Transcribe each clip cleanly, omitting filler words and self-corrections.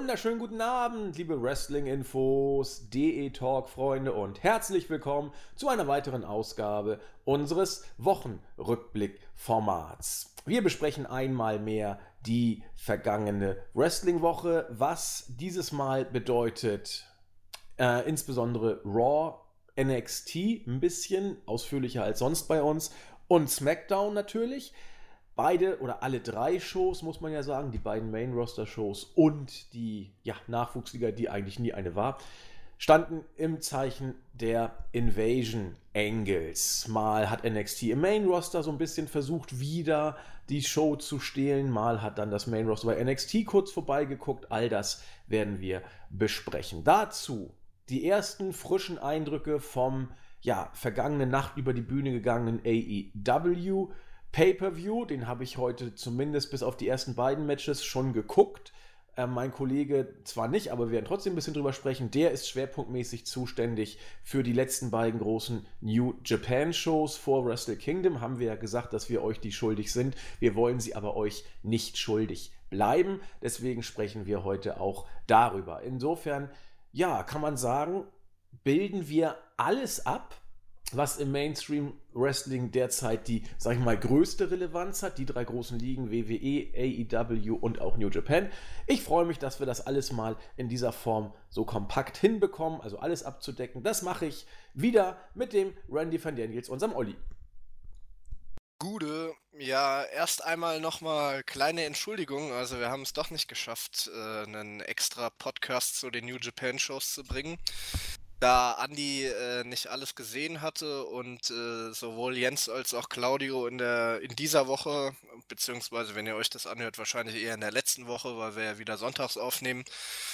Wunderschönen guten Abend, liebe Wrestling-Infos, DE-Talk-Freunde und herzlich willkommen zu einer weiteren Ausgabe unseres Wochenrückblick-Formats. Wir besprechen einmal mehr die vergangene Wrestling-Woche, was dieses Mal bedeutet, insbesondere Raw, NXT, ein bisschen ausführlicher als sonst bei uns und SmackDown natürlich. Beide oder alle drei Shows, muss man ja sagen, die beiden Main-Roster-Shows und die Nachwuchsliga, die eigentlich nie eine war, standen im Zeichen der Invasion Angles. Mal hat NXT im Main-Roster so ein bisschen versucht, wieder die Show zu stehlen, mal hat dann das Main-Roster bei NXT kurz vorbeigeguckt. All das werden wir besprechen. Dazu die ersten frischen Eindrücke vom vergangene Nacht über die Bühne gegangenen AEW Pay-Per-View, den habe ich heute zumindest bis auf die ersten beiden Matches schon geguckt. Mein Kollege zwar nicht, aber wir werden trotzdem ein bisschen drüber sprechen. Der ist schwerpunktmäßig zuständig für die letzten beiden großen New Japan Shows vor Wrestle Kingdom. Haben wir ja gesagt, dass wir euch die schuldig sind. Wir wollen sie aber euch nicht schuldig bleiben. Deswegen sprechen wir heute auch darüber. Insofern, kann man sagen, bilden wir alles ab, was im Mainstream-Wrestling derzeit die, größte Relevanz hat. Die drei großen Ligen, WWE, AEW und auch New Japan. Ich freue mich, dass wir das alles mal in dieser Form so kompakt hinbekommen, also alles abzudecken. Das mache ich wieder mit dem Randy van Daniels, unserem Olli. Gude, ja, erst einmal nochmal kleine Entschuldigung, also wir haben es doch nicht geschafft, einen extra Podcast zu den New Japan Shows zu bringen. Da Andi nicht alles gesehen hatte und sowohl Jens als auch Claudio in dieser Woche, beziehungsweise wenn ihr euch das anhört, wahrscheinlich eher in der letzten Woche, weil wir ja wieder sonntags aufnehmen,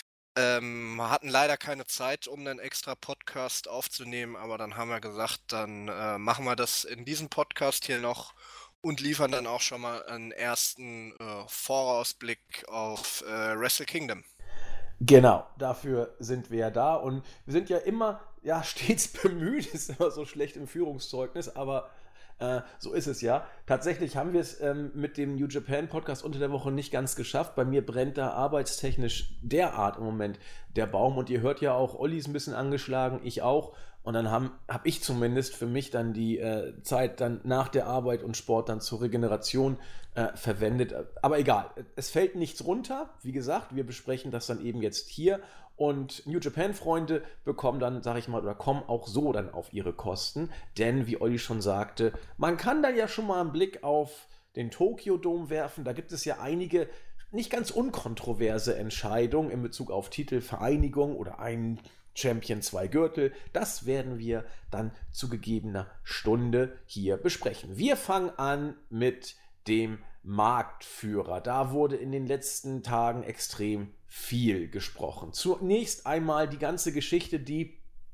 hatten leider keine Zeit, um einen extra Podcast aufzunehmen, aber dann haben wir gesagt, dann machen wir das in diesem Podcast hier noch und liefern dann auch schon mal einen ersten Vorausblick auf Wrestle Kingdom. Genau, dafür sind wir ja da und wir sind ja immer, stets bemüht, ist immer so schlecht im Führungszeugnis, aber so ist es ja. Tatsächlich haben wir es mit dem New Japan Podcast unter der Woche nicht ganz geschafft. Bei mir brennt da arbeitstechnisch derart im Moment der Baum und ihr hört ja auch, Olli ist ein bisschen angeschlagen, ich auch. Und dann hab ich zumindest für mich dann die Zeit dann nach der Arbeit und Sport dann zur Regeneration verwendet. Aber egal, es fällt nichts runter. Wie gesagt, wir besprechen das dann eben jetzt hier. Und New Japan-Freunde bekommen dann, oder kommen auch so dann auf ihre Kosten. Denn, wie Olli schon sagte, man kann da ja schon mal einen Blick auf den Tokyo Dome werfen. Da gibt es ja einige nicht ganz unkontroverse Entscheidungen in Bezug auf Titelvereinigung oder ein Champion 2 Gürtel. Das werden wir dann zu gegebener Stunde hier besprechen. Wir fangen an mit dem Marktführer. Da wurde in den letzten Tagen extrem viel gesprochen. Zunächst einmal die ganze Geschichte, die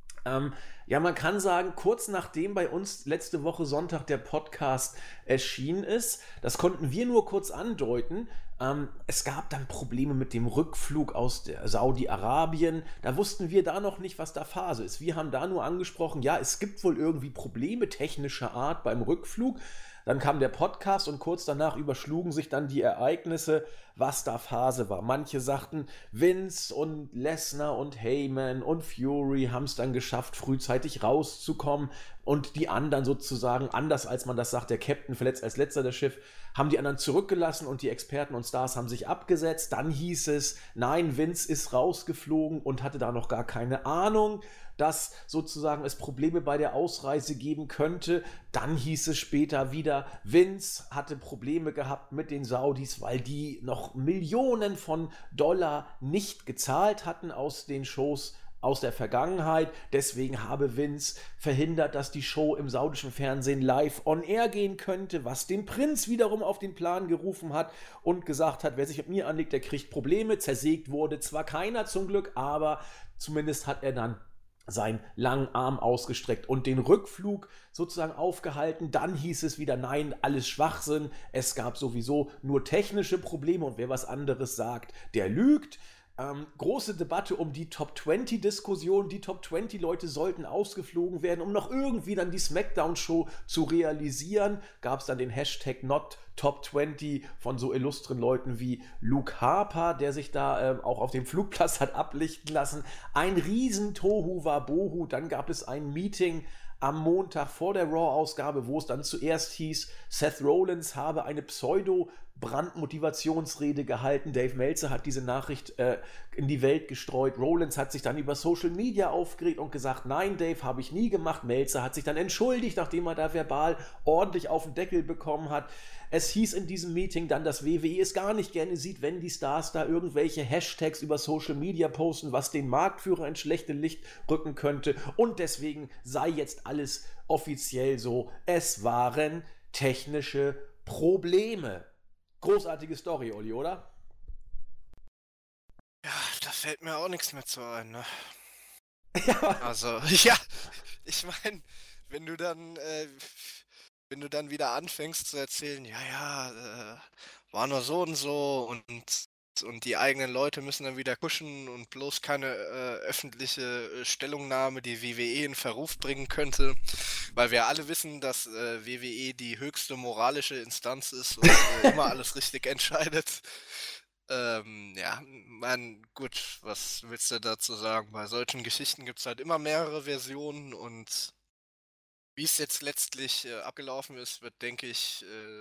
man kann sagen, kurz nachdem bei uns letzte Woche Sonntag der Podcast erschienen ist, das konnten wir nur kurz andeuten, es gab dann Probleme mit dem Rückflug aus Saudi-Arabien. Da wussten wir da noch nicht, was da Phase ist. Wir haben da nur angesprochen, es gibt wohl irgendwie Probleme technischer Art beim Rückflug. Dann kam der Podcast und kurz danach überschlugen sich dann die Ereignisse, was da Phase war. Manche sagten, Vince und Lesnar und Heyman und Fury haben es dann geschafft, frühzeitig rauszukommen. Und die anderen sozusagen, anders als man das sagt, der Captain verletzt als letzter das Schiff, haben die anderen zurückgelassen und die Experten und Stars haben sich abgesetzt. Dann hieß es, nein, Vince ist rausgeflogen und hatte da noch gar keine Ahnung, dass sozusagen es Probleme bei der Ausreise geben könnte. Dann hieß es später wieder, Vince hatte Probleme gehabt mit den Saudis, weil die noch Millionen von Dollar nicht gezahlt hatten aus den Shows aus der Vergangenheit. Deswegen habe Vince verhindert, dass die Show im saudischen Fernsehen live on air gehen könnte, was den Prinz wiederum auf den Plan gerufen hat und gesagt hat, wer sich mit mir anlegt, der kriegt Probleme. Zersägt wurde zwar keiner zum Glück, aber zumindest hat er dann seinen langen Arm ausgestreckt und den Rückflug sozusagen aufgehalten. Dann hieß es wieder, nein, alles Schwachsinn, es gab sowieso nur technische Probleme und wer was anderes sagt, der lügt. Große Debatte um die Top-20-Diskussion. Die Top-20-Leute sollten ausgeflogen werden, um noch irgendwie dann die Smackdown-Show zu realisieren. Gab es dann den Hashtag Not Top 20 von so illustren Leuten wie Luke Harper, der sich da auch auf dem Flugplatz hat ablichten lassen. Ein riesen Tohu-Wabohu. Dann gab es ein Meeting am Montag vor der Raw-Ausgabe, wo es dann zuerst hieß, Seth Rollins habe eine Pseudo-Brandmotivationsrede gehalten. Dave Meltzer hat diese Nachricht in die Welt gestreut. Rollins hat sich dann über Social Media aufgeregt und gesagt, nein, Dave, habe ich nie gemacht. Meltzer hat sich dann entschuldigt, nachdem er da verbal ordentlich auf den Deckel bekommen hat. Es hieß in diesem Meeting dann, dass WWE es gar nicht gerne sieht, wenn die Stars da irgendwelche Hashtags über Social Media posten, was den Marktführer ins schlechte Licht rücken könnte. Und deswegen sei jetzt alles offiziell so. Es waren technische Probleme. Großartige Story, Olli, oder? Ja, da fällt mir auch nichts mehr zu ein, ne? Ja. Also, ja, ich meine, wenn du dann wieder anfängst zu erzählen, war nur so und so und die eigenen Leute müssen dann wieder kuschen und bloß keine öffentliche Stellungnahme, die WWE in Verruf bringen könnte, weil wir alle wissen, dass WWE die höchste moralische Instanz ist und immer alles richtig entscheidet. Gut, was willst du dazu sagen? Bei solchen Geschichten gibt es halt immer mehrere Versionen und wie es jetzt letztlich abgelaufen ist, wird, denke ich,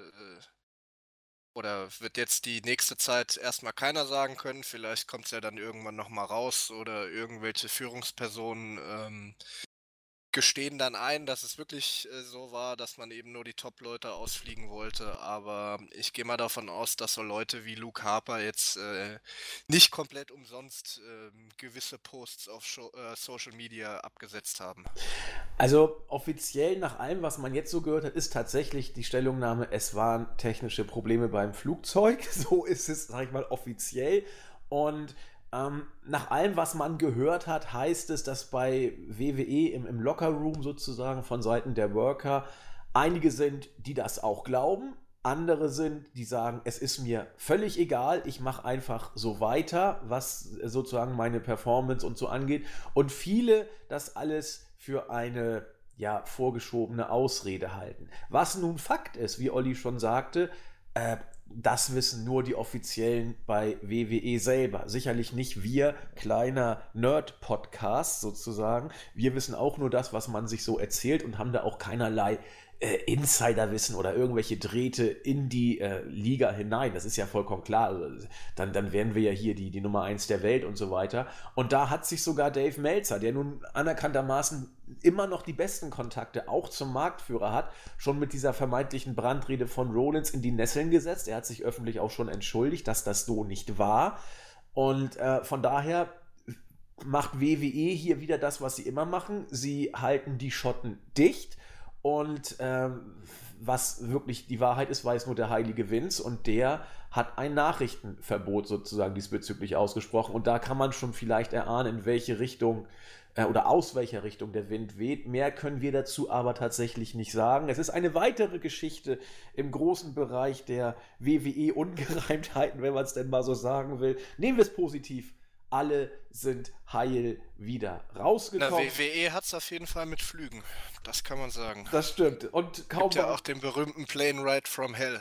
oder wird jetzt die nächste Zeit erstmal keiner sagen können. Vielleicht kommt es ja dann irgendwann nochmal raus oder irgendwelche Führungspersonen gestehen dann ein, dass es wirklich so war, dass man eben nur die Top-Leute ausfliegen wollte. Aber ich gehe mal davon aus, dass so Leute wie Luke Harper jetzt nicht komplett umsonst gewisse Posts auf Social Media abgesetzt haben. Also offiziell nach allem, was man jetzt so gehört hat, ist tatsächlich die Stellungnahme, es waren technische Probleme beim Flugzeug. So ist es, sag ich mal, offiziell. Und nach allem, was man gehört hat, heißt es, dass bei WWE im Lockerroom sozusagen von Seiten der Worker einige sind, die das auch glauben. Andere sind, die sagen, es ist mir völlig egal, ich mache einfach so weiter, was sozusagen meine Performance und so angeht. Und viele das alles für eine vorgeschobene Ausrede halten. Was nun Fakt ist, wie Olli schon sagte, das wissen nur die Offiziellen bei WWE selber. Sicherlich nicht wir, kleiner Nerd-Podcast sozusagen. Wir wissen auch nur das, was man sich so erzählt und haben da auch keinerlei Insiderwissen oder irgendwelche Drähte in die Liga hinein. Das ist ja vollkommen klar. Also, dann wären wir ja hier die Nummer 1 der Welt und so weiter. Und da hat sich sogar Dave Meltzer, der nun anerkanntermaßen immer noch die besten Kontakte auch zum Marktführer hat, schon mit dieser vermeintlichen Brandrede von Rollins in die Nesseln gesetzt. Er hat sich öffentlich auch schon entschuldigt, dass das so nicht war. Und von daher macht WWE hier wieder das, was sie immer machen. Sie halten die Schotten dicht. Und was wirklich die Wahrheit ist, weiß nur der heilige Vince und der hat ein Nachrichtenverbot sozusagen diesbezüglich ausgesprochen und da kann man schon vielleicht erahnen, in welche Richtung oder aus welcher Richtung der Wind weht. Mehr können wir dazu aber tatsächlich nicht sagen. Es ist eine weitere Geschichte im großen Bereich der WWE-Ungereimtheiten, wenn man es denn mal so sagen will. Nehmen wir es positiv. Alle sind heil wieder rausgekommen. Na, WWE hat es auf jeden Fall mit Flügen. Das kann man sagen. Das stimmt. Und kaum gibt ja auch den berühmten Plane Ride from Hell.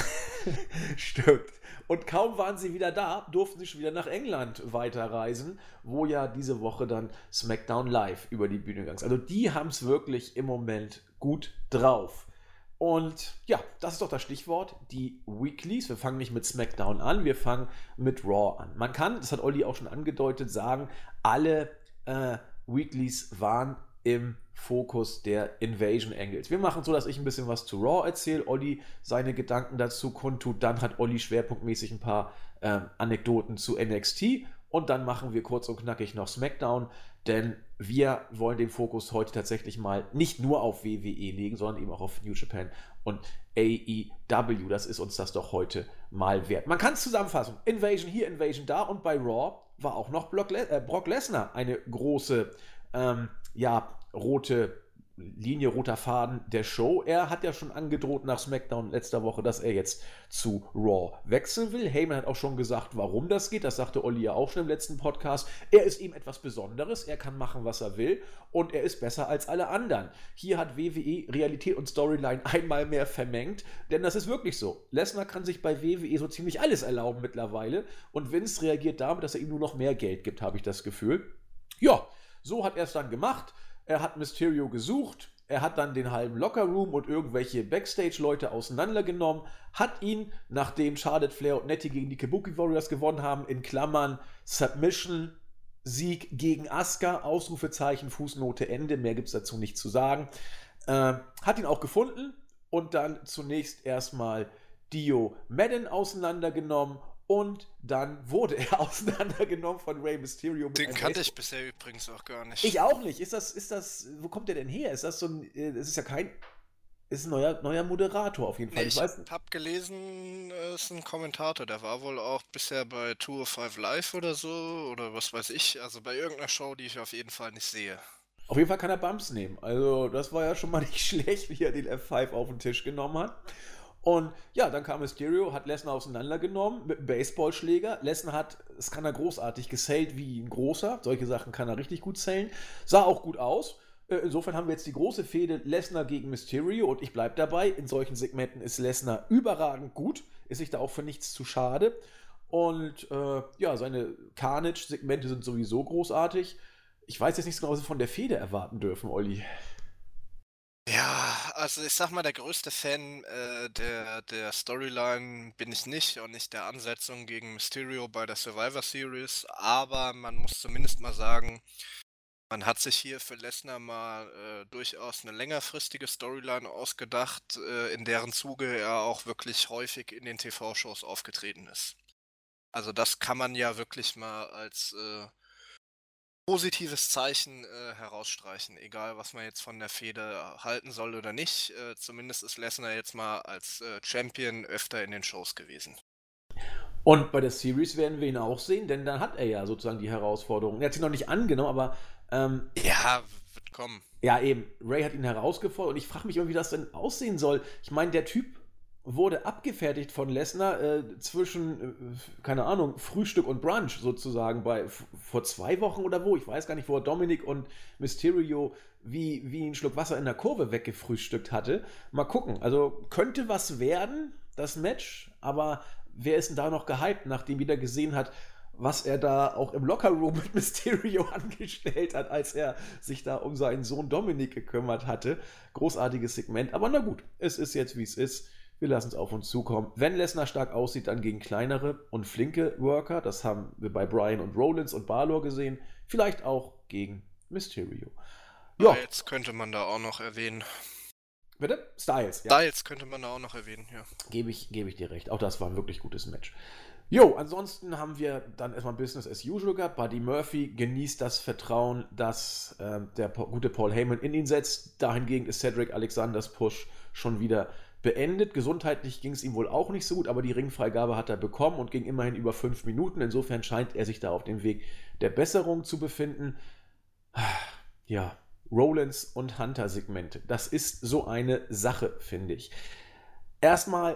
Stimmt. Und kaum waren sie wieder da, durften sie schon wieder nach England weiterreisen, wo ja diese Woche dann SmackDown Live über die Bühne gegangen ist. Also die haben es wirklich im Moment gut drauf. Und ja, das ist doch das Stichwort, die Weeklies. Wir fangen nicht mit SmackDown an, wir fangen mit Raw an. Man kann, das hat Olli auch schon angedeutet, sagen, alle Weeklies waren im Fokus der Invasion Angles. Wir machen so, dass ich ein bisschen was zu Raw erzähle, Olli seine Gedanken dazu kundtut, dann hat Olli schwerpunktmäßig ein paar Anekdoten zu NXT und dann machen wir kurz und knackig noch SmackDown, denn wir wollen den Fokus heute tatsächlich mal nicht nur auf WWE legen, sondern eben auch auf New Japan und AEW. Das ist uns das doch heute mal wert. Man kann es zusammenfassen. Invasion hier, Invasion da und bei Raw war auch noch Brock Lesnar eine große rote Linie, roter Faden der Show. Er hat ja schon angedroht nach SmackDown letzter Woche, dass er jetzt zu Raw wechseln will. Heyman hat auch schon gesagt, warum das geht. Das sagte Olli ja auch schon im letzten Podcast. Er ist ihm etwas Besonderes. Er kann machen, was er will. Und er ist besser als alle anderen. Hier hat WWE Realität und Storyline einmal mehr vermengt. Denn das ist wirklich so. Lesnar kann sich bei WWE so ziemlich alles erlauben mittlerweile. Und Vince reagiert damit, dass er ihm nur noch mehr Geld gibt, habe ich das Gefühl. Ja, so hat er es dann gemacht. Er hat Mysterio gesucht, er hat dann den halben Lockerroom und irgendwelche Backstage-Leute auseinandergenommen, hat ihn, nachdem Charlotte Flair und Nettie gegen die Kabuki Warriors gewonnen haben, in Klammern Submission, Sieg gegen Asuka, Ausrufezeichen, Fußnote, Ende, mehr gibt es dazu nicht zu sagen, hat ihn auch gefunden und dann zunächst erstmal Dio Madden auseinandergenommen. Und dann wurde er auseinandergenommen von Rey Mysterio. Den kannte ich bisher übrigens auch gar nicht. Ich auch nicht. Ist das, wo kommt der denn her? Ist das so ein, das ist ja kein, ist ein neuer Moderator auf jeden Fall. Nee, ich habe gelesen, ist ein Kommentator, der war wohl auch bisher bei 205 Live oder so, oder was weiß ich, also bei irgendeiner Show, die ich auf jeden Fall nicht sehe. Auf jeden Fall kann er Bumps nehmen. Also das war ja schon mal nicht schlecht, wie er den F5 auf den Tisch genommen hat. Und ja, dann kam Mysterio, hat Lesnar auseinandergenommen mit einem Baseballschläger. Lesnar hat, das kann er großartig gesellt wie ein Großer. Solche Sachen kann er richtig gut zählen. Sah auch gut aus. Insofern haben wir jetzt die große Fehde Lesnar gegen Mysterio. Und ich bleibe dabei, in solchen Segmenten ist Lesnar überragend gut. Ist sich da auch für nichts zu schade. Und ja, seine Carnage-Segmente sind sowieso großartig. Ich weiß jetzt nicht so genau, was wir von der Fehde erwarten dürfen, Olli. Ja, also ich sag mal, der größte Fan der Storyline bin ich nicht und nicht der Ansetzung gegen Mysterio bei der Survivor Series, aber man muss zumindest mal sagen, man hat sich hier für Lesnar mal durchaus eine längerfristige Storyline ausgedacht, in deren Zuge er auch wirklich häufig in den TV-Shows aufgetreten ist. Also das kann man ja wirklich mal als positives Zeichen herausstreichen, egal was man jetzt von der Fehde halten soll oder nicht. Zumindest ist Lesnar jetzt mal als Champion öfter in den Shows gewesen. Und bei der Series werden wir ihn auch sehen, denn dann hat er ja sozusagen die Herausforderung. Er hat sie noch nicht angenommen, aber ja, wird kommen. Ja, eben. Ray hat ihn herausgefordert und ich frage mich immer, wie das denn aussehen soll. Ich meine, der Typ wurde abgefertigt von Lesnar zwischen, keine Ahnung, Frühstück und Brunch sozusagen vor 2 Wochen oder wo. Ich weiß gar nicht, wo er Dominic und Mysterio wie einen Schluck Wasser in der Kurve weggefrühstückt hatte. Mal gucken. Also könnte was werden, das Match, aber wer ist denn da noch gehypt, nachdem jeder gesehen hat, was er da auch im Lockerroom mit Mysterio angestellt hat, als er sich da um seinen Sohn Dominic gekümmert hatte. Großartiges Segment, aber na gut, es ist jetzt, wie es ist. Wir lassen es auf uns zukommen. Wenn Lesnar stark aussieht, dann gegen kleinere und flinke Worker. Das haben wir bei Bryan und Rollins und Balor gesehen. Vielleicht auch gegen Mysterio. Ja. Styles könnte man da auch noch erwähnen. Bitte? Styles, ja. Styles könnte man da auch noch erwähnen, ja. Gebe ich dir recht. Auch das war ein wirklich gutes Match. Jo, ansonsten haben wir dann erstmal Business as usual gehabt. Buddy Murphy genießt das Vertrauen, das der gute Paul Heyman in ihn setzt. Dahingegen ist Cedric Alexanders Push schon wieder beendet. Gesundheitlich ging es ihm wohl auch nicht so gut, aber die Ringfreigabe hat er bekommen und ging immerhin über 5 Minuten. Insofern scheint er sich da auf dem Weg der Besserung zu befinden. Ja, Rollins und Hunter-Segmente. Das ist so eine Sache, finde ich. Erstmal,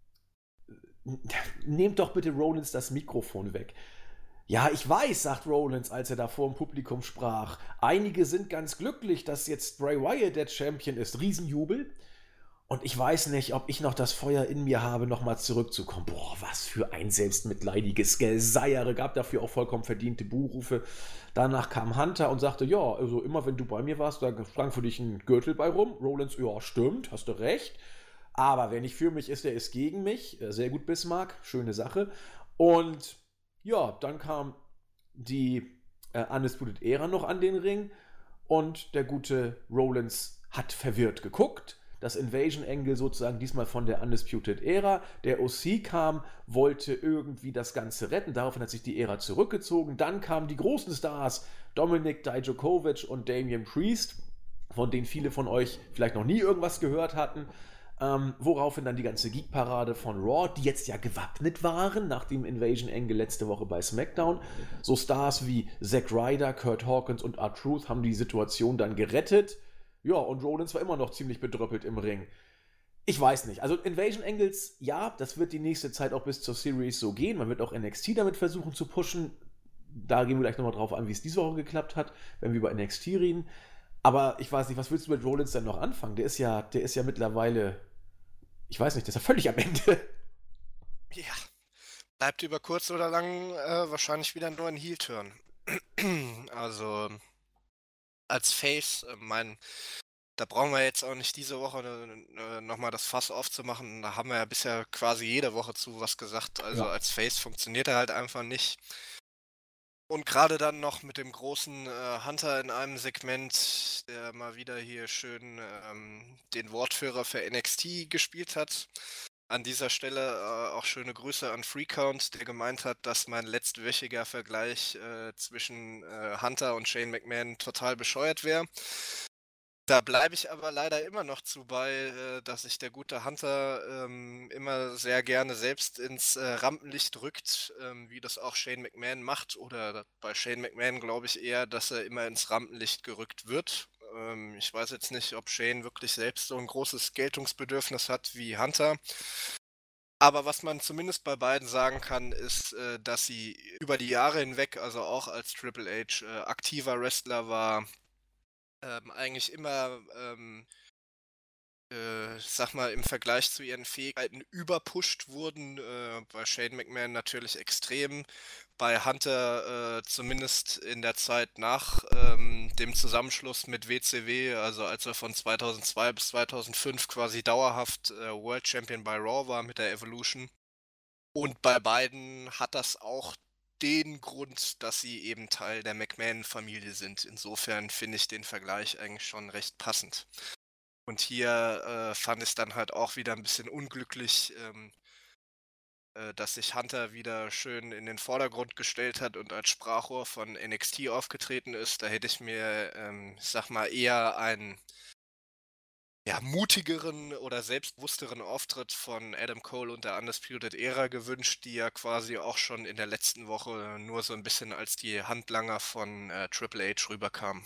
nehmt doch bitte Rollins das Mikrofon weg. Ja, ich weiß, sagt Rollins, als er da vor dem Publikum sprach. Einige sind ganz glücklich, dass jetzt Bray Wyatt der Champion ist. Riesenjubel. Und ich weiß nicht, ob ich noch das Feuer in mir habe, nochmal zurückzukommen. Boah, was für ein selbstmitleidiges Geseiere. Gab dafür auch vollkommen verdiente Buhrufe. Danach kam Hunter und sagte, ja, also immer wenn du bei mir warst, da sprang für dich ein Gürtel bei rum. Rollins, ja, stimmt, hast du recht. Aber wer nicht für mich ist, der ist gegen mich. Sehr gut, Bismarck, schöne Sache. Und ja, dann kam die Undisputed Era noch an den Ring. Und der gute Rollins hat verwirrt geguckt. Das Invasion-Angle sozusagen diesmal von der Undisputed Era. Der OC kam, wollte irgendwie das Ganze retten. Daraufhin hat sich die Ära zurückgezogen. Dann kamen die großen Stars, Dominik Dijakovic und Damian Priest, von denen viele von euch vielleicht noch nie irgendwas gehört hatten. Woraufhin dann die ganze Geek-Parade von Raw, die jetzt ja gewappnet waren nach dem Invasion-Angle letzte Woche bei SmackDown. So Stars wie Zack Ryder, Kurt Hawkins und R-Truth haben die Situation dann gerettet. Ja, und Rollins war immer noch ziemlich bedröppelt im Ring. Ich weiß nicht. Also Invasion Angles, ja, das wird die nächste Zeit auch bis zur Series so gehen. Man wird auch NXT damit versuchen zu pushen. Da gehen wir gleich nochmal drauf an, wie es diese Woche geklappt hat, wenn wir über NXT reden. Aber ich weiß nicht, was willst du mit Rollins denn noch anfangen? Der ist ja mittlerweile, ich weiß nicht, der ist ja völlig am Ende. Ja, bleibt über kurz oder lang wahrscheinlich wieder nur ein Heel-Turn. Also als Face, da brauchen wir jetzt auch nicht diese Woche nochmal das Fass aufzumachen. Da haben wir ja bisher quasi jede Woche zu was gesagt. Also Ja. als Face funktioniert er halt einfach nicht. Und gerade dann noch mit dem großen Hunter in einem Segment, der mal wieder hier schön den Wortführer für NXT gespielt hat. An dieser Stelle auch schöne Grüße an Freecount, der gemeint hat, dass mein letztwöchiger Vergleich zwischen Hunter und Shane McMahon total bescheuert wäre. Da bleibe ich aber leider immer noch zu bei, dass sich der gute Hunter immer sehr gerne selbst ins Rampenlicht rückt, wie das auch Shane McMahon macht. Oder bei Shane McMahon glaube ich eher, dass er immer ins Rampenlicht gerückt wird. Ich weiß jetzt nicht, ob Shane wirklich selbst so ein großes Geltungsbedürfnis hat wie Hunter. Aber was man zumindest bei beiden sagen kann, ist, dass sie über die Jahre hinweg, also auch als Triple H aktiver Wrestler war, eigentlich immer, sag mal, im Vergleich zu ihren Fähigkeiten überpusht wurden. Bei Shane McMahon natürlich extrem. Bei Hunter zumindest in der Zeit nach dem Zusammenschluss mit WCW, also als er von 2002 bis 2005 quasi dauerhaft World Champion bei Raw war mit der Evolution. Und bei beiden hat das auch den Grund, dass sie eben Teil der McMahon-Familie sind. Insofern finde ich den Vergleich eigentlich schon recht passend. Und hier fand ich es dann halt auch wieder ein bisschen unglücklich, dass sich Hunter wieder schön in den Vordergrund gestellt hat und als Sprachrohr von NXT aufgetreten ist. Da hätte ich mir, ich sag mal, eher einen mutigeren oder selbstbewussteren Auftritt von Adam Cole und der Undisputed Era gewünscht, die ja quasi auch schon in der letzten Woche nur so ein bisschen als die Handlanger von Triple H rüberkamen.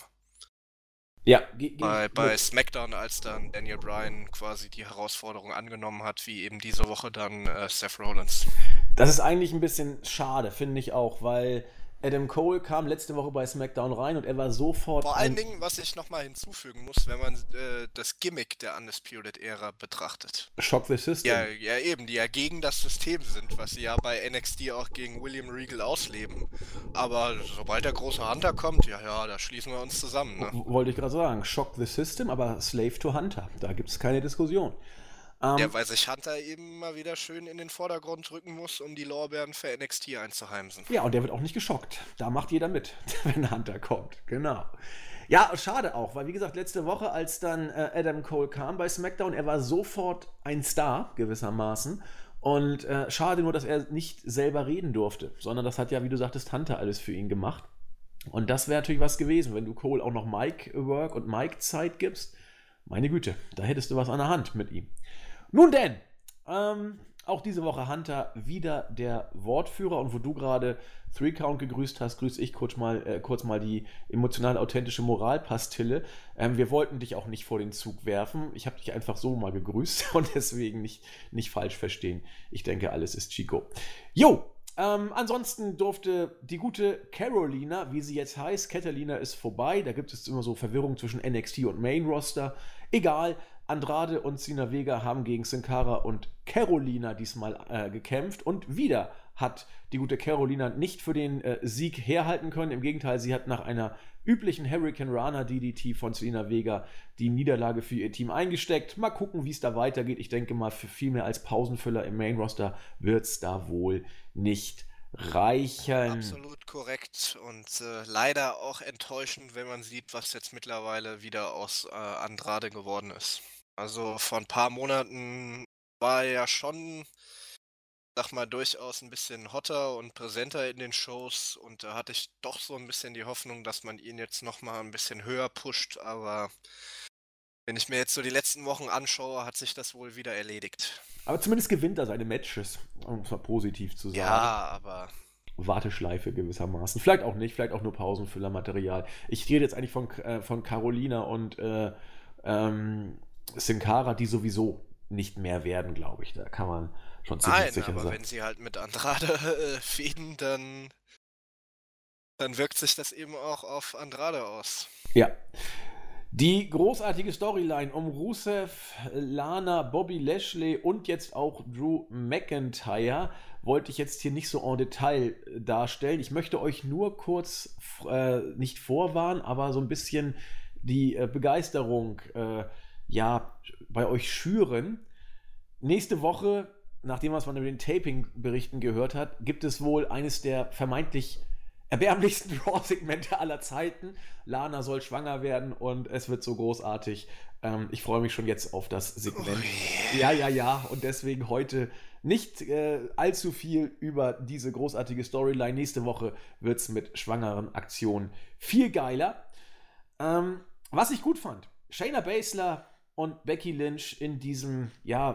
Ja, Bei SmackDown, als dann Daniel Bryan quasi die Herausforderung angenommen hat, wie eben diese Woche dann Seth Rollins. Das ist eigentlich ein bisschen schade, finde ich auch, weil Adam Cole kam letzte Woche bei SmackDown rein und er war sofort. Vor allen Dingen, was ich nochmal hinzufügen muss, wenn man das Gimmick der Undisputed Era betrachtet. Shock the System. Ja, eben, die ja gegen das System sind, was sie ja bei NXT auch gegen William Regal ausleben. Aber sobald der große Hunter kommt, ja, da schließen wir uns zusammen. Ne? Wollte ich gerade sagen, Shock the System, aber Slave to Hunter. Da gibt es keine Diskussion. Ja, weil sich Hunter eben mal wieder schön in den Vordergrund rücken muss, um die Lorbeeren für NXT einzuheimsen. Ja, und der wird auch nicht geschockt. Da macht jeder mit, wenn Hunter kommt. Genau. Ja, schade auch, weil wie gesagt, letzte Woche, als dann Adam Cole kam bei SmackDown, er war sofort ein Star, gewissermaßen. Und schade nur, dass er nicht selber reden durfte, sondern das hat ja, wie du sagtest, Hunter alles für ihn gemacht. Und das wäre natürlich was gewesen, wenn du Cole auch noch Mic-Work und Mic-Zeit gibst. Meine Güte, da hättest du was an der Hand mit ihm. Nun denn, auch diese Woche Hunter wieder der Wortführer, und wo du gerade 3Count gegrüßt hast, grüße ich kurz mal die emotional authentische Moralpastille. Wir wollten dich auch nicht vor den Zug werfen, ich habe dich einfach so mal gegrüßt und deswegen nicht falsch verstehen. Ich denke, alles ist Chico. Jo! Ansonsten durfte die gute Carolina, wie sie jetzt heißt, Catalina ist vorbei, da gibt es immer so Verwirrung zwischen NXT und Main Roster. Egal, Andrade und Zelina Vega haben gegen Sin Cara und Carolina diesmal gekämpft und wieder hat die gute Carolina nicht für den Sieg herhalten können. Im Gegenteil, sie hat nach einer üblichen Hurricane Rana DDT von Zelina Vega die Niederlage für ihr Team eingesteckt. Mal gucken, wie es da weitergeht. Ich denke mal, für viel mehr als Pausenfüller im Main Roster wird es da wohl nicht reichen. Absolut korrekt und leider auch enttäuschend, wenn man sieht, was jetzt mittlerweile wieder aus Andrade geworden ist. Also vor ein paar Monaten war er ja schon, sag mal, durchaus ein bisschen hotter und präsenter in den Shows und da hatte ich doch so ein bisschen die Hoffnung, dass man ihn jetzt nochmal ein bisschen höher pusht, aber wenn ich mir jetzt so die letzten Wochen anschaue, hat sich das wohl wieder erledigt. Aber zumindest gewinnt er seine Matches, um es mal positiv zu sagen. Ja, aber Warteschleife gewissermaßen. Vielleicht auch nicht, vielleicht auch nur Pausenfüllermaterial. Ich rede jetzt eigentlich von Carolina und Sin Cara, die sowieso nicht mehr werden, glaube ich. Da kann man schon ziemlich sicher aber sein. wenn sie halt mit Andrade fehden, dann wirkt sich das eben auch auf Andrade aus. Ja. Die großartige Storyline um Rusev, Lana, Bobby Lashley und jetzt auch Drew McIntyre wollte ich jetzt hier nicht so en Detail darstellen. Ich möchte euch nur kurz nicht vorwarnen, aber so ein bisschen die Begeisterung bei euch schüren. Nächste Woche, nachdem was man über den Taping-Berichten gehört hat, gibt es wohl eines der vermeintlich erbärmlichsten Raw-Segmente aller Zeiten. Lana soll schwanger werden und es wird so großartig. Ich freue mich schon jetzt auf das Segment. Ja. Und deswegen heute nicht allzu viel über diese großartige Storyline. Nächste Woche wird es mit schwangeren Aktionen viel geiler. Was ich gut fand, Shayna Baszler und Becky Lynch in diesem,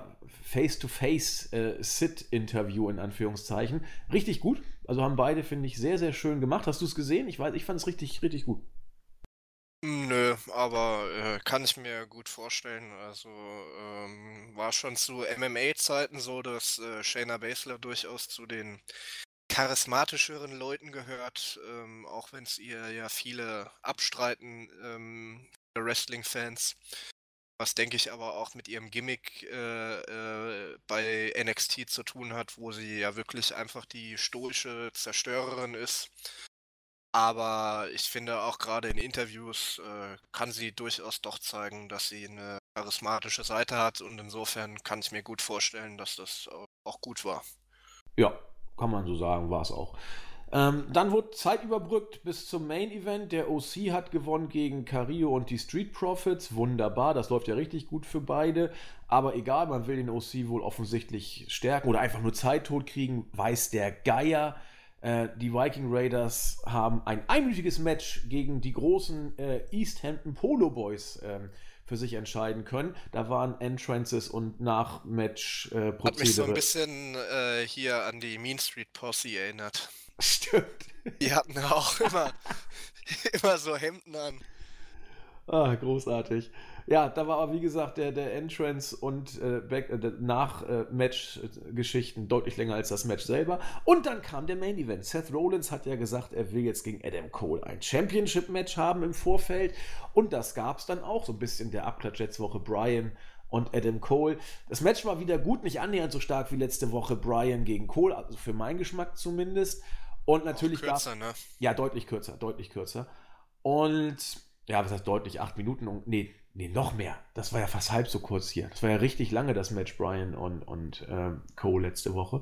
Face-to-Face-Sit-Interview in Anführungszeichen. Richtig gut. Also haben beide, finde ich, sehr, sehr schön gemacht. Hast du es gesehen? Ich fand es richtig, richtig gut. Nö, aber kann ich mir gut vorstellen. Also war schon zu MMA-Zeiten so, dass Shayna Baszler durchaus zu den charismatischeren Leuten gehört, auch wenn es ihr ja viele abstreiten, Wrestling-Fans. Was, denke ich, aber auch mit ihrem Gimmick bei NXT zu tun hat, wo sie ja wirklich einfach die stoische Zerstörerin ist. Aber ich finde auch gerade in Interviews kann sie durchaus doch zeigen, dass sie eine charismatische Seite hat, und insofern kann ich mir gut vorstellen, dass das auch gut war. Ja, kann man so sagen, war es auch. Dann wurde Zeit überbrückt bis zum Main Event. Der OC hat gewonnen gegen Carrillo und die Street Profits. Wunderbar, das läuft ja richtig gut für beide. Aber egal, man will den OC wohl offensichtlich stärken oder einfach nur Zeit totkriegen, weiß der Geier. Die Viking Raiders haben ein einminütiges Match gegen die großen East Hampton Polo Boys für sich entscheiden können. Da waren Entrances und Nach-Match-Prozedere. Hat mich so ein bisschen hier an die Mean Street Posse erinnert. Stimmt. Die hatten auch immer so Hemden an. Großartig. Ja, da war aber wie gesagt der Entrance und Nach-Match-Geschichten deutlich länger als das Match selber. Und dann kam der Main Event. Seth Rollins hat ja gesagt, er will jetzt gegen Adam Cole ein Championship-Match haben im Vorfeld. Und das gab es dann auch. So ein bisschen der Abklatsch letzte Woche. Bryan und Adam Cole. Das Match war wieder gut, nicht annähernd so stark wie letzte Woche Bryan gegen Cole, also für meinen Geschmack zumindest. Und natürlich auch kürzer, ne? Ja, deutlich kürzer. Und ja, was heißt deutlich? 8 Minuten? Nee, noch mehr. Das war ja fast halb so kurz hier. Das war ja richtig lange, das Match Bryan und Cole letzte Woche.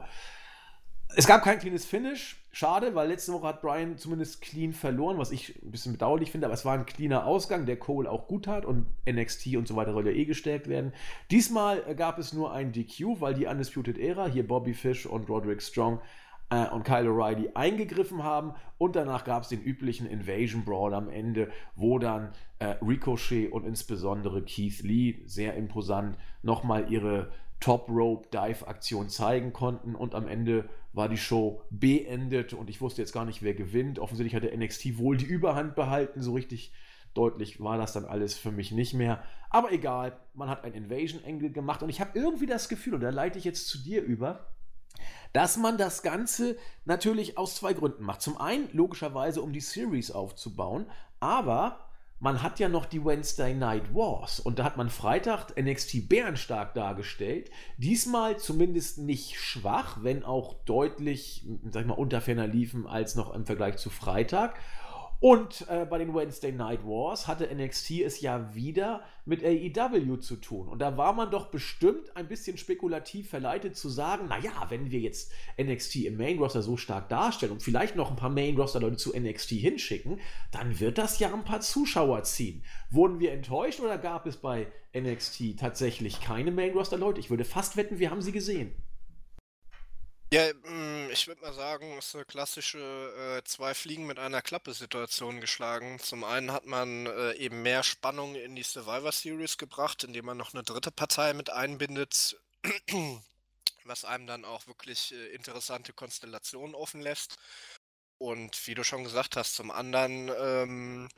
Es gab kein cleanes Finish. Schade, weil letzte Woche hat Bryan zumindest clean verloren, was ich ein bisschen bedauerlich finde. Aber es war ein cleaner Ausgang, der Cole auch gut hat. Und NXT und so weiter soll ja gestärkt werden. Diesmal gab es nur ein DQ, weil die Undisputed Era, hier Bobby Fish und Roderick Strong, und Kyle O'Reilly eingegriffen haben, und danach gab es den üblichen Invasion Brawl am Ende, wo dann Ricochet und insbesondere Keith Lee sehr imposant nochmal ihre Top Rope Dive Aktion zeigen konnten, und am Ende war die Show beendet und ich wusste jetzt gar nicht, wer gewinnt. Offensichtlich hat der NXT wohl die Überhand behalten, so richtig deutlich war das dann alles für mich nicht mehr. Aber egal, man hat ein Invasion Angle gemacht und ich habe irgendwie das Gefühl, und da leite ich jetzt zu dir über, dass man das Ganze natürlich aus 2 Gründen macht. Zum einen logischerweise, um die Series aufzubauen, aber man hat ja noch die Wednesday Night Wars und da hat man Freitag NXT bärenstark dargestellt. Diesmal zumindest nicht schwach, wenn auch deutlich, sag ich mal, unter ferner liefen als noch im Vergleich zu Freitag. Und bei den Wednesday Night Wars hatte NXT es ja wieder mit AEW zu tun. Und da war man doch bestimmt ein bisschen spekulativ verleitet zu sagen, naja, wenn wir jetzt NXT im Main Roster so stark darstellen und vielleicht noch ein paar Main Roster Leute zu NXT hinschicken, dann wird das ja ein paar Zuschauer ziehen. Wurden wir enttäuscht oder gab es bei NXT tatsächlich keine Main Roster Leute? Ich würde fast wetten, wir haben sie gesehen. Ja, ich würde mal sagen, es ist eine klassische 2 Fliegen mit einer Klappe-Situation geschlagen. Zum einen hat man eben mehr Spannung in die Survivor Series gebracht, indem man noch eine dritte Partei mit einbindet, was einem dann auch wirklich interessante Konstellationen offen lässt. Und wie du schon gesagt hast, zum anderen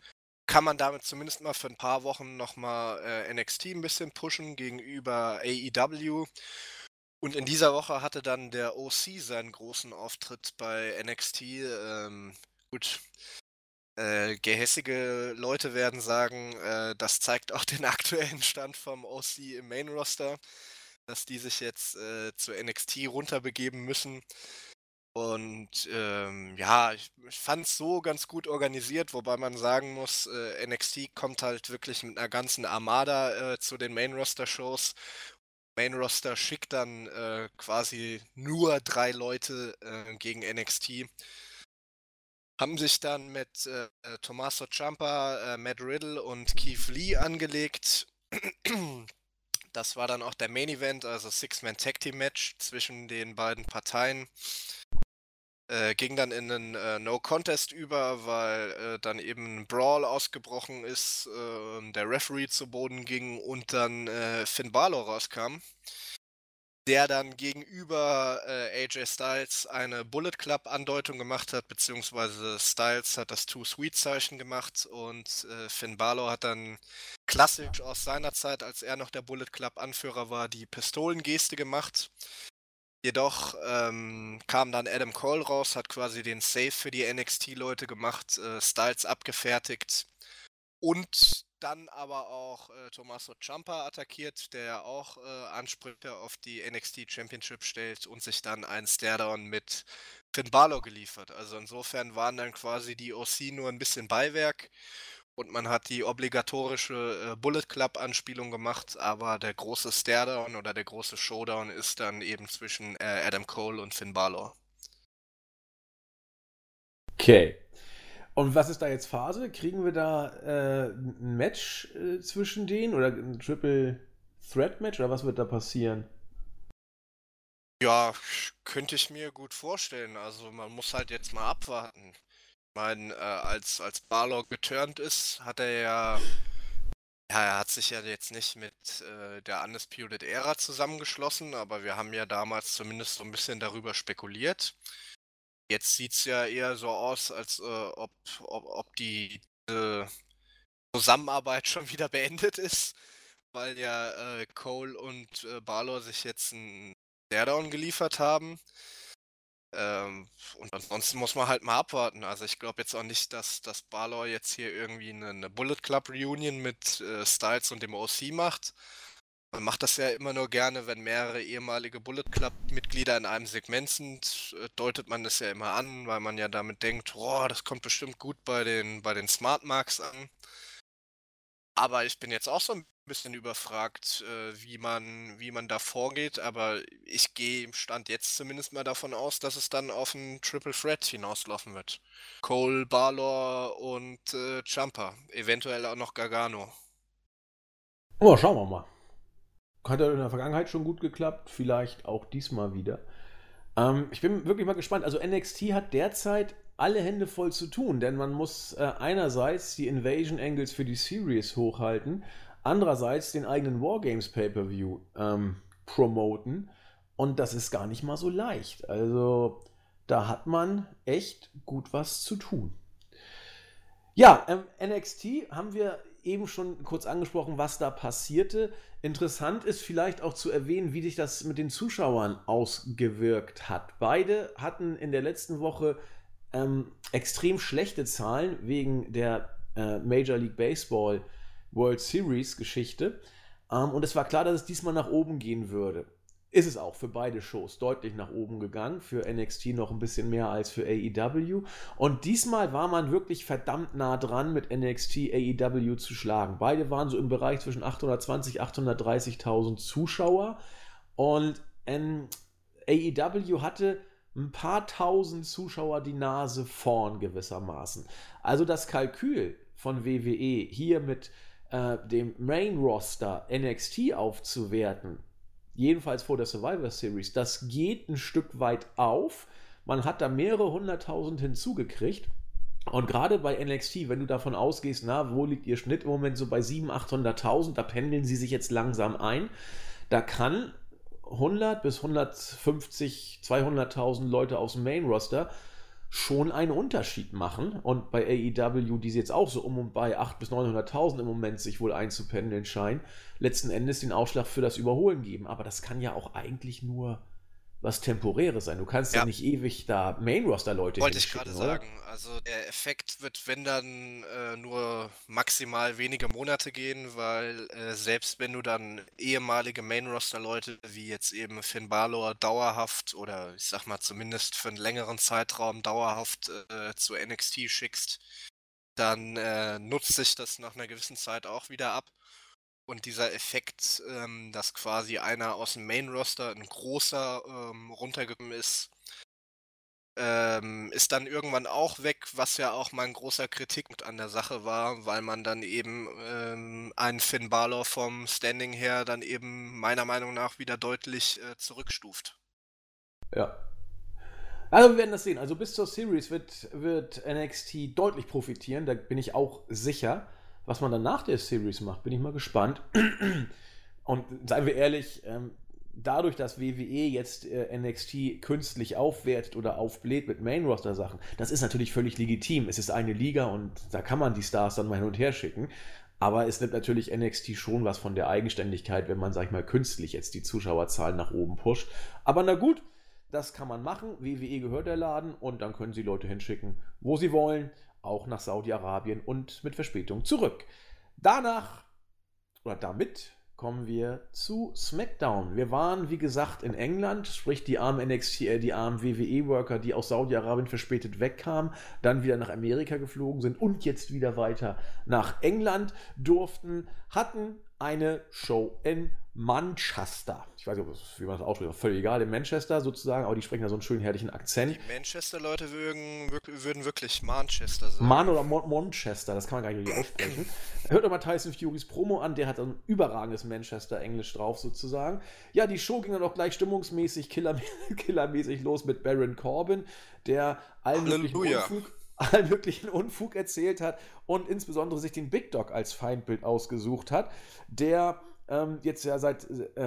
kann man damit zumindest mal für ein paar Wochen nochmal NXT ein bisschen pushen gegenüber AEW. Und in dieser Woche hatte dann der OC seinen großen Auftritt bei NXT. Gut, gehässige Leute werden sagen, das zeigt auch den aktuellen Stand vom OC im Main-Roster, dass die sich jetzt zu NXT runterbegeben müssen. Und ja, ich fand es so ganz gut organisiert, wobei man sagen muss, NXT kommt halt wirklich mit einer ganzen Armada zu den Main-Roster-Shows. Main-Roster schickt dann quasi nur 3 Leute gegen NXT. Haben sich dann mit Tommaso Ciampa, Matt Riddle und Keith Lee angelegt. Das war dann auch der Main Event, also Six-Man-Tag-Team-Match zwischen den beiden Parteien. Ging dann in einen No-Contest über, weil dann eben ein Brawl ausgebrochen ist, der Referee zu Boden ging und dann Finn Balor rauskam, der dann gegenüber AJ Styles eine Bullet Club-Andeutung gemacht hat, beziehungsweise Styles hat das Too-Sweet-Zeichen gemacht und Finn Balor hat dann klassisch aus seiner Zeit, als er noch der Bullet Club-Anführer war, die Pistolengeste gemacht. Jedoch kam dann Adam Cole raus, hat quasi den Save für die NXT-Leute gemacht, Styles abgefertigt und dann aber auch Tommaso Ciampa attackiert, der auch Ansprüche auf die NXT Championship stellt und sich dann einen Staredown mit Finn Balor geliefert. Also insofern waren dann quasi die OC nur ein bisschen Beiwerk. Und man hat die obligatorische Bullet Club-Anspielung gemacht, aber der große Staredown oder der große Showdown ist dann eben zwischen Adam Cole und Finn Balor. Okay. Und was ist da jetzt Phase? Kriegen wir da ein Match zwischen denen oder ein Triple Threat Match oder was wird da passieren? Ja, könnte ich mir gut vorstellen. Also man muss halt jetzt mal abwarten. Ich meine, als Balor geturnt ist, hat er hat sich ja jetzt nicht mit der Undisputed Era zusammengeschlossen, aber wir haben ja damals zumindest so ein bisschen darüber spekuliert. Jetzt sieht es ja eher so aus, als ob die Zusammenarbeit schon wieder beendet ist, weil ja Cole und Balor sich jetzt einen Staredown geliefert haben. Und ansonsten muss man halt mal abwarten. Also ich glaube jetzt auch nicht, dass Balor jetzt hier irgendwie eine Bullet Club Reunion mit Styles und dem OC macht. Man macht das ja immer nur gerne, wenn mehrere ehemalige Bullet Club Mitglieder in einem Segment sind, deutet man das ja immer an, weil man ja damit denkt, oh, das kommt bestimmt gut bei den Smart Marks an. Aber ich bin jetzt auch so ein bisschen überfragt, wie man da vorgeht, aber ich gehe im Stand jetzt zumindest mal davon aus, dass es dann auf ein Triple Threat hinauslaufen wird. Cole, Balor und Ciampa, eventuell auch noch Gargano. Oh, schauen wir mal. Hat ja in der Vergangenheit schon gut geklappt, vielleicht auch diesmal wieder. Ich bin wirklich mal gespannt. Also NXT hat derzeit alle Hände voll zu tun, denn man muss einerseits die Invasion Angles für die Series hochhalten, andererseits den eigenen Wargames Pay-Per-View promoten und das ist gar nicht mal so leicht. Also da hat man echt gut was zu tun. Ja, NXT haben wir eben schon kurz angesprochen, was da passierte. Interessant ist vielleicht auch zu erwähnen, wie sich das mit den Zuschauern ausgewirkt hat. Beide hatten in der letzten Woche extrem schlechte Zahlen wegen der Major League Baseball World Series Geschichte. Und es war klar, dass es diesmal nach oben gehen würde. Ist es auch für beide Shows deutlich nach oben gegangen. Für NXT noch ein bisschen mehr als für AEW. Und diesmal war man wirklich verdammt nah dran, mit NXT AEW zu schlagen. Beide waren so im Bereich zwischen 820.000 und 830.000 Zuschauer. Und AEW hatte ein paar tausend Zuschauer die Nase vorn gewissermaßen. Also das Kalkül von WWE, hier mit dem Main-Roster NXT aufzuwerten, jedenfalls vor der Survivor Series, das geht ein Stück weit auf. Man hat da mehrere hunderttausend hinzugekriegt. Und gerade bei NXT, wenn du davon ausgehst, na, wo liegt ihr Schnitt im Moment so bei 700.000, 800.000, da pendeln sie sich jetzt langsam ein. Da kann 100 bis 150, 200.000 Leute aus dem Main-Roster schon einen Unterschied machen. Und bei AEW, die sie jetzt auch so um und bei 800.000 bis 900.000 im Moment sich wohl einzupendeln scheinen, letzten Endes den Ausschlag für das Überholen geben. Aber das kann ja auch eigentlich nur was Temporäres sein. Du kannst ja nicht ewig da Main-Roster-Leute Wollte ich hinschicken, gerade oder? sagen. Also der Effekt wird, wenn dann, nur maximal wenige Monate gehen, weil selbst wenn du dann ehemalige Main-Roster-Leute wie jetzt eben Finn Balor dauerhaft oder ich sag mal zumindest für einen längeren Zeitraum dauerhaft zu NXT schickst, dann nutzt sich das nach einer gewissen Zeit auch wieder ab. Und dieser Effekt, dass quasi einer aus dem Main-Roster, ein großer, runtergekommen ist dann irgendwann auch weg, was ja auch mein großer Kritikpunkt an der Sache war, weil man dann eben einen Finn Balor vom Standing her dann eben meiner Meinung nach wieder deutlich zurückstuft. Ja. Also wir werden das sehen. Also bis zur Series wird NXT deutlich profitieren. Da bin ich auch sicher. Was man dann nach der Series macht, bin ich mal gespannt. Und seien wir ehrlich, dadurch, dass WWE jetzt NXT künstlich aufwertet oder aufbläht mit Main-Roster-Sachen, das ist natürlich völlig legitim. Es ist eine Liga und da kann man die Stars dann mal hin und her schicken. Aber es nimmt natürlich NXT schon was von der Eigenständigkeit, wenn man, sag ich mal, künstlich jetzt die Zuschauerzahlen nach oben pusht. Aber na gut, das kann man machen. WWE gehört der Laden und dann können sie Leute hinschicken, wo sie wollen, auch nach Saudi-Arabien und mit Verspätung zurück. Danach oder damit kommen wir zu SmackDown. Wir waren, wie gesagt, in England, sprich die armen die armen WWE-Worker, die aus Saudi-Arabien verspätet wegkamen, dann wieder nach Amerika geflogen sind und jetzt wieder weiter nach England durften, hatten eine Show in Manchester. Ich weiß nicht, wie man das ausspricht, völlig egal, in Manchester sozusagen, aber die sprechen da so einen schönen herrlichen Akzent. Die Manchester-Leute würden wirklich Manchester sagen. Man oder Manchester, das kann man gar nicht richtig aussprechen. Hört doch mal Tyson Furys Promo an, der hat ein überragendes Manchester-Englisch drauf sozusagen. Ja, die Show ging dann auch gleich stimmungsmäßig, killermäßig los mit Baron Corbin, der allen möglichen Unfug erzählt hat und insbesondere sich den Big Dog als Feindbild ausgesucht hat, der jetzt ja seit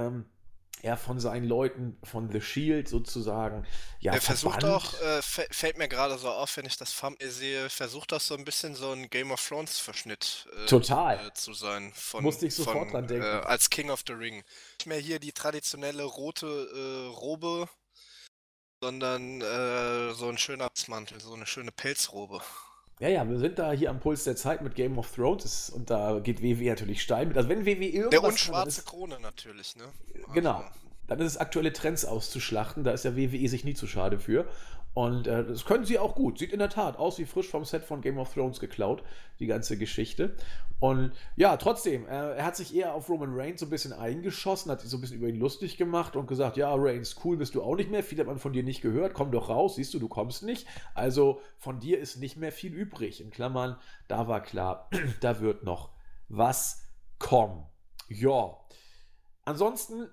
von seinen Leuten von The Shield sozusagen Er versucht auch, fällt mir gerade so auf, wenn ich das Thumbnail sehe, versucht das so ein bisschen so ein Game of Thrones Verschnitt total zu sein. Musste ich sofort dran denken. Als King of the Ring. Nicht mehr hier die traditionelle rote Robe, sondern so ein schöner Mantel, so eine schöne Pelzrobe. Ja, wir sind da hier am Puls der Zeit mit Game of Thrones und da geht WWE natürlich steil mit. Also wenn WWE irgendwas der unschwarze Krone natürlich, ne? Also. Genau. Dann ist es aktuelle Trends auszuschlachten. Da ist ja WWE sich nie zu schade für. Und das können sie auch gut. Sieht in der Tat aus wie frisch vom Set von Game of Thrones geklaut, die ganze Geschichte. Und ja, trotzdem, er hat sich eher auf Roman Reigns so ein bisschen eingeschossen, hat sich so ein bisschen über ihn lustig gemacht und gesagt, ja, Reigns, cool bist du auch nicht mehr, viel hat man von dir nicht gehört, komm doch raus, siehst du kommst nicht. Also von dir ist nicht mehr viel übrig. In Klammern, da war klar, da wird noch was kommen. Ja. Ansonsten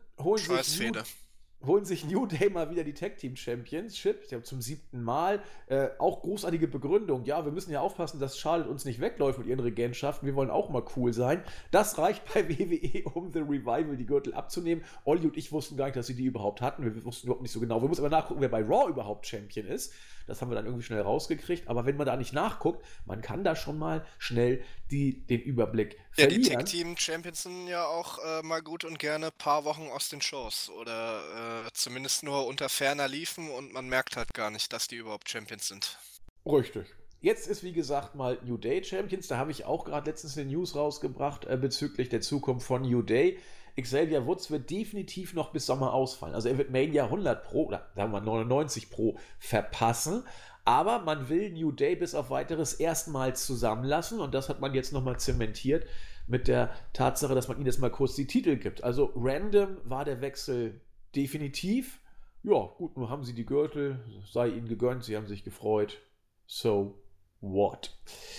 holen sich New Day mal wieder die Tag Team Championship, zum 7. Mal. Auch großartige Begründung. Ja, wir müssen ja aufpassen, dass Charlotte uns nicht wegläuft mit ihren Regentschaften. Wir wollen auch mal cool sein. Das reicht bei WWE, um The Revival die Gürtel abzunehmen. Olli und ich wussten gar nicht, dass sie die überhaupt hatten. Wir wussten überhaupt nicht so genau. Wir müssen aber nachgucken, wer bei Raw überhaupt Champion ist. Das haben wir dann irgendwie schnell rausgekriegt. Aber wenn man da nicht nachguckt, man kann da schon mal schnell den Überblick verlieren. Ja, die Tag Team Champions sind ja auch mal gut und gerne ein paar Wochen aus den Shows oder zumindest nur unter ferner liefen und man merkt halt gar nicht, dass die überhaupt Champions sind. Richtig. Jetzt ist wie gesagt mal New Day Champions. Da habe ich auch gerade letztens eine News rausgebracht bezüglich der Zukunft von New Day. Xavier Woods wird definitiv noch bis Sommer ausfallen. Also er wird Mania 100 Pro, oder sagen wir mal 99 Pro verpassen. Aber man will New Day bis auf weiteres erstmals zusammenlassen und das hat man jetzt nochmal zementiert mit der Tatsache, dass man ihnen jetzt mal kurz die Titel gibt. Also random war der Wechsel definitiv. Ja, gut, nun haben sie die Gürtel, sei ihnen gegönnt, sie haben sich gefreut. So what?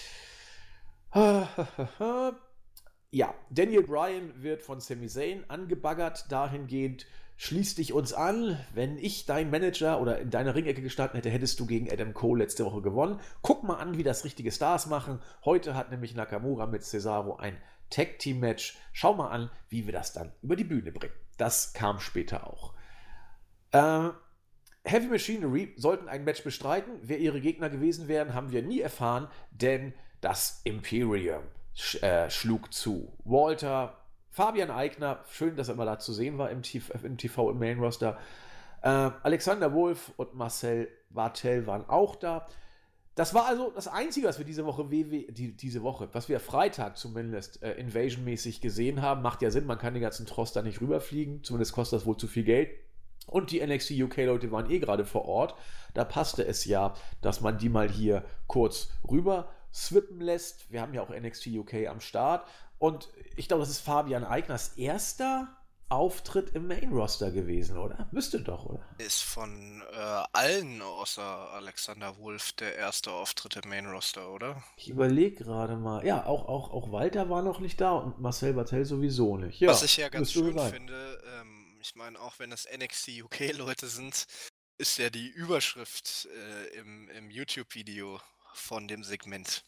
Ja, Daniel Bryan wird von Sami Zayn angebaggert, dahingehend schließ dich uns an, wenn ich dein Manager oder in deiner Ringecke gestanden hätte, hättest du gegen Adam Cole letzte Woche gewonnen. Guck mal an, wie das richtige Stars machen. Heute hat nämlich Nakamura mit Cesaro ein Tag-Team-Match. Schau mal an, wie wir das dann über die Bühne bringen. Das kam später auch. Heavy Machinery sollten ein Match bestreiten. Wer ihre Gegner gewesen wären, haben wir nie erfahren, denn das Imperium schlug zu. Walter, Fabian Eigner, schön, dass er mal da zu sehen war im TV, im Main Roster. Alexander Wolf und Marcel Bartel waren auch da. Das war also das Einzige, was wir diese Woche, was wir Freitag zumindest Invasion-mäßig gesehen haben. Macht ja Sinn, man kann den ganzen Tross da nicht rüberfliegen. Zumindest kostet das wohl zu viel Geld. Und die NXT UK-Leute waren gerade vor Ort. Da passte es ja, dass man die mal hier kurz rüber swippen lässt. Wir haben ja auch NXT UK am Start. Und ich glaube, das ist Fabian Eigners erster Auftritt im Main-Roster gewesen, oder? Müsste doch, oder? Ist von allen außer Alexander Wolf der erste Auftritt im Main-Roster, oder? Ich überlege gerade mal. Ja, auch Walter war noch nicht da und Marcel Bartel sowieso nicht. Ja, was ich ja ganz schön finde, ich meine, auch wenn es NXT UK-Leute sind, ist ja die Überschrift im YouTube-Video von dem Segment.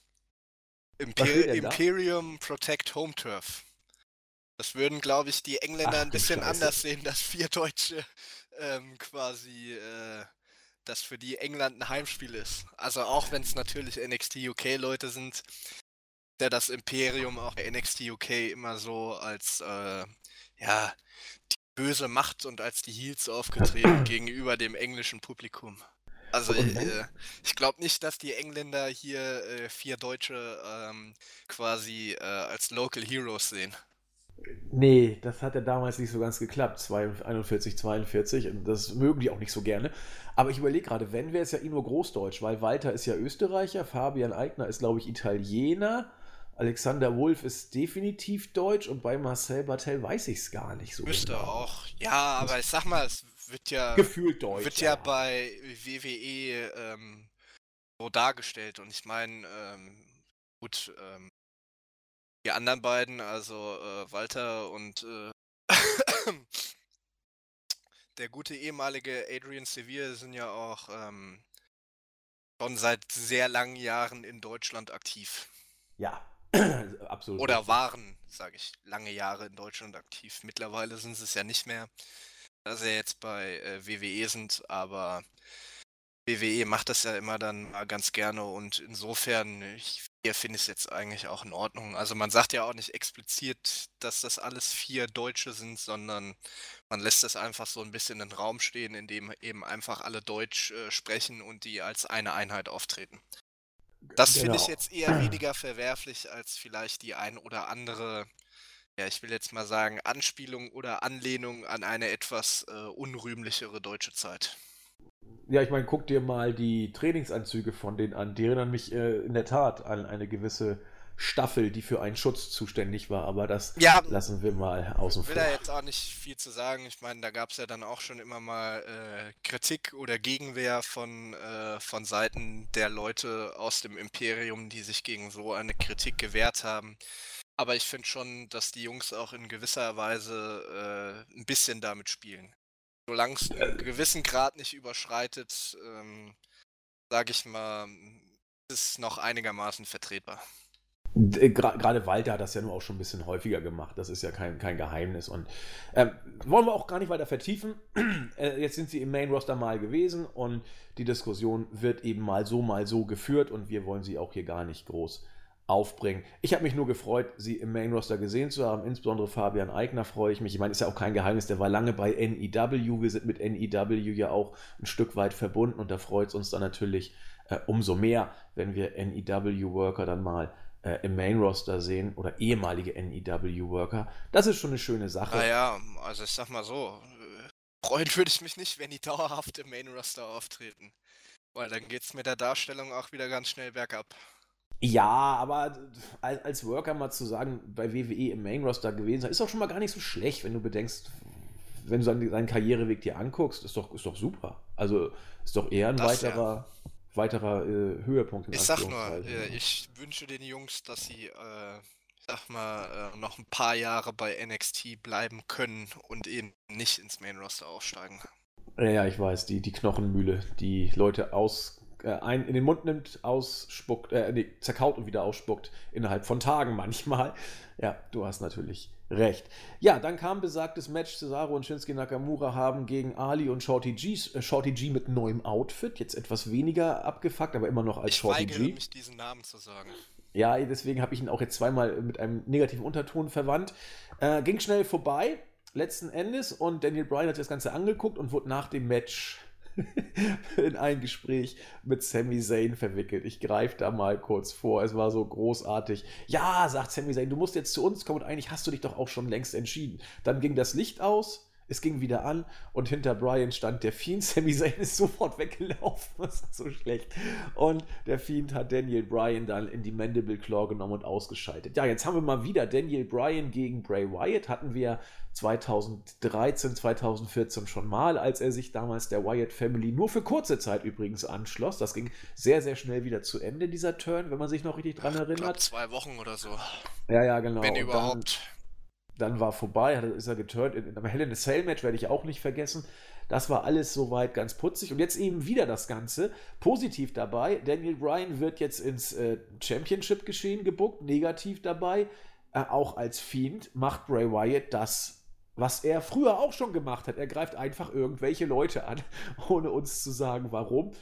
Imperium Protect Home Turf. Das würden, glaube ich, die Engländer ein bisschen anders sehen, dass 4 Deutsche quasi das für die England ein Heimspiel ist. Also auch wenn es natürlich NXT UK-Leute sind, der das Imperium auch bei NXT UK immer so als die böse Macht und als die Heels aufgetreten gegenüber dem englischen Publikum. Also ich glaube nicht, dass die Engländer hier 4 Deutsche quasi als Local Heroes sehen. Nee, das hat ja damals nicht so ganz geklappt, 41, 42, und das mögen die auch nicht so gerne. Aber ich überlege gerade, wenn, wäre es ja eh nur Großdeutsch, weil Walter ist ja Österreicher, Fabian Eigner ist, glaube ich, Italiener, Alexander Wolf ist definitiv deutsch und bei Marcel Bartel weiß ich es gar nicht so Müsste genau. auch. Ja, aber ich sag mal, es wird ja gefühlt deutsch. Wird ja bei WWE so dargestellt und ich meine, gut, die anderen beiden, also Walter und der gute ehemalige Adrian Sevier sind ja auch schon seit sehr langen Jahren in Deutschland aktiv. Ja, absolut. Oder richtig. Waren, sage ich, lange Jahre in Deutschland aktiv. Mittlerweile sind sie es ja nicht mehr, da sie jetzt bei WWE sind, aber WWE macht das ja immer dann mal ganz gerne und insofern, hier finde ich es jetzt eigentlich auch in Ordnung. Also man sagt ja auch nicht explizit, dass das alles 4 Deutsche sind, sondern man lässt das einfach so ein bisschen in den Raum stehen, in dem eben einfach alle Deutsch sprechen und die als eine Einheit auftreten. Das finde ich jetzt eher weniger verwerflich als vielleicht die ein oder andere, ja, ich will jetzt mal sagen, Anspielung oder Anlehnung an eine etwas unrühmlichere deutsche Zeit. Ja, ich meine, guck dir mal die Trainingsanzüge von denen an. Die erinnern mich in der Tat an eine gewisse Staffel, die für einen Schutz zuständig war, aber das lassen wir mal außen vor. Ich will da jetzt auch nicht viel zu sagen. Ich meine, da gab es ja dann auch schon immer mal Kritik oder Gegenwehr von Seiten der Leute aus dem Imperium, die sich gegen so eine Kritik gewehrt haben. Aber ich finde schon, dass die Jungs auch in gewisser Weise ein bisschen damit spielen. Solange es einen gewissen Grad nicht überschreitet, sage ich mal, ist es noch einigermaßen vertretbar. Gerade Walter hat das ja nur auch schon ein bisschen häufiger gemacht. Das ist ja kein Geheimnis. Und wollen wir auch gar nicht weiter vertiefen. Jetzt sind sie im Main-Roster mal gewesen und die Diskussion wird eben mal so geführt und wir wollen sie auch hier gar nicht groß aufbringen. Ich habe mich nur gefreut, sie im Main-Roster gesehen zu haben. Insbesondere Fabian Eigner freue ich mich. Ich meine, ist ja auch kein Geheimnis, der war lange bei NEW. Wir sind mit NEW ja auch ein Stück weit verbunden und da freut es uns dann natürlich umso mehr, wenn wir NEW-Worker dann mal im Main-Roster sehen oder ehemalige NEW-Worker. Das ist schon eine schöne Sache. Naja, also ich sag mal so, freuen würde ich mich nicht, wenn die dauerhaft im Main-Roster auftreten. Weil dann geht's mit der Darstellung auch wieder ganz schnell bergab. Ja, aber als Worker mal zu sagen, bei WWE im Main-Roster gewesen sein, ist doch schon mal gar nicht so schlecht, wenn du bedenkst, wenn du deinen Karriereweg dir anguckst, ist doch super. Also ist doch eher ein weiterer Höhepunkt. Ich sag nur, ich wünsche den Jungs, dass sie, noch ein paar Jahre bei NXT bleiben können und eben nicht ins Main-Roster aufsteigen. Ja, ich weiß, die Knochenmühle, die Leute einen in den Mund nimmt, ausspuckt, zerkaut und wieder ausspuckt, innerhalb von Tagen manchmal. Ja, du hast natürlich recht. Ja, dann kam besagtes Match. Cesaro und Shinsuke Nakamura haben gegen Ali und Shorty G mit neuem Outfit, jetzt etwas weniger abgefuckt, aber immer noch als Shorty G. Ich weigere mich, diesen Namen zu sagen. Ja, deswegen habe ich ihn auch jetzt zweimal mit einem negativen Unterton verwandt. Ging schnell vorbei, letzten Endes, und Daniel Bryan hat sich das Ganze angeguckt und wurde nach dem Match in ein Gespräch mit Sami Zayn verwickelt. Ich greife da mal kurz vor, es war so großartig. Ja, sagt Sami Zayn, du musst jetzt zu uns kommen und eigentlich hast du dich doch auch schon längst entschieden. Dann ging das Licht aus, es ging wieder an und hinter Bryan stand der Fiend. Sami Zayn ist sofort weggelaufen, das war so schlecht. Und der Fiend hat Daniel Bryan dann in die Mandible Claw genommen und ausgeschaltet. Ja, jetzt haben wir mal wieder Daniel Bryan gegen Bray Wyatt. Hatten wir 2013, 2014 schon mal, als er sich damals der Wyatt Family nur für kurze Zeit übrigens anschloss. Das ging sehr, sehr schnell wieder zu Ende, dieser Turn, wenn man sich noch richtig dran erinnert. Ich glaube 2 Wochen oder so. Ja, genau. Wenn überhaupt. Dann war vorbei, ist er geturnt. In einem Hell in a Cell Match werde ich auch nicht vergessen. Das war alles soweit ganz putzig. Und jetzt eben wieder das Ganze. Positiv dabei, Daniel Bryan wird jetzt ins Championship-Geschehen gebuckt. Negativ dabei, auch als Fiend macht Bray Wyatt das, was er früher auch schon gemacht hat. Er greift einfach irgendwelche Leute an, ohne uns zu sagen, warum.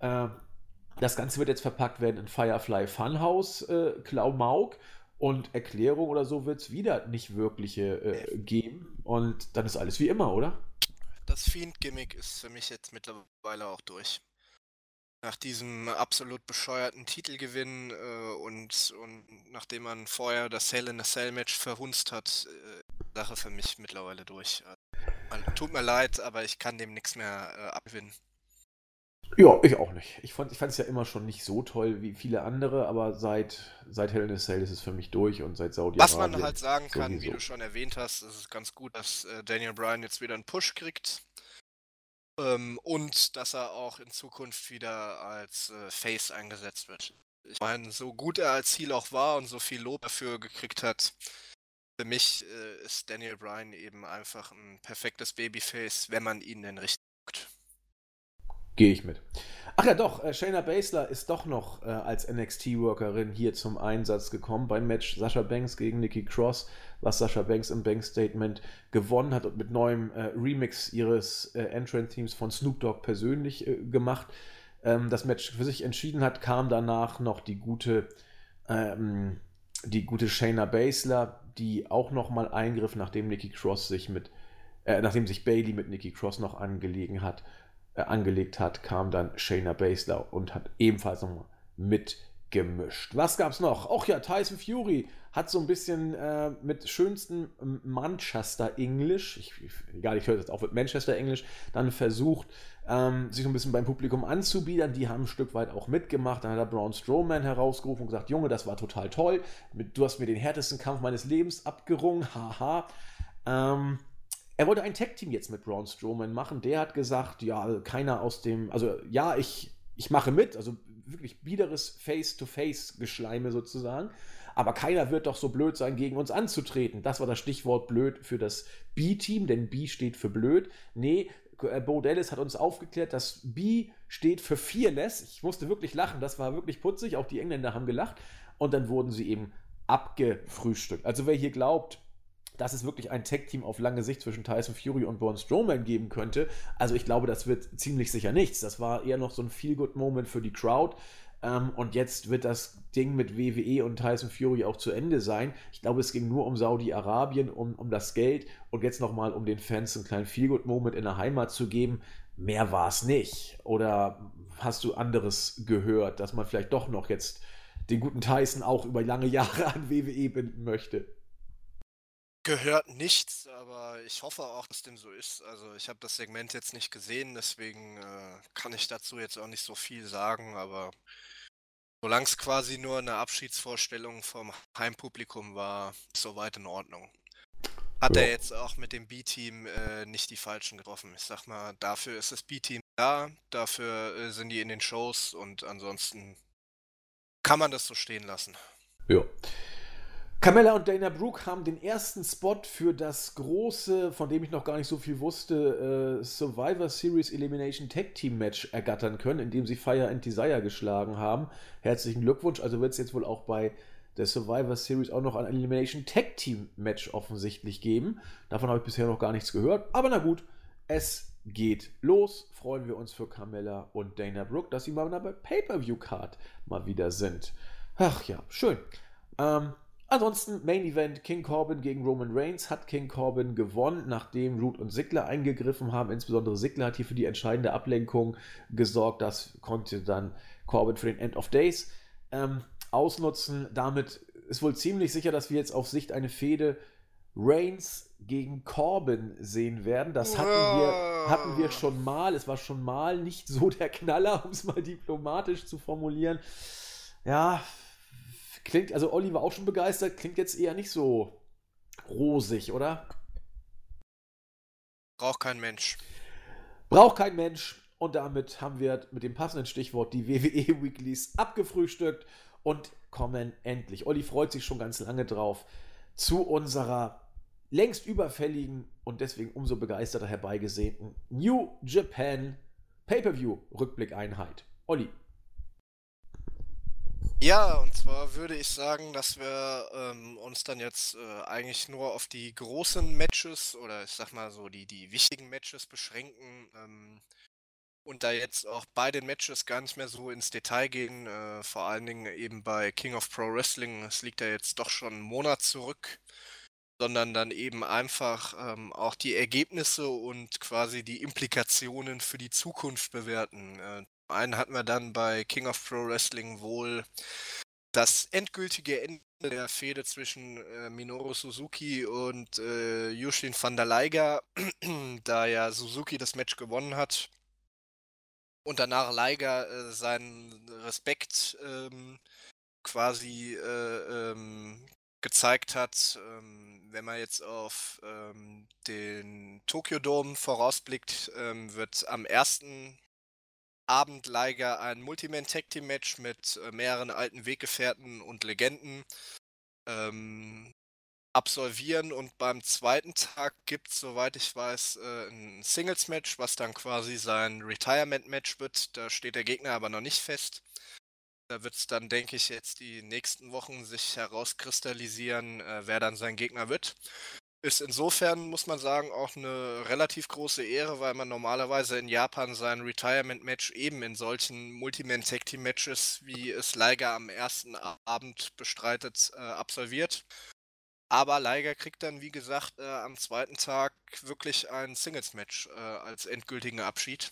Das Ganze wird jetzt verpackt werden in Firefly Funhouse, Klamauk. Und Erklärung oder so wird es wieder nicht wirkliche geben. Und dann ist alles wie immer, oder? Das Fiend-Gimmick ist für mich jetzt mittlerweile auch durch. Nach diesem absolut bescheuerten Titelgewinn und nachdem man vorher das Hell in a Cell Match verhunzt hat, Sache für mich mittlerweile durch. Also, tut mir leid, aber ich kann dem nichts mehr abgewinnen. Ja, ich auch nicht. Ich fand es ja immer schon nicht so toll wie viele andere, aber seit Hell in a Cell ist es für mich durch und seit Saudi-Arabien. Was man halt sagen kann, sowieso. wie du schon erwähnt hast, ist es ganz gut, dass Daniel Bryan jetzt wieder einen Push kriegt. Und dass er auch in Zukunft wieder als Face eingesetzt wird. Ich meine, so gut er als Heel auch war und so viel Lob dafür gekriegt hat, für mich ist Daniel Bryan eben einfach ein perfektes Babyface, wenn man ihn denn richtig guckt. Gehe ich mit. Ach ja, doch, Shayna Baszler ist doch noch als NXT-Workerin hier zum Einsatz gekommen beim Match Sasha Banks gegen Nikki Cross, was Sasha Banks im Bank-Statement gewonnen hat und mit neuem Remix ihres Entrant-Teams von Snoop Dogg persönlich gemacht. Das Match für sich entschieden hat, kam danach noch die gute Shayna Baszler, die auch nochmal eingriff, nachdem sich Bayley mit Nikki Cross noch angelegt hat, kam dann Shayna Baszler und hat ebenfalls nochmal mitgemischt. Was gab's noch? Ach ja, Tyson Fury hat so ein bisschen mit schönstem Manchester English, ich höre jetzt auch mit Manchester English, dann versucht, sich so ein bisschen beim Publikum anzubiedern. Die haben ein Stück weit auch mitgemacht. Dann hat er Braun Strowman herausgerufen und gesagt, Junge, das war total toll. Du hast mir den härtesten Kampf meines Lebens abgerungen. Haha. Er wollte ein Tag-Team jetzt mit Braun Strowman machen. Der hat gesagt, ja, keiner aus dem, also ja, ich mache mit, also wirklich biederes Face-to-Face-Geschleime sozusagen, aber keiner wird doch so blöd sein, gegen uns anzutreten. Das war das Stichwort blöd für das B-Team, denn B steht für blöd. Nee, Bo Dallas hat uns aufgeklärt, dass B steht für Fearless. Ich musste wirklich lachen, das war wirklich putzig, auch die Engländer haben gelacht und dann wurden sie eben abgefrühstückt. Also wer hier glaubt, dass es wirklich ein Tag-Team auf lange Sicht zwischen Tyson Fury und Braun Strowman geben könnte. Also ich glaube, das wird ziemlich sicher nichts. Das war eher noch so ein Feel-Good-Moment für die Crowd. Und jetzt wird das Ding mit WWE und Tyson Fury auch zu Ende sein. Ich glaube, es ging nur um Saudi-Arabien, um das Geld und jetzt nochmal um den Fans einen kleinen Feel-Good-Moment in der Heimat zu geben. Mehr war es nicht. Oder hast du anderes gehört, dass man vielleicht doch noch jetzt den guten Tyson auch über lange Jahre an WWE binden möchte? Gehört nichts, aber ich hoffe auch, dass dem so ist. Also ich habe das Segment jetzt nicht gesehen, deswegen kann ich dazu jetzt auch nicht so viel sagen, aber solange es quasi nur eine Abschiedsvorstellung vom Heimpublikum war, ist soweit in Ordnung. Hat er jetzt auch mit dem B-Team nicht die Falschen getroffen. Ich sag mal, dafür ist das B-Team da, dafür sind die in den Shows und ansonsten kann man das so stehen lassen. Ja. Carmella und Dana Brooke haben den ersten Spot für das große, von dem ich noch gar nicht so viel wusste, Survivor Series Elimination Tag Team Match ergattern können, indem sie Fire and Desire geschlagen haben. Herzlichen Glückwunsch. Also wird es jetzt wohl auch bei der Survivor Series auch noch ein Elimination Tag Team Match offensichtlich geben. Davon habe ich bisher noch gar nichts gehört. Aber na gut, es geht los. Freuen wir uns für Carmella und Dana Brooke, dass sie mal bei Pay-Per-View-Card mal wieder sind. Ach ja, schön. Ansonsten Main Event King Corbin gegen Roman Reigns. Hat King Corbin gewonnen, nachdem Roode und Ziggler eingegriffen haben. Insbesondere Ziggler hat hier für die entscheidende Ablenkung gesorgt. Das konnte dann Corbin für den End of Days ausnutzen. Damit ist wohl ziemlich sicher, dass wir jetzt auf Sicht eine Fehde Reigns gegen Corbin sehen werden. Das hatten wir schon mal. Es war schon mal nicht so der Knaller, um es mal diplomatisch zu formulieren. Ja, klingt, also Olli war auch schon begeistert, klingt jetzt eher nicht so rosig, oder? Braucht kein Mensch. Braucht kein Mensch. Und damit haben wir mit dem passenden Stichwort die WWE Weeklies abgefrühstückt und kommen endlich. Olli freut sich schon ganz lange drauf zu unserer längst überfälligen und deswegen umso begeisterter herbeigesehnten New Japan Pay-Per-View-Rückblick-Einheit. Olli. Ja, und zwar würde ich sagen, dass wir uns dann jetzt eigentlich nur auf die großen Matches oder ich sag mal so die wichtigen Matches beschränken und da jetzt auch bei den Matches gar nicht mehr so ins Detail gehen, vor allen Dingen eben bei King of Pro Wrestling, das liegt ja jetzt doch schon einen Monat zurück, sondern dann eben einfach auch die Ergebnisse und quasi die Implikationen für die Zukunft bewerten. Zum einen hatten wir dann bei King of Pro Wrestling wohl das endgültige Ende der Fehde zwischen Minoru Suzuki und Yushin van der Liger, da ja Suzuki das Match gewonnen hat und danach Liger seinen Respekt quasi gezeigt hat. Wenn man jetzt auf den Tokyo Dome vorausblickt, wird am ersten Abend Liger ein Multiman-Tag-Team-Match mit mehreren alten Weggefährten und Legenden absolvieren und beim zweiten Tag gibt es, soweit ich weiß, ein Singles-Match, was dann quasi sein Retirement-Match wird. Da steht der Gegner aber noch nicht fest. Da wird es dann, denke ich, jetzt die nächsten Wochen sich herauskristallisieren, wer dann sein Gegner wird. Ist insofern, muss man sagen, auch eine relativ große Ehre, weil man normalerweise in Japan sein Retirement-Match eben in solchen Multiman-Tag-Team-Matches, wie es Liger am ersten Abend bestreitet, absolviert. Aber Liger kriegt dann, wie gesagt, am zweiten Tag wirklich ein Singles-Match als endgültigen Abschied.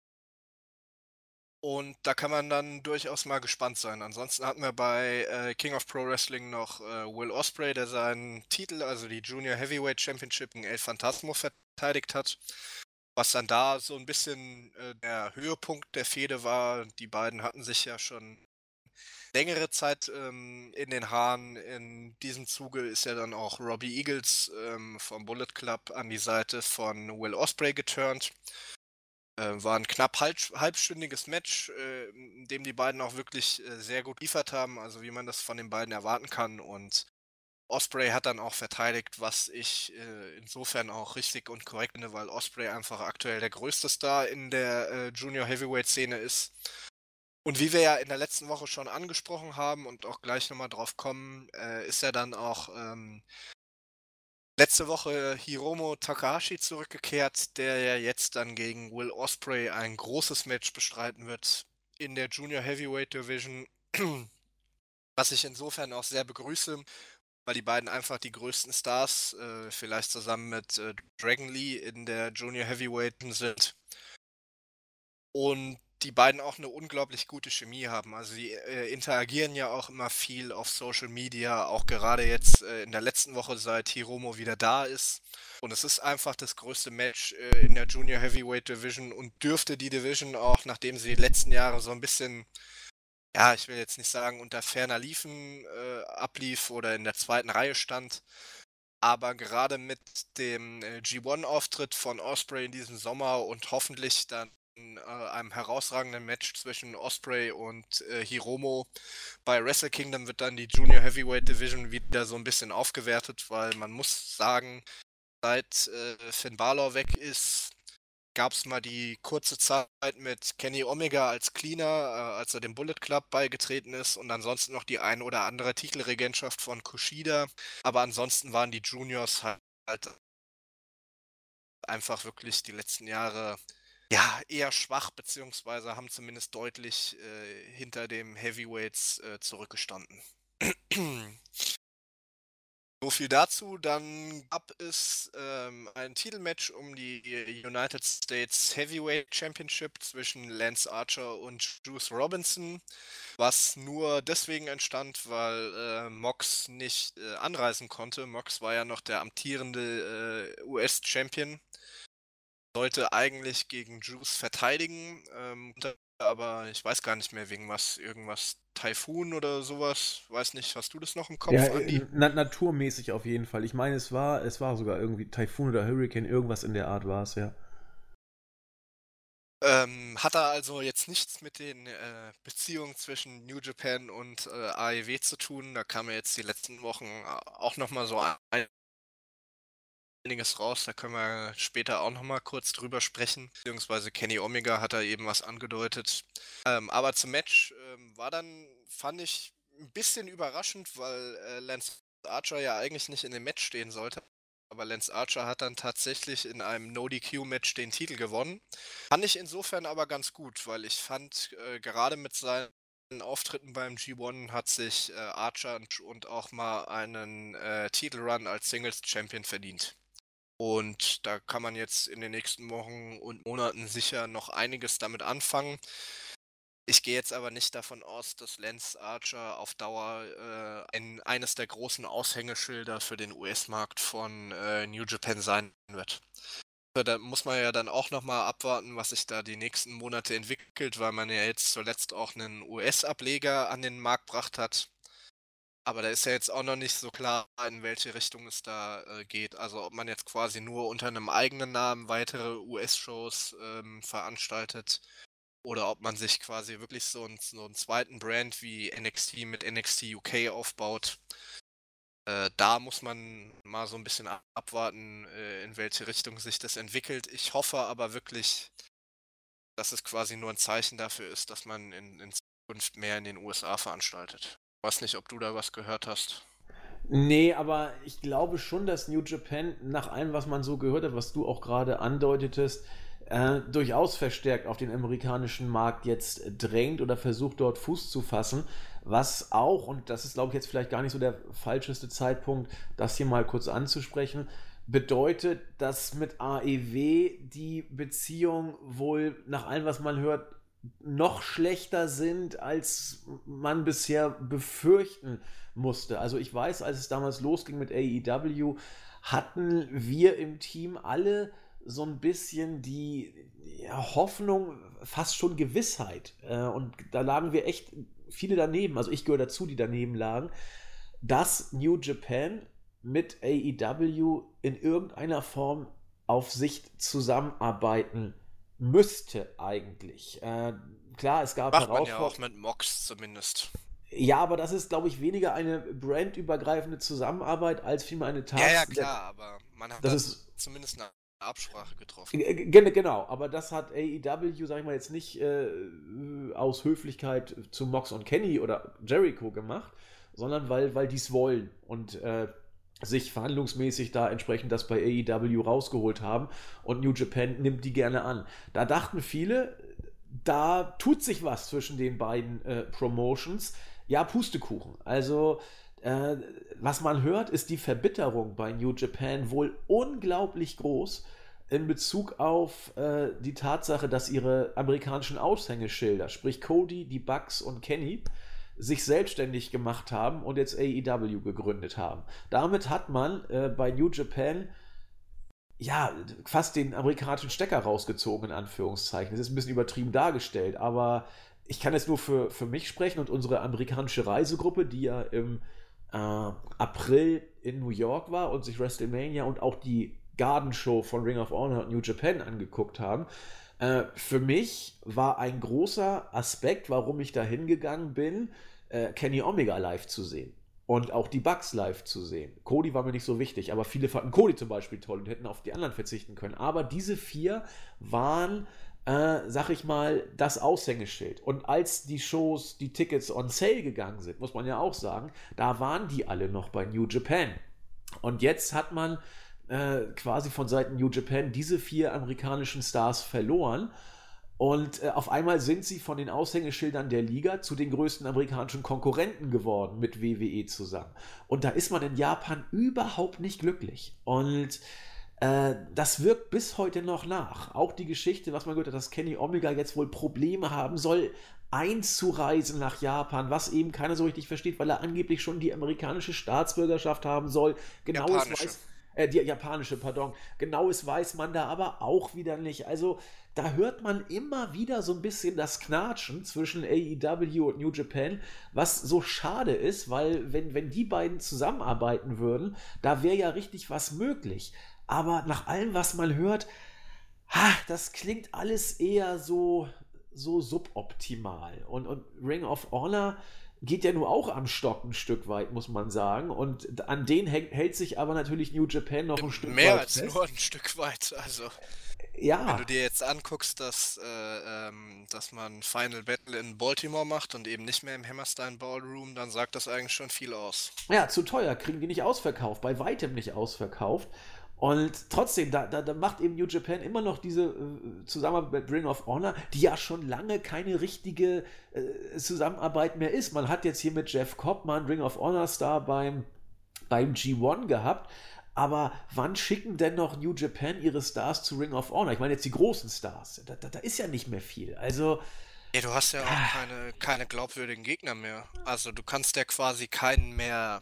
Und da kann man dann durchaus mal gespannt sein. Ansonsten hatten wir bei King of Pro Wrestling noch Will Ospreay, der seinen Titel, also die Junior Heavyweight Championship gegen El Phantasmo verteidigt hat. Was dann da so ein bisschen der Höhepunkt der Fehde war. Die beiden hatten sich ja schon längere Zeit in den Haaren. In diesem Zuge ist ja dann auch Robbie Eagles vom Bullet Club an die Seite von Will Ospreay geturnt. War ein knapp halbstündiges Match, in dem die beiden auch wirklich sehr gut geliefert haben, also wie man das von den beiden erwarten kann. Und Ospreay hat dann auch verteidigt, was ich insofern auch richtig und korrekt finde, weil Ospreay einfach aktuell der größte Star in der Junior Heavyweight Szene ist. Und wie wir ja in der letzten Woche schon angesprochen haben und auch gleich nochmal drauf kommen, ist ja dann auch letzte Woche Hiromu Takahashi zurückgekehrt, der ja jetzt dann gegen Will Ospreay ein großes Match bestreiten wird in der Junior Heavyweight Division, was ich insofern auch sehr begrüße, weil die beiden einfach die größten Stars, vielleicht zusammen mit Dragon Lee in der Junior Heavyweight sind. Und die beiden auch eine unglaublich gute Chemie haben. Also die interagieren ja auch immer viel auf Social Media, auch gerade jetzt in der letzten Woche, seit Hiromu wieder da ist. Und es ist einfach das größte Match in der Junior Heavyweight Division und dürfte die Division auch, nachdem sie die letzten Jahre so ein bisschen, ja, ich will jetzt nicht sagen, unter ferner Liefen ablief oder in der zweiten Reihe stand, aber gerade mit dem G1-Auftritt von Ospreay in diesem Sommer und hoffentlich dann einem herausragenden Match zwischen Osprey und Hiromo. Bei Wrestle Kingdom wird dann die Junior Heavyweight Division wieder so ein bisschen aufgewertet, weil man muss sagen, seit Finn Balor weg ist, gab es mal die kurze Zeit mit Kenny Omega als Cleaner, als er dem Bullet Club beigetreten ist, und ansonsten noch die ein oder andere Titelregentschaft von Kushida. Aber ansonsten waren die Juniors halt einfach wirklich die letzten Jahre ja eher schwach, beziehungsweise haben zumindest deutlich hinter dem Heavyweights zurückgestanden. So viel dazu. Dann gab es ein Titelmatch um die United States Heavyweight Championship zwischen Lance Archer und Juice Robinson, was nur deswegen entstand, weil Mox nicht anreisen konnte. Mox war ja noch der amtierende US-Champion, sollte eigentlich gegen Juice verteidigen, aber ich weiß gar nicht mehr, wegen was, irgendwas Taifun oder sowas. Weiß nicht, hast du das noch im Kopf, Ja, Andi? naturmäßig auf jeden Fall. Ich meine, es war sogar irgendwie Taifun oder Hurricane, irgendwas in der Art war es, ja. Hat da also jetzt nichts mit den Beziehungen zwischen New Japan und AEW zu tun. Da kam ja jetzt die letzten Wochen auch nochmal so einiges raus. Da können wir später auch nochmal kurz drüber sprechen. Beziehungsweise Kenny Omega hat da eben was angedeutet. Aber zum Match war dann, fand ich, ein bisschen überraschend, weil Lance Archer ja eigentlich nicht in dem Match stehen sollte. Aber Lance Archer hat dann tatsächlich in einem No-DQ-Match den Titel gewonnen. Fand ich insofern aber ganz gut, weil ich fand, gerade mit seinen Auftritten beim G1 hat sich Archer und auch mal einen Titelrun als Singles-Champion verdient. Und da kann man jetzt in den nächsten Wochen und Monaten sicher noch einiges damit anfangen. Ich gehe jetzt aber nicht davon aus, dass Lance Archer auf Dauer eines der großen Aushängeschilder für den US-Markt von New Japan sein wird. Da muss man ja dann auch nochmal abwarten, was sich da die nächsten Monate entwickelt, weil man ja jetzt zuletzt auch einen US-Ableger an den Markt gebracht hat. Aber da ist ja jetzt auch noch nicht so klar, in welche Richtung es da geht. Also ob man jetzt quasi nur unter einem eigenen Namen weitere US-Shows veranstaltet oder ob man sich quasi wirklich so einen zweiten Brand wie NXT mit NXT UK aufbaut. Da muss man mal so ein bisschen abwarten, in welche Richtung sich das entwickelt. Ich hoffe aber wirklich, dass es quasi nur ein Zeichen dafür ist, dass man in Zukunft mehr in den USA veranstaltet. Ich weiß nicht, ob du da was gehört hast. Nee, aber ich glaube schon, dass New Japan, nach allem, was man so gehört hat, was du auch gerade andeutetest, durchaus verstärkt auf den amerikanischen Markt jetzt drängt oder versucht, dort Fuß zu fassen. Was auch, und das ist, glaube ich, jetzt vielleicht gar nicht so der falscheste Zeitpunkt, das hier mal kurz anzusprechen, bedeutet, dass mit AEW die Beziehungen wohl, nach allem, was man hört, noch schlechter sind, als man bisher befürchten musste. Also ich weiß, als es damals losging mit AEW, hatten wir im Team alle so ein bisschen die Hoffnung, fast schon Gewissheit. Und da lagen wir echt viele daneben, also ich gehöre dazu, die daneben lagen, dass New Japan mit AEW in irgendeiner Form auf Sicht zusammenarbeiten müsste eigentlich. Klar, es gab Macht man ja auch mit Mox zumindest. Ja, aber das ist, glaube ich, weniger eine brandübergreifende Zusammenarbeit als vielmehr eine Task. Ja, klar, aber man hat zumindest eine Absprache getroffen. Genau, aber das hat AEW, sag ich mal, jetzt nicht aus Höflichkeit zu Mox und Kenny oder Jericho gemacht, sondern weil die es wollen und sich verhandlungsmäßig da entsprechend das bei AEW rausgeholt haben und New Japan nimmt die gerne an. Da dachten viele, da tut sich was zwischen den beiden Promotions. Ja, Pustekuchen. Also, was man hört, ist die Verbitterung bei New Japan wohl unglaublich groß in Bezug auf die Tatsache, dass ihre amerikanischen Aushängeschilder, sprich Cody, die Bucks und Kenny, sich selbstständig gemacht haben und jetzt AEW gegründet haben. Damit hat man bei New Japan ja, fast den amerikanischen Stecker rausgezogen, in Anführungszeichen. Das ist ein bisschen übertrieben dargestellt, aber ich kann jetzt nur für mich sprechen und unsere amerikanische Reisegruppe, die ja im April in New York war und sich WrestleMania und auch die Garden Show von Ring of Honor und New Japan angeguckt haben, Für mich war ein großer Aspekt, warum ich da hingegangen bin, Kenny Omega live zu sehen. Und auch die Bucks live zu sehen. Cody war mir nicht so wichtig, aber viele fanden Cody zum Beispiel toll und hätten auf die anderen verzichten können. Aber diese vier waren, sag ich mal, das Aushängeschild. Und als die Shows, die Tickets on sale gegangen sind, muss man ja auch sagen, da waren die alle noch bei New Japan. Und jetzt hat man quasi von Seiten New Japan diese vier amerikanischen Stars verloren. Und auf einmal sind sie von den Aushängeschildern der Liga zu den größten amerikanischen Konkurrenten geworden mit WWE zusammen. Und da ist man in Japan überhaupt nicht glücklich. Und das wirkt bis heute noch nach. Auch die Geschichte, was man gehört hat, dass Kenny Omega jetzt wohl Probleme haben soll, einzureisen nach Japan, was eben keiner so richtig versteht, weil er angeblich schon die amerikanische Staatsbürgerschaft haben soll. Genaues weiß, die japanische, pardon. Genaues weiß man da aber auch wieder nicht. Also da hört man immer wieder so ein bisschen das Knatschen zwischen AEW und New Japan, was so schade ist, weil wenn die beiden zusammenarbeiten würden, da wäre ja richtig was möglich. Aber nach allem, was man hört, das klingt alles eher so suboptimal. Und Ring of Honor geht ja nur auch am Stock ein Stück weit, muss man sagen. Und an den hält sich aber natürlich New Japan noch ein Stück weit Mehr als fest. nur ein Stück weit. Also, Ja, wenn du dir jetzt anguckst, dass man Final Battle in Baltimore macht und eben nicht mehr im Hammerstein Ballroom, dann sagt das eigentlich schon viel aus. ja, zu teuer, kriegen die nicht ausverkauft, bei weitem nicht ausverkauft. Und trotzdem, da macht eben New Japan immer noch diese Zusammenarbeit mit Ring of Honor, die ja schon lange keine richtige Zusammenarbeit mehr ist. Man hat jetzt hier mit Jeff Cobb mal einen Ring of Honor Star beim G1 gehabt, aber wann schicken denn noch New Japan ihre Stars zu Ring of Honor? Ich meine jetzt die großen Stars. Da ist ja nicht mehr viel. Also, Ja, du hast ja auch keine glaubwürdigen Gegner mehr. Also du kannst ja quasi keinen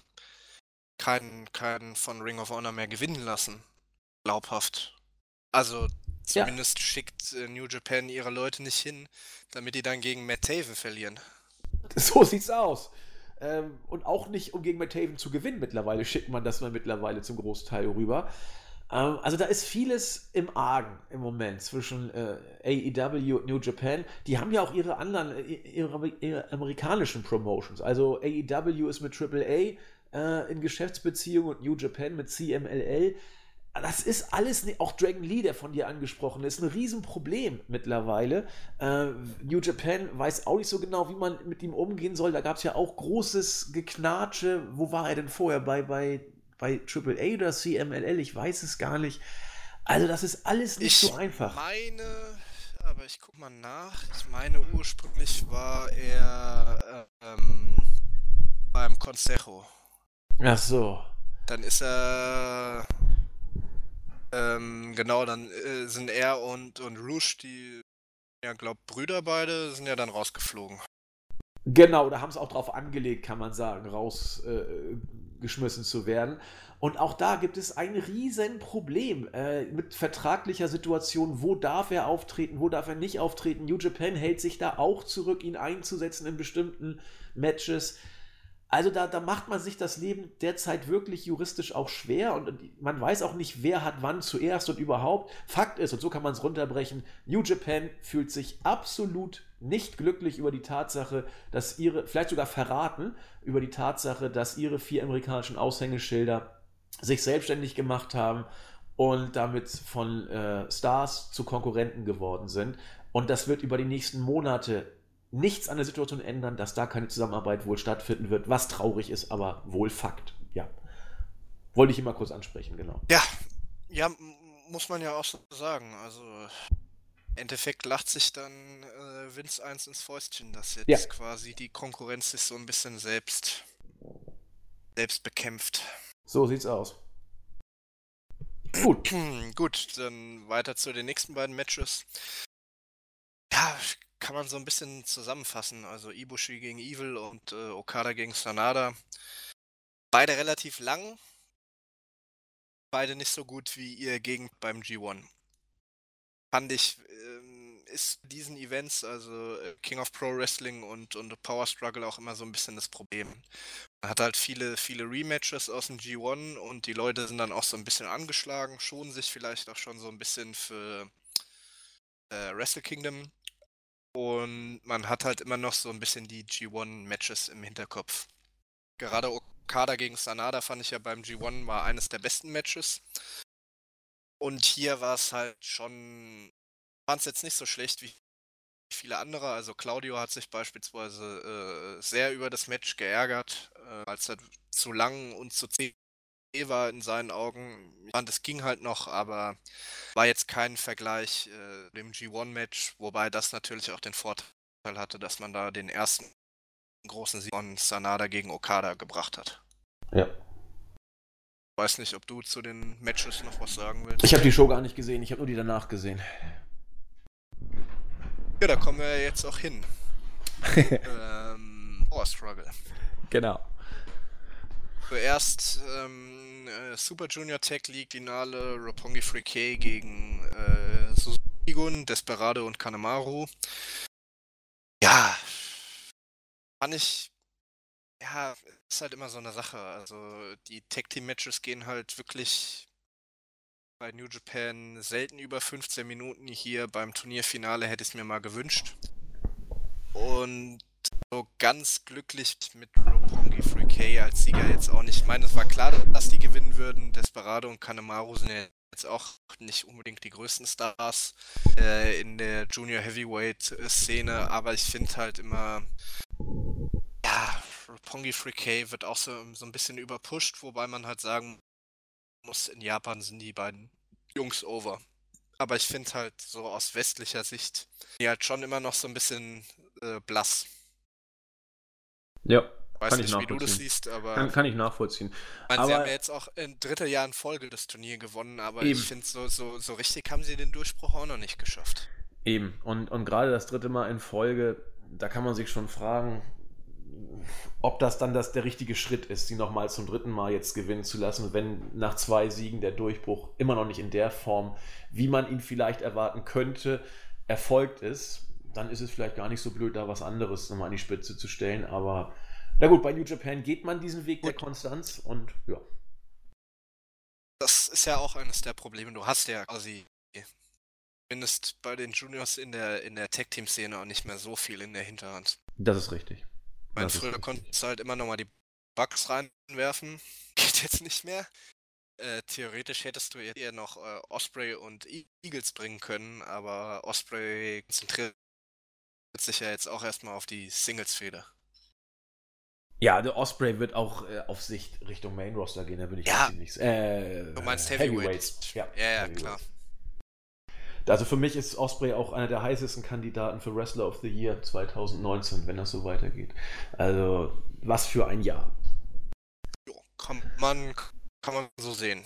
von Ring of Honor mehr gewinnen lassen. Glaubhaft. Also ja, zumindest schickt New Japan ihre Leute nicht hin, damit die dann gegen Matt Taven verlieren. so sieht's aus. Und auch nicht, um gegen Matt Taven zu gewinnen mittlerweile, schickt man das mal mittlerweile zum Großteil rüber. Also da ist vieles im Argen im Moment zwischen AEW und New Japan. Die haben ja auch ihre anderen, ihre amerikanischen Promotions. Also AEW ist mit AAA in Geschäftsbeziehung und New Japan mit CMLL. Das ist alles, auch Dragon Lee, der von dir angesprochen ist, ein Riesenproblem mittlerweile. New Japan weiß auch nicht so genau, wie man mit ihm umgehen soll. Da gab es ja auch großes Geknatsche. Wo war er denn vorher? Bei AAA oder CMLL? Ich weiß es gar nicht. Also das ist alles nicht so einfach. Aber ich guck mal nach. Ich meine, ursprünglich war er beim Consejo. Ach so. Dann ist er genau, dann sind er und Rouge, die, ja, glaub, Brüder beide, sind ja dann rausgeflogen. Genau, da haben es auch drauf angelegt, kann man sagen, rausgeschmissen zu werden. Und auch da gibt es ein Riesenproblem mit vertraglicher Situation. Wo darf er auftreten, wo darf er nicht auftreten? New Japan hält sich da auch zurück, ihn einzusetzen in bestimmten Matches. Also da macht man sich das Leben derzeit wirklich juristisch auch schwer und man weiß auch nicht, wer hat wann zuerst und überhaupt. Fakt ist, und so kann man es runterbrechen, New Japan fühlt sich absolut nicht glücklich über die Tatsache, dass vielleicht sogar verraten, über die Tatsache, dass ihre 4 amerikanischen Aushängeschilder sich selbstständig gemacht haben und damit von Stars zu Konkurrenten geworden sind. Und das wird über die nächsten Monate nichts an der Situation ändern, dass da keine Zusammenarbeit wohl stattfinden wird, was traurig ist, aber wohl Fakt. Ja. Wollte ich immer kurz ansprechen, genau. Ja, muss man ja auch so sagen. Also im Endeffekt lacht sich dann Vince eins ins Fäustchen, dass jetzt quasi die Konkurrenz sich so ein bisschen selbst bekämpft. So sieht's aus. Gut. Gut, dann weiter zu den nächsten beiden Matches. Ja, kann man so ein bisschen zusammenfassen. Also Ibushi gegen Evil und Okada gegen Sanada. Beide relativ lang. Beide nicht so gut wie ihr Gegend beim G1. Fand ich, ist diesen Events, also King of Pro Wrestling und Power Struggle auch immer so ein bisschen das Problem. Man hat halt viele Rematches aus dem G1 und die Leute sind dann auch so ein bisschen angeschlagen, schonen sich vielleicht auch schon so ein bisschen für Wrestle Kingdom. Und man hat halt immer noch so ein bisschen die G1-Matches im Hinterkopf. Gerade Okada gegen Sanada fand ich ja beim G1 war eines der besten Matches. Und hier war es halt schon, fand es jetzt nicht so schlecht wie viele andere. Also Claudio hat sich beispielsweise sehr über das Match geärgert, als er zu lang und zu zäh war in seinen Augen. Ich fand, es ging halt noch, aber war jetzt kein Vergleich dem G1-Match, wobei das natürlich auch den Vorteil hatte, dass man da den ersten großen Sieg von Sanada gegen Okada gebracht hat. Ja. Ich weiß nicht, ob du zu den Matches noch was sagen willst. Ich habe die Show gar nicht gesehen, ich habe nur die danach gesehen. Ja, da kommen wir jetzt auch hin. Power Struggle. Genau. Zuerst Super Junior Tag League Finale, Roppongi 3K gegen Suzuki-Gun, Desperado und Kanemaru. Ja, fand ich, ja, ist halt immer so eine Sache. Also die Tag Team Matches gehen halt wirklich bei New Japan selten über 15 Minuten. Hier beim Turnierfinale hätte ich es mir mal gewünscht. Und so ganz glücklich mit Roppongi 3K als Sieger jetzt auch nicht. Ich meine, es war klar, dass die gewinnen würden. Desperado und Kanemaru sind ja jetzt auch nicht unbedingt die größten Stars in der Junior Heavyweight Szene, aber ich finde halt immer, ja, Roppongi 3K wird auch so ein bisschen überpusht, wobei man halt sagen muss, in Japan sind die beiden Jungs over. Aber ich finde halt so aus westlicher Sicht die halt schon immer noch so ein bisschen blass. Ja, weiß nicht, wie du das siehst, aber kann ich nachvollziehen. sie haben ja jetzt auch im dritten Jahr in Folge das Turnier gewonnen, aber eben. Ich finde, so richtig haben sie den Durchbruch auch noch nicht geschafft. Eben, und gerade das dritte Mal in Folge, da kann man sich schon fragen, ob das dann der richtige Schritt ist, sie nochmal zum dritten Mal jetzt gewinnen zu lassen, wenn nach 2 Siegen der Durchbruch immer noch nicht in der Form, wie man ihn vielleicht erwarten könnte, erfolgt ist. Dann ist es vielleicht gar nicht so blöd, da was anderes nochmal an die Spitze zu stellen. Aber na gut, bei New Japan geht man diesen Weg der Konstanz und ja. Das ist ja auch eines der Probleme. Du hast ja quasi, zumindest bei den Juniors in der Tag-Team-Szene auch nicht mehr so viel in der Hinterhand. Das ist richtig. Ich meine, früher konntest du halt immer nochmal die Bugs reinwerfen. Geht jetzt nicht mehr. Theoretisch hättest du eher noch Osprey und Eagles bringen können, aber Osprey konzentriert sich ja jetzt auch erstmal auf die Singles-Feder. Ja, der Osprey wird auch auf Sicht Richtung Main Roster gehen, da bin ich ziemlich. Du meinst Heavyweight? Ja, klar. Also für mich ist Osprey auch einer der heißesten Kandidaten für Wrestler of the Year 2019, wenn das so weitergeht. Also, was für ein Jahr. Jo, kann man so sehen.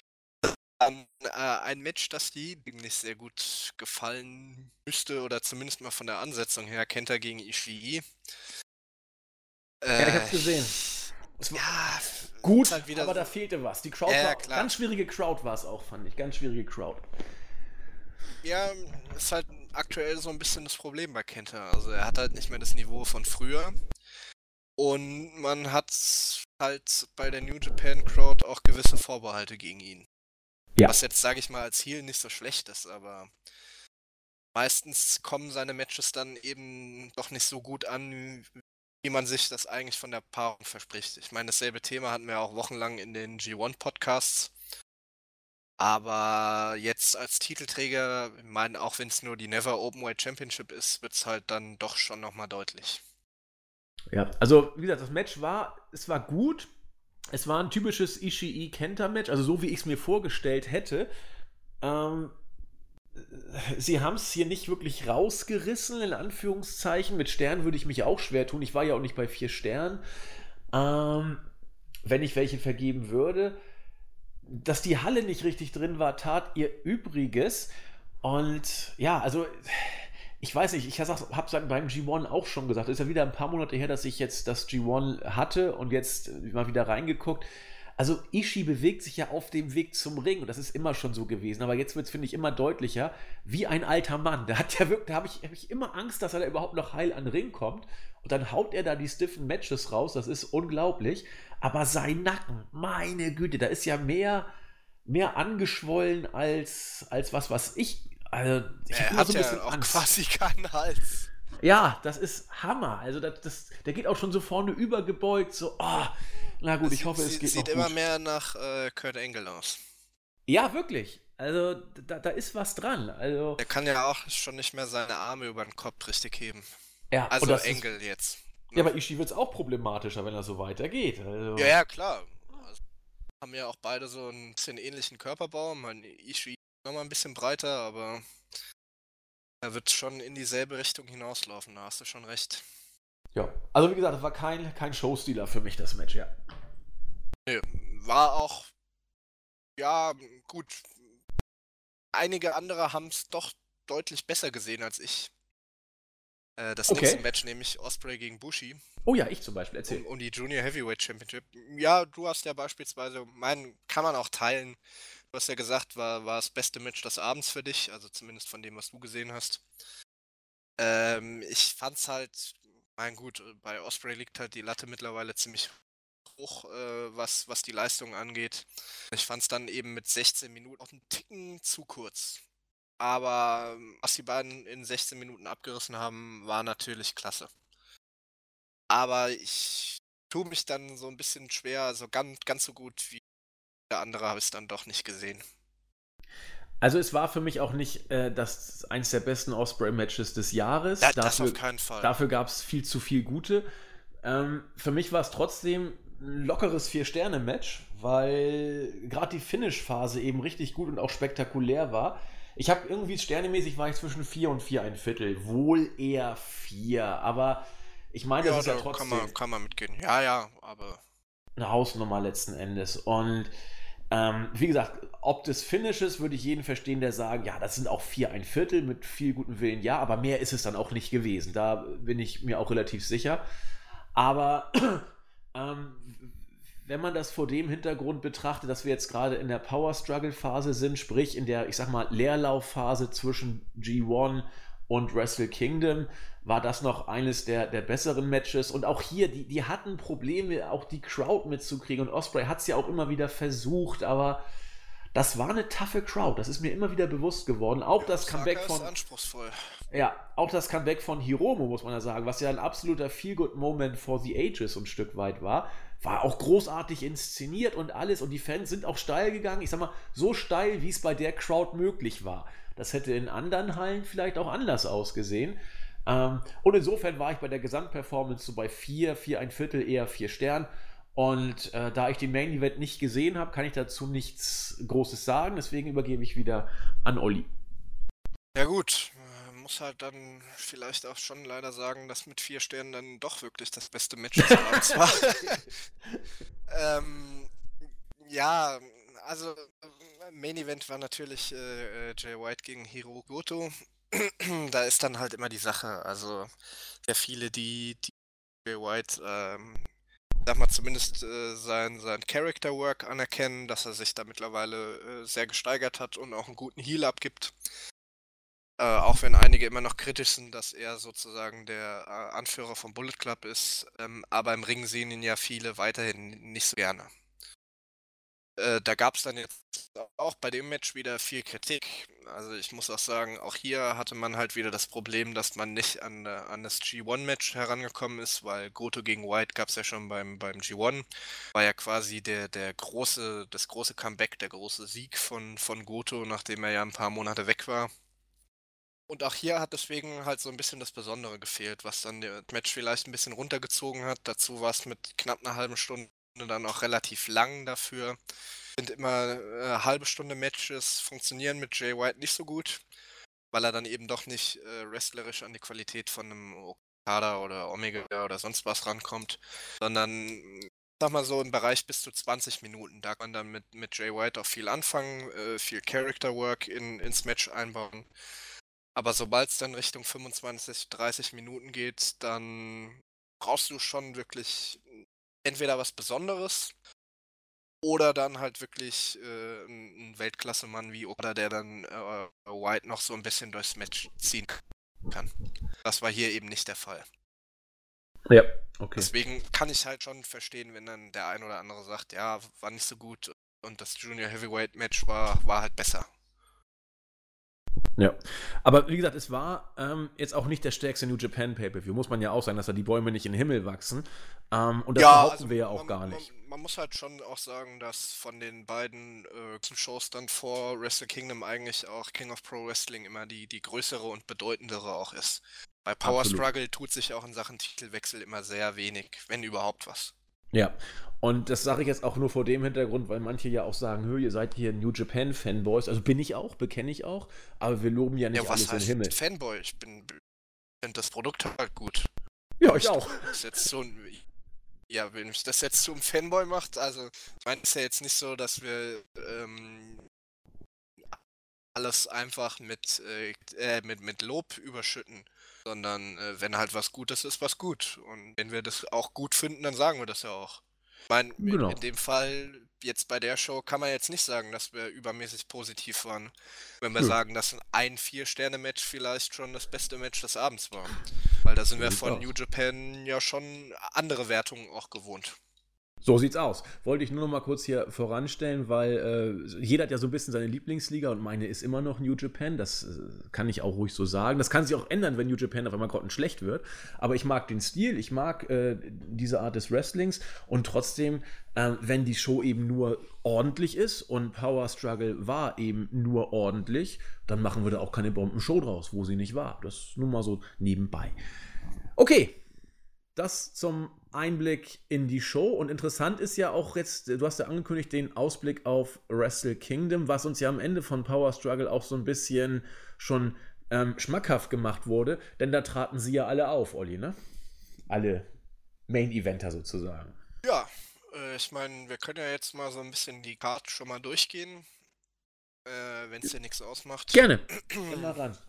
Ein Match, das ihm nicht sehr gut gefallen müsste, oder zumindest mal von der Ansetzung her, Kenta gegen Ishii. Ja, ich hab's gesehen. Ja, gut, halt wieder aber da fehlte was. Die Crowd war klar. Ganz schwierige Crowd war es auch, fand ich. Ganz schwierige Crowd. Ja, ist halt aktuell so ein bisschen das Problem bei Kenta. Also er hat halt nicht mehr das Niveau von früher. Und man hat halt bei der New Japan Crowd auch gewisse Vorbehalte gegen ihn. Ja. Was jetzt, sage ich mal, als Heel nicht so schlecht ist, aber meistens kommen seine Matches dann eben doch nicht so gut an, wie man sich das eigentlich von der Paarung verspricht. Ich meine, dasselbe Thema hatten wir auch wochenlang in den G1-Podcasts. Aber jetzt als Titelträger, ich meine, auch wenn es nur die Never Openweight Championship ist, wird es halt dann doch schon nochmal deutlich. Ja, also wie gesagt, das Match war gut. Es war ein typisches Ishii-Kenta-Match, also so wie ich es mir vorgestellt hätte. Sie haben es hier nicht wirklich rausgerissen, in Anführungszeichen. Mit Sternen würde ich mich auch schwer tun. Ich war ja auch nicht bei 4 Sternen. Wenn ich welche vergeben würde. Dass die Halle nicht richtig drin war, tat ihr Übriges. Und ja, also ich weiß nicht, ich habe es beim G1 auch schon gesagt, es ist ja wieder ein paar Monate her, dass ich jetzt das G1 hatte und jetzt mal wieder reingeguckt. Also Ishii bewegt sich ja auf dem Weg zum Ring und das ist immer schon so gewesen, aber jetzt wird es, finde ich, immer deutlicher, wie ein alter Mann. Der hat ja wirklich, da habe ich immer Angst, dass er da überhaupt noch heil an den Ring kommt und dann haut er da die stiffen Matches raus, das ist unglaublich. Aber sein Nacken, meine Güte, da ist ja mehr angeschwollen als was ich Also, ich habe Er immer so hat ein bisschen ja auch Angst. quasi keinen Hals. Ja, das ist Hammer. Also, der geht auch schon so vorne übergebeugt, so, na gut, ich hoffe, es geht Sieht noch immer gut. mehr nach Kurt Angle aus. Ja, wirklich. Also, da ist was dran. Also, Der kann ja auch schon nicht mehr seine Arme über den Kopf richtig heben. ja, und Also das ist. Angle jetzt. Ja, Ne? bei Ishii wird es auch problematischer, wenn das so weitergeht. Ja, Also, ja, klar. Also, haben ja auch beide so einen bisschen ähnlichen Körperbau. Mein Ishii nochmal ein bisschen breiter, aber er wird schon in dieselbe Richtung hinauslaufen, da hast du schon recht. ja. Also, wie gesagt, das war kein Showstealer für mich, das Match, ja. Nö, war auch, ja, gut. Einige andere haben es doch deutlich besser gesehen als ich. Das nächste Okay. Match, nämlich Osprey gegen Bushi, Oh ja, ich zum Beispiel, erzähl. um die Junior Heavyweight Championship. Ja, du hast ja beispielsweise, kann man auch teilen. Du hast ja gesagt, war das beste Match des Abends für dich, also zumindest von dem, was du gesehen hast. Ich fand's halt, mein gut, bei Osprey liegt halt die Latte mittlerweile ziemlich hoch, was die Leistung angeht. Ich fand's dann eben mit 16 Minuten auch einen Ticken zu kurz. Aber was die beiden in 16 Minuten abgerissen haben, war natürlich klasse. Aber ich tue mich dann so ein bisschen schwer, also ganz so gut wie der andere habe ich es dann doch nicht gesehen. Also, es war für mich auch nicht eins der besten Osprey-Matches des Jahres. Ja, das auf keinen Fall. Dafür gab es viel zu viel gute. Für mich war es trotzdem ein lockeres 4-Sterne-Match, weil gerade die Finish-Phase eben richtig gut und auch spektakulär war. Ich habe irgendwie sternemäßig war ich zwischen 4 und 4 ein Viertel. Wohl eher 4, aber ich meine, das Ja, ist ja da trotzdem kann man mitgehen. Ja, ja, aber eine Hausnummer letzten Endes. Und wie gesagt, ob des Finishes würde ich jeden verstehen, der sagen, ja, das sind auch 4 ein Viertel mit viel gutem Willen, ja, aber mehr ist es dann auch nicht gewesen. Da bin ich mir auch relativ sicher. Aber ähm, wenn man das vor dem Hintergrund betrachtet, dass wir jetzt gerade in der Power-Struggle-Phase sind, sprich in der, ich sag mal, Leerlaufphase zwischen G1 und Wrestle Kingdom, war das noch eines der besseren Matches. Und auch hier, die hatten Probleme, auch die Crowd mitzukriegen. Und Osprey hat es ja auch immer wieder versucht, aber das war eine taffe Crowd. Das ist mir immer wieder bewusst geworden. Auch das Comeback Osaka von. ist anspruchsvoll. Ja, auch das Comeback von Hiromu, muss man ja sagen, was ja ein absoluter Feel-Good-Moment for the Ages ein Stück weit war auch großartig inszeniert und alles. Und die Fans sind auch steil gegangen. Ich sag mal, so steil, wie es bei der Crowd möglich war. Das hätte in anderen Hallen vielleicht auch anders ausgesehen. Und insofern war ich bei der Gesamtperformance so bei 4 ein Viertel, eher 4 Stern. Und da ich den Main Event nicht gesehen habe, kann ich dazu nichts Großes sagen. Deswegen übergebe ich wieder an Olli. Ja gut, muss halt dann vielleicht auch schon leider sagen, dass mit 4 Sternen dann doch wirklich das beste Match des Abends war. Ja, also Main Event war natürlich Jay White gegen Hiro Goto. Da ist dann halt immer die Sache, also sehr viele, die Jay White, sag mal zumindest sein Character Work anerkennen, dass er sich da mittlerweile sehr gesteigert hat und auch einen guten Heal abgibt. Auch wenn einige immer noch kritisch sind, dass er sozusagen der Anführer vom Bullet Club ist, aber im Ring sehen ihn ja viele weiterhin nicht so gerne. Da gab es dann jetzt auch bei dem Match wieder viel Kritik. Also ich muss auch sagen, auch hier hatte man halt wieder das Problem, dass man nicht an das G1-Match herangekommen ist, weil Goto gegen White gab es ja schon beim G1. War ja quasi das große Comeback, der große Sieg von Goto, nachdem er ja ein paar Monate weg war. Und auch hier hat deswegen halt so ein bisschen das Besondere gefehlt, was dann das Match vielleicht ein bisschen runtergezogen hat. Dazu war es mit knapp einer halben Stunde dann auch relativ lang dafür. Sind immer halbe Stunde Matches funktionieren mit Jay White nicht so gut, weil er dann eben doch nicht wrestlerisch an die Qualität von einem Okada oder Omega oder sonst was rankommt, sondern sag mal so im Bereich bis zu 20 Minuten. Da kann man dann mit Jay White auch viel anfangen, viel Character Work ins Match einbauen. Aber sobald es dann Richtung 25, 30 Minuten geht, dann brauchst du schon wirklich entweder was Besonderes oder dann halt wirklich ein Weltklasse-Mann wie Okada, der dann White noch so ein bisschen durchs Match ziehen kann. Das war hier eben nicht der Fall. Ja, okay. Deswegen kann ich halt schon verstehen, wenn dann der ein oder andere sagt, ja, war nicht so gut und das Junior Heavyweight Match war halt besser. Ja, aber wie gesagt, es war jetzt auch nicht der stärkste New Japan Pay-Per-View. Muss man ja auch sagen, dass da die Bäume nicht in den Himmel wachsen. Und das Ja, behaupten also wir ja auch gar nicht. man muss halt schon auch sagen, dass von den beiden Shows dann vor Wrestle Kingdom eigentlich auch King of Pro Wrestling immer die größere und bedeutendere auch ist. Bei Power Absolut. Struggle tut sich auch in Sachen Titelwechsel immer sehr wenig, wenn überhaupt was. Ja, und das sage ich jetzt auch nur vor dem Hintergrund, weil manche ja auch sagen, hö, ihr seid hier New Japan Fanboys. Also bin ich auch, bekenne ich auch, aber wir loben ja nicht Ja, alles was in den Himmel. heißt Fanboy? Ich finde das Produkt halt gut. Ja, ich auch. Das ist jetzt so ein, ja, wenn mich das jetzt zum Fanboy macht, also ich meine, es ist ja jetzt nicht so, dass wir alles einfach mit Lob überschütten, sondern wenn halt was Gutes ist, was gut. Und wenn wir das auch gut finden, dann sagen wir das ja auch. Ich meine, Genau. in dem Fall, jetzt bei der Show, kann man jetzt nicht sagen, dass wir übermäßig positiv waren. Wenn wir Nö. sagen, dass ein 4-Sterne-Match vielleicht schon das beste Match des Abends war. Weil da sind So wir sieht's von aus. New Japan ja schon andere Wertungen auch gewohnt. So sieht's aus. Wollte ich nur noch mal kurz hier voranstellen, weil jeder hat ja so ein bisschen seine Lieblingsliga und meine ist immer noch New Japan. Das kann ich auch ruhig so sagen. Das kann sich auch ändern, wenn New Japan auf einmal grottenschlecht wird. Aber ich mag den Stil, ich mag diese Art des Wrestlings und trotzdem, wenn die Show eben nur ordentlich ist und Power Struggle war eben nur ordentlich, dann machen wir da auch keine Bombenshow draus, wo sie nicht war. Das nur mal so nebenbei. Okay. Das zum Einblick in die Show. Und interessant ist ja auch jetzt, du hast ja angekündigt, den Ausblick auf Wrestle Kingdom, was uns ja am Ende von Power Struggle auch so ein bisschen schon schmackhaft gemacht wurde. Denn da traten sie ja alle auf, Olli, ne? Alle Main-Eventer sozusagen. Ja, ich meine, wir können ja jetzt mal so ein bisschen die Karte schon mal durchgehen, wenn es dir nichts ausmacht. Gerne. Geh mal ran.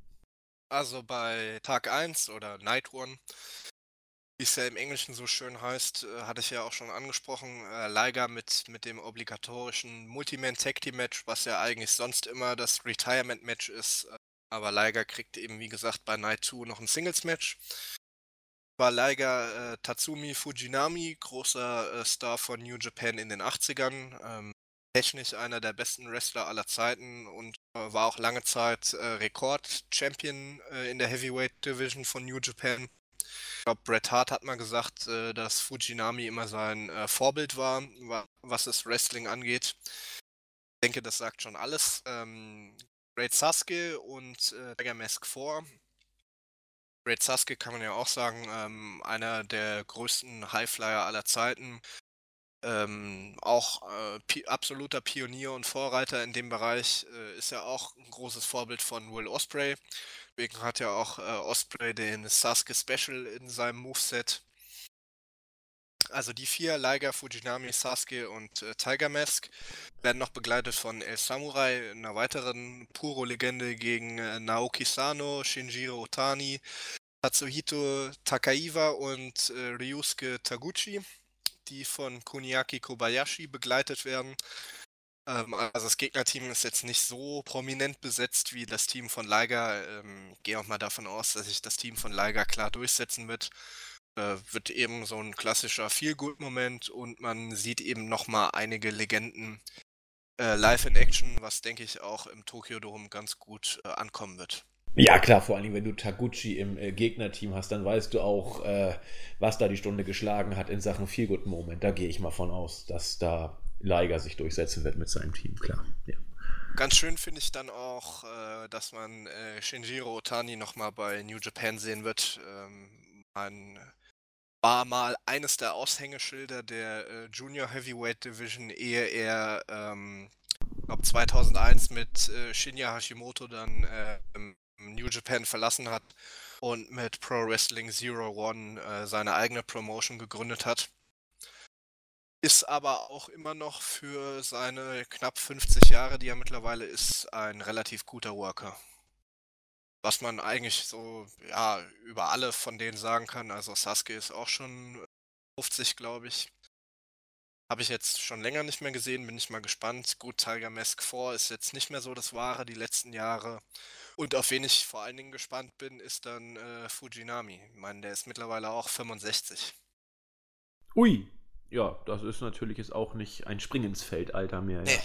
Also bei Tag 1 oder Night One, wie es ja im Englischen so schön heißt, hatte ich ja auch schon angesprochen, Liger mit dem obligatorischen Multiman-Tag-Team-Match, was ja eigentlich sonst immer das Retirement-Match ist. Aber Liger kriegt eben, wie gesagt, bei Night 2 noch ein Singles-Match. War Liger Tatsumi Fujinami, großer Star von New Japan in den 80ern. Technisch einer der besten Wrestler aller Zeiten und war auch lange Zeit Rekord-Champion in der Heavyweight Division von New Japan. Ich glaube, Bret Hart hat mal gesagt, dass Fujinami immer sein Vorbild war, was das Wrestling angeht. Ich denke, das sagt schon alles. Great Sasuke und Tiger Mask 4. Great Sasuke kann man ja auch sagen, einer der größten Highflyer aller Zeiten. Auch absoluter Pionier und Vorreiter in dem Bereich, ist ja auch ein großes Vorbild von Will Ospreay. Deswegen hat ja auch Ospreay den Sasuke Special in seinem Moveset. Also die 4, Liger, Fujinami, Sasuke und Tiger Mask, werden noch begleitet von El Samurai, einer weiteren Puro-Legende gegen Naoki Sano, Shinjiro Otani, Tatsuhito Takaiwa und Ryusuke Taguchi, die von Kuniaki Kobayashi begleitet werden. Also das Gegnerteam ist jetzt nicht so prominent besetzt wie das Team von Liger. Gehe auch mal davon aus, dass sich das Team von Liger klar durchsetzen wird. Wird eben so ein klassischer Feel-Good-Moment und man sieht eben nochmal einige Legenden live in Action, was denke ich auch im Tokyo Dome ganz gut ankommen wird. Ja, klar, vor allen Dingen, wenn du Taguchi im Gegnerteam hast, dann weißt du auch, was da die Stunde geschlagen hat in Sachen Feel-Good-Moment. Da gehe ich mal von aus, dass da Liger sich durchsetzen wird mit seinem Team, klar. Ja. Ganz schön finde ich dann auch, dass man Shinjiro Otani nochmal bei New Japan sehen wird. War mal eines der Aushängeschilder der Junior Heavyweight Division, ehe er, ich glaube 2001 mit Shinya Hashimoto dann New Japan verlassen hat und mit Pro Wrestling Zero One seine eigene Promotion gegründet hat. Ist aber auch immer noch für seine knapp 50 Jahre, die er mittlerweile ist, ein relativ guter Worker. Was man eigentlich so, ja, über alle von denen sagen kann. Also Sasuke ist auch schon 50, glaube ich. Habe ich jetzt schon länger nicht mehr gesehen, bin ich mal gespannt. Gut, Tiger Mask 4 ist jetzt nicht mehr so das Wahre die letzten Jahre. Und auf wen ich vor allen Dingen gespannt bin, ist dann Fujinami. Ich meine, der ist mittlerweile auch 65. Ui, ja, das ist natürlich jetzt auch nicht ein Spring ins Feldalter mehr. Nee. Ja.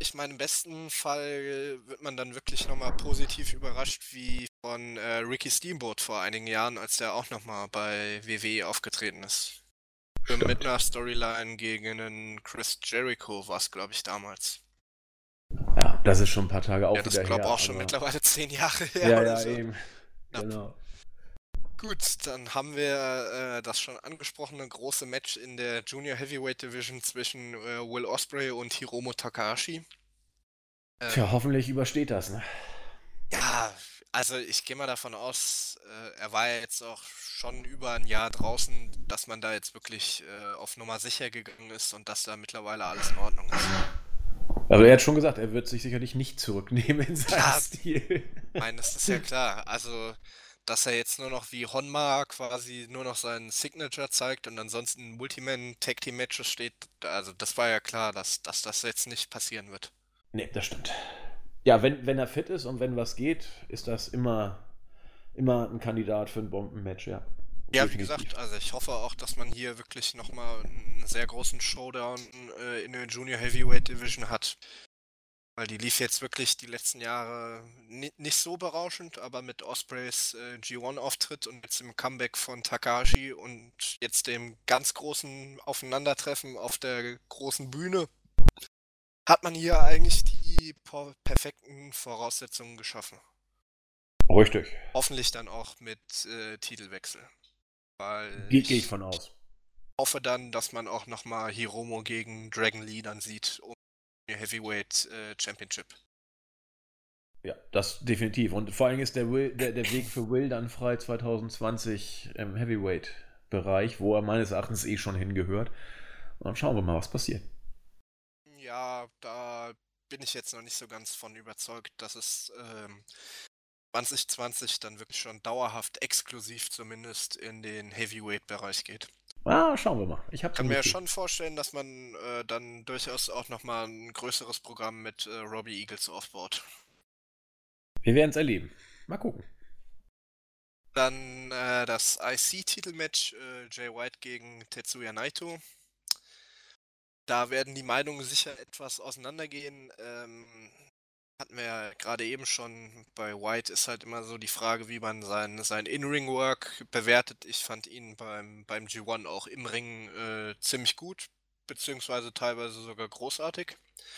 ich meine, im besten Fall wird man dann wirklich nochmal positiv überrascht, wie von Ricky Steamboat vor einigen Jahren, als der auch nochmal bei WWE aufgetreten ist. Mit Stimmt. einer Storyline gegen einen Chris Jericho war es, glaube ich, damals. Ja, das ist schon ein paar Tage Ja, auch das wieder glaube her, auch schon aber mittlerweile 10 Jahre her ja, oder ja, so. eben. Knapp. Genau. Gut, dann haben wir das schon angesprochene große Match in der Junior Heavyweight Division zwischen Will Ospreay und Hiromu Takahashi. Tja, hoffentlich übersteht das, ne? Ja, also ich gehe mal davon aus, er war ja jetzt auch schon über ein Jahr draußen, dass man da jetzt wirklich auf Nummer sicher gegangen ist und dass da mittlerweile alles in Ordnung ist. Also er hat schon gesagt, er wird sich sicherlich nicht zurücknehmen in seinem Klar, Stil. das ist ja klar. Also, dass er jetzt nur noch wie Honma quasi nur noch seinen Signature zeigt und ansonsten in Multiman-Tag-Team-Matches steht, also das war ja klar, dass das jetzt nicht passieren wird. Nee, das stimmt. Ja, wenn er fit ist und wenn was geht, ist das immer ein Kandidat für ein Bombenmatch, ja. Ja, wie Definitiv. gesagt, also ich hoffe auch, dass man hier wirklich nochmal einen sehr großen Showdown in der Junior Heavyweight Division hat. Weil die lief jetzt wirklich die letzten Jahre nicht so berauschend, aber mit Ospreys G1-Auftritt und jetzt dem Comeback von Takahashi und jetzt dem ganz großen Aufeinandertreffen auf der großen Bühne hat man hier eigentlich die perfekten Voraussetzungen geschaffen. Richtig. Hoffentlich dann auch mit Titelwechsel. Weil Gehe ich ich von aus. hoffe dann, dass man auch nochmal Hiromu gegen Dragon Lee dann sieht um die Heavyweight Championship. Ja, das definitiv. Und vor allem ist der Weg für Will dann frei 2020 im Heavyweight-Bereich, wo er meines Erachtens eh schon hingehört. Und dann schauen wir mal, was passiert. Ja, da bin ich jetzt noch nicht so ganz von überzeugt, dass es 2020 dann wirklich schon dauerhaft exklusiv zumindest in den Heavyweight-Bereich geht. Schauen wir mal. Ich Ich hab's kann im mir ja Gefühl. schon vorstellen, dass man dann durchaus auch nochmal ein größeres Programm mit Robbie Eagles aufbaut. Wir werden es erleben. Mal gucken. Dann das IC-Titelmatch Jay White gegen Tetsuya Naito. Da werden die Meinungen sicher etwas auseinandergehen. Hatten wir ja gerade eben schon, bei White ist halt immer so die Frage, wie man sein In-Ring-Work bewertet. Ich fand ihn beim G1 auch im Ring ziemlich gut, beziehungsweise teilweise sogar großartig.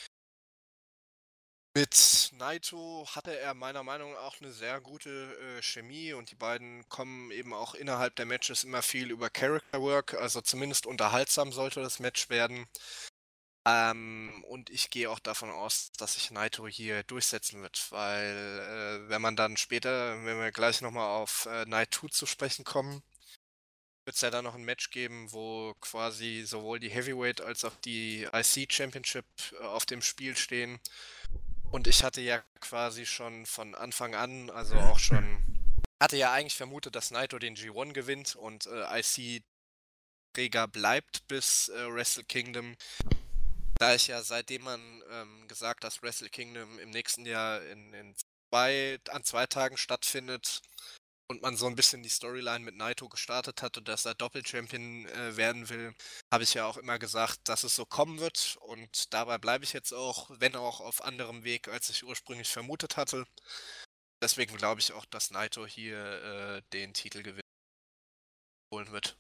Mit Naito hatte er meiner Meinung nach auch eine sehr gute Chemie und die beiden kommen eben auch innerhalb der Matches immer viel über Character Work, also zumindest unterhaltsam sollte das Match werden. Und ich gehe auch davon aus, dass sich Naito hier durchsetzen wird, weil wenn man dann später, wenn wir gleich nochmal auf Night 2 zu sprechen kommen, wird es ja dann noch ein Match geben, wo quasi sowohl die Heavyweight als auch die IC Championship auf dem Spiel stehen. Und ich hatte ja quasi schon von Anfang an, also auch schon, hatte ja eigentlich vermutet, dass Naito den G1 gewinnt und IC-Träger bleibt bis Wrestle Kingdom. Da ich ja seitdem man gesagt, dass Wrestle Kingdom im nächsten Jahr an 2 Tagen stattfindet und man so ein bisschen die Storyline mit Naito gestartet hat und dass er Doppel-Champion werden will, habe ich ja auch immer gesagt, dass es so kommen wird und dabei bleibe ich jetzt auch, wenn auch auf anderem Weg, als ich ursprünglich vermutet hatte. Deswegen glaube ich auch, dass Naito hier den Titel holen wird.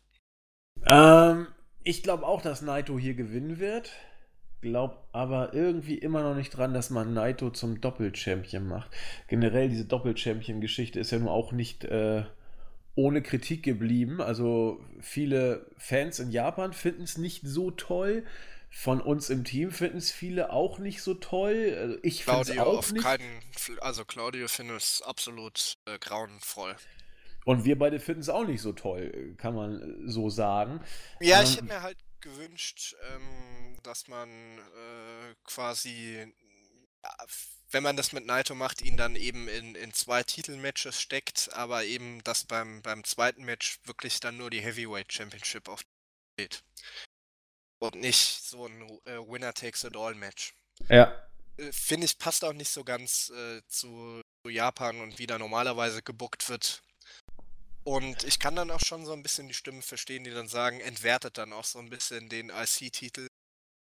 Ich glaube auch, dass Naito hier gewinnen wird. Glaub aber irgendwie immer noch nicht dran, dass man Naito zum Doppel-Champion macht. Generell diese Doppel-Champion-Geschichte ist ja nun auch nicht ohne Kritik geblieben. Also viele Fans in Japan finden es nicht so toll. Von uns im Team finden es viele auch nicht so toll. Also ich finde es Claudio auch auf nicht. also Claudio findet es absolut grauenvoll. Und wir beide finden es auch nicht so toll, kann man so sagen. Ja, ich hätte mir halt gewünscht, dass man quasi, ja, wenn man das mit Naito macht, ihn dann eben in 2 Titelmatches steckt, aber eben, dass beim zweiten Match wirklich dann nur die Heavyweight Championship auf steht. Und nicht so ein Winner-Takes-it-all-Match. Ja. Finde ich, passt auch nicht so ganz zu Japan und wie da normalerweise gebuckt wird. Und ich kann dann auch schon so ein bisschen die Stimmen verstehen, die dann sagen, entwertet dann auch so ein bisschen den IC-Titel.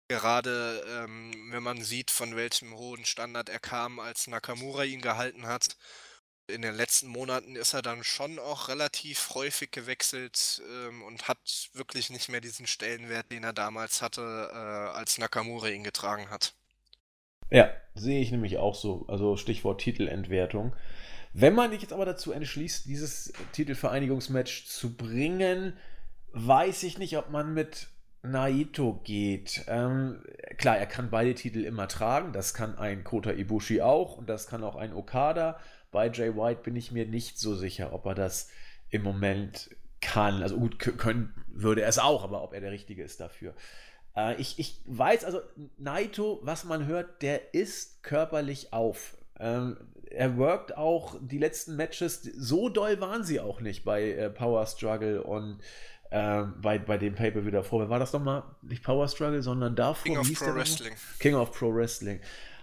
Gerade wenn man sieht, von welchem hohen Standard er kam, als Nakamura ihn gehalten hat. In den letzten Monaten ist er dann schon auch relativ häufig gewechselt und hat wirklich nicht mehr diesen Stellenwert, den er damals hatte, als Nakamura ihn getragen hat. Ja, sehe ich nämlich auch so. Also Stichwort Titelentwertung. Wenn man sich jetzt aber dazu entschließt, dieses Titelvereinigungsmatch zu bringen, weiß ich nicht, ob man mit Naito geht. Klar, er kann beide Titel immer tragen. Das kann ein Kota Ibushi auch und das kann auch ein Okada. Bei Jay White bin ich mir nicht so sicher, ob er das im Moment kann. Also gut, können würde er es auch, aber ob er der Richtige ist dafür. Ich weiß, also Naito, was man hört, der ist körperlich auf. Er workt auch die letzten Matches, so doll waren sie auch nicht bei Power Struggle und bei dem Pay-Per-View davor. Wer war das nochmal? Nicht Power Struggle, sondern davor. King of Pro Wrestling. King of Pro Wrestling.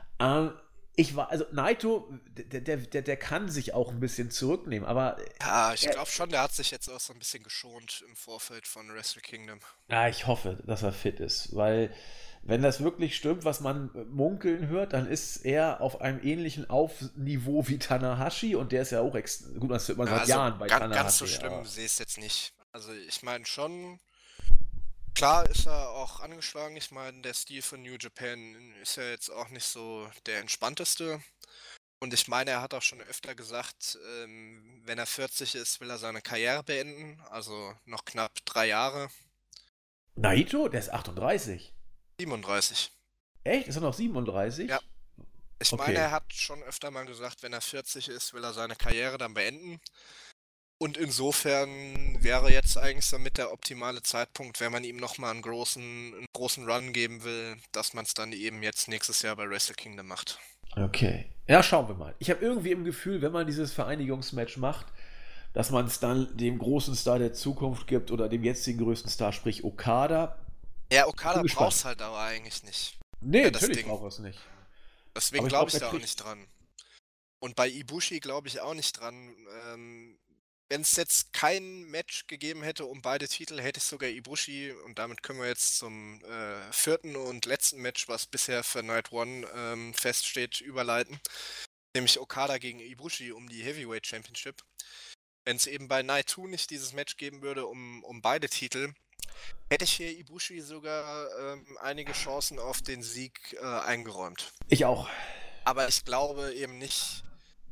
Also Naito, der kann sich auch ein bisschen zurücknehmen, aber. Ja, ich glaube schon, der hat sich jetzt auch so ein bisschen geschont im Vorfeld von Wrestle Kingdom. Ja, ich hoffe, dass er fit ist, weil wenn das wirklich stimmt, was man munkeln hört, dann ist er auf einem ähnlichen Aufniveau wie Tanahashi und der ist ja auch gut, das hört man seit Jahren bei Tanahashi. Ganz so schlimm sehe ich es jetzt nicht. Also ich meine schon, klar ist er auch angeschlagen. Ich meine, der Stil von New Japan ist ja jetzt auch nicht so der entspannteste. Und ich meine, er hat auch schon öfter gesagt, wenn er 40 ist, will er seine Karriere beenden. Also noch knapp 3 Jahre. Naito? Der ist 38. 37. Echt? Ist er noch 37? Ja. Ich meine, er hat schon öfter mal gesagt, wenn er 40 ist, will er seine Karriere dann beenden. Und insofern wäre jetzt eigentlich somit der optimale Zeitpunkt, wenn man ihm nochmal einen großen Run geben will, dass man es dann eben jetzt nächstes Jahr bei Wrestle Kingdom macht. Okay. Ja, schauen wir mal. Ich habe irgendwie im Gefühl, wenn man dieses Vereinigungsmatch macht, dass man es dann dem großen Star der Zukunft gibt oder dem jetzigen größten Star, sprich Okada. Ja, Okada braucht es halt aber eigentlich nicht. Nee, natürlich braucht er es nicht. Deswegen glaube ich da auch nicht dran. Und bei Ibushi glaube ich auch nicht dran. Wenn es jetzt kein Match gegeben hätte um beide Titel, hätte ich sogar Ibushi, und damit können wir jetzt zum 4. und letzten Match, was bisher für Night One feststeht, überleiten. Nämlich Okada gegen Ibushi um die Heavyweight Championship. Wenn es eben bei Night 2 nicht dieses Match geben würde um beide Titel, hätte ich hier Ibushi sogar einige Chancen auf den Sieg eingeräumt. Ich auch. Aber ich glaube eben nicht,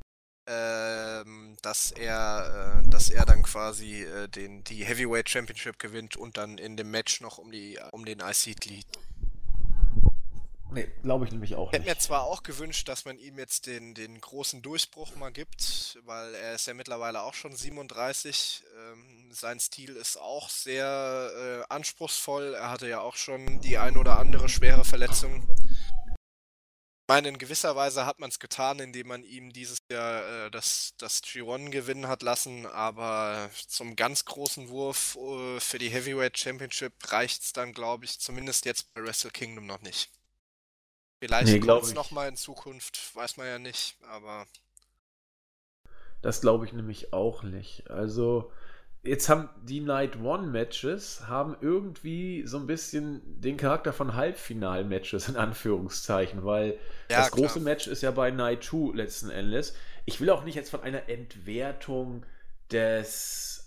dass er dann quasi die Heavyweight Championship gewinnt und dann in dem Match noch um den IC-Titel. Nee, glaube ich nämlich auch nicht. Ich hätte mir zwar auch gewünscht, dass man ihm jetzt den großen Durchbruch mal gibt, weil er ist ja mittlerweile auch schon 37. Sein Stil ist auch sehr anspruchsvoll. Er hatte ja auch schon die ein oder andere schwere Verletzung. Ich meine, in gewisser Weise hat man es getan, indem man ihm dieses Jahr das G1 gewinnen hat lassen, aber zum ganz großen Wurf für die Heavyweight Championship reicht es dann, glaube ich, zumindest jetzt bei Wrestle Kingdom noch nicht. Vielleicht kommt es nochmal in Zukunft, weiß man ja nicht, aber... Das glaube ich nämlich auch nicht. Also, jetzt haben die Night One Matches irgendwie so ein bisschen den Charakter von Halbfinal-Matches in Anführungszeichen, weil das große Match ist ja bei Night 2 letzten Endes. Ich will auch nicht jetzt von einer Entwertung des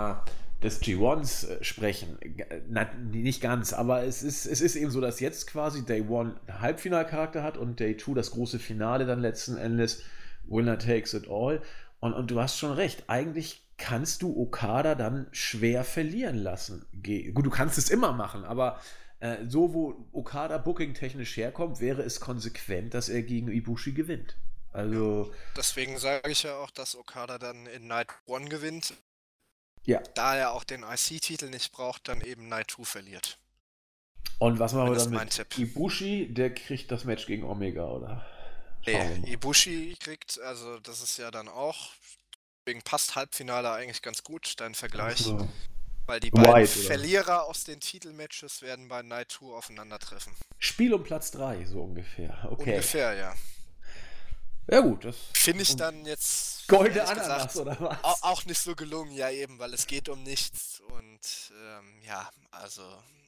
G1s sprechen. Nicht ganz, aber es ist eben so, dass jetzt quasi Day 1 Halbfinalcharakter hat und Day 2 das große Finale dann letzten Endes. Winner takes it all. Und du hast schon recht, eigentlich kannst du Okada dann schwer verlieren lassen. Gut, du kannst es immer machen, aber so wo Okada booking-technisch herkommt, wäre es konsequent, dass er gegen Ibushi gewinnt. Also deswegen sage ich ja auch, dass Okada dann in Night 1 gewinnt. Ja. Da er auch den IC-Titel nicht braucht, dann eben Night 2 verliert. Und was machen wir dann mit Ibushi? Der kriegt das Match gegen Omega, oder? Nee, Ibushi kriegt, also das ist ja dann auch, deswegen passt Halbfinale eigentlich ganz gut, dein Vergleich. Also, weil die beiden Verlierer aus den Titelmatches werden bei Night 2 aufeinandertreffen. Spiel um Platz 3, so ungefähr. Okay. Ungefähr, ja. Ja gut, das finde ich dann jetzt goldene Ananas, oder was? Auch nicht so gelungen, ja eben, weil es geht um nichts und ja, also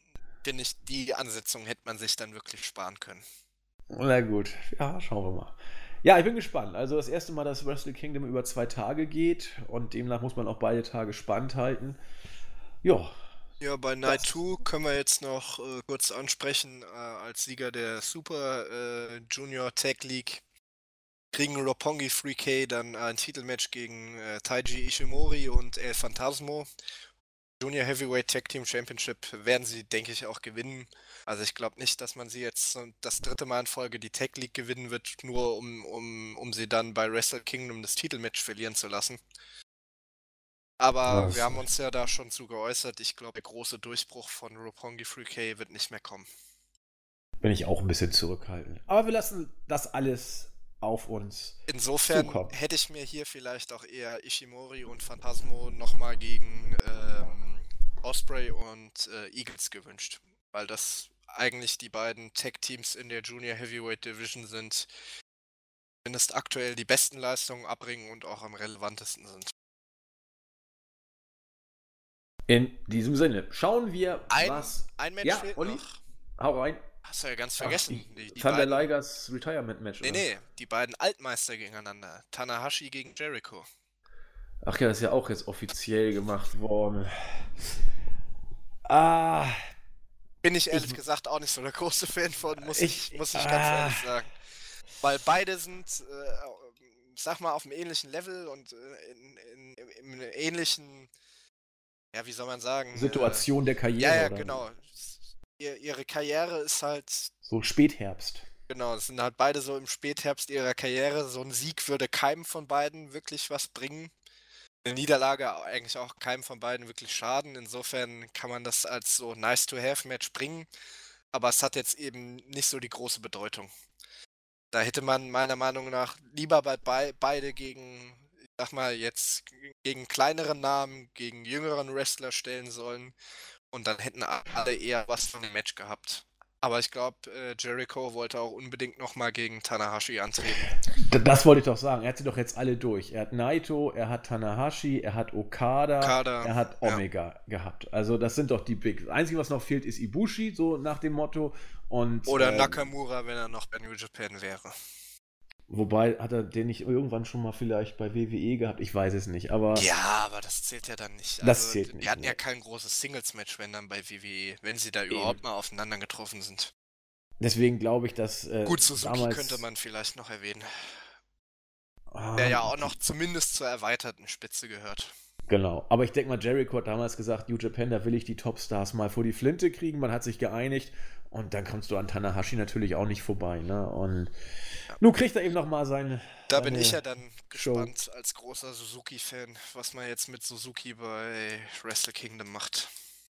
finde ich, die Ansetzung hätte man sich dann wirklich sparen können. Na gut, ja, schauen wir mal. Ja, ich bin gespannt. Also das erste Mal, dass Wrestle Kingdom über 2 Tage geht und demnach muss man auch beide Tage spannend halten. Ja, Ja, bei Night 2 können wir jetzt noch kurz ansprechen, als Sieger der Super Junior Tag League kriegen Roppongi 3K dann ein Titelmatch gegen Taiji Ishimori und El Phantasmo. Junior Heavyweight Tag Team Championship werden sie, denke ich, auch gewinnen. Also ich glaube nicht, dass man sie jetzt das 3. Mal in Folge die Tag League gewinnen wird, nur um sie dann bei Wrestle Kingdom das Titelmatch verlieren zu lassen. Aber wir haben uns ja da schon zu geäußert. Ich glaube, der große Durchbruch von Roppongi 3K wird nicht mehr kommen. Bin ich auch ein bisschen zurückhaltend. Aber wir lassen das alles auf uns Insofern zukommen. hätte ich mir hier vielleicht auch eher Ishimori und Phantasmo nochmal gegen Osprey und Eagles gewünscht. Weil das eigentlich die beiden Tag-Teams in der Junior Heavyweight Division sind, zumindest aktuell die besten Leistungen abbringen und auch am relevantesten sind. In diesem Sinne, schauen wir, was... Ein Match ja, fehlt Olli, noch. hau rein. Hast du ja ganz vergessen. Die Thunder Ligers Retirement Match, oder? Nee, die beiden Altmeister gegeneinander. Tanahashi gegen Jericho. Ach ja, das ist ja auch jetzt offiziell gemacht worden. Bin ich ehrlich gesagt auch nicht so der große Fan von, muss ich ganz ehrlich sagen. Weil beide sind, sag mal, auf einem ähnlichen Level und in einer ähnlichen, ja, wie soll man sagen? Situation der Karriere. Ja, oder? Genau. Ihre Karriere ist halt... so Spätherbst. Genau, es sind halt beide so im Spätherbst ihrer Karriere. So ein Sieg würde keinem von beiden wirklich was bringen. Eine Niederlage eigentlich auch keinem von beiden wirklich schaden. Insofern kann man das als so Nice-to-Have-Match bringen. Aber es hat jetzt eben nicht so die große Bedeutung. Da hätte man meiner Meinung nach lieber beide gegen, ich sag mal jetzt, gegen kleinere Namen, gegen jüngeren Wrestler stellen sollen. Und dann hätten alle eher was von dem Match gehabt. Aber ich glaube, Jericho wollte auch unbedingt nochmal gegen Tanahashi antreten. Das wollte ich doch sagen. Er hat sie doch jetzt alle durch. Er hat Naito, er hat Tanahashi, er hat Okada, er hat Omega gehabt. Also das sind doch die Big. Das Einzige, was noch fehlt, ist Ibushi, so nach dem Motto. Und, oder Nakamura, wenn er noch bei New Japan wäre. Wobei, hat er den nicht irgendwann schon mal vielleicht bei WWE gehabt? Ich weiß es nicht, aber... Ja, aber das zählt ja dann nicht. Das zählt nicht. Die hatten ja kein großes Singles-Match, wenn dann bei WWE, wenn sie da überhaupt mal aufeinander getroffen sind. Deswegen glaube ich, dass gut, Suzuki könnte man vielleicht noch erwähnen. Der ja auch noch zumindest zur erweiterten Spitze gehört. Genau, aber ich denke mal, Jericho hat damals gesagt, New Japan, da will ich die Topstars mal vor die Flinte kriegen. Man hat sich geeinigt und dann kommst du an Tanahashi natürlich auch nicht vorbei. Ne? Und nun kriegt er eben noch mal seine... Da bin ich ja dann gespannt als großer Suzuki-Fan, was man jetzt mit Suzuki bei Wrestle Kingdom macht.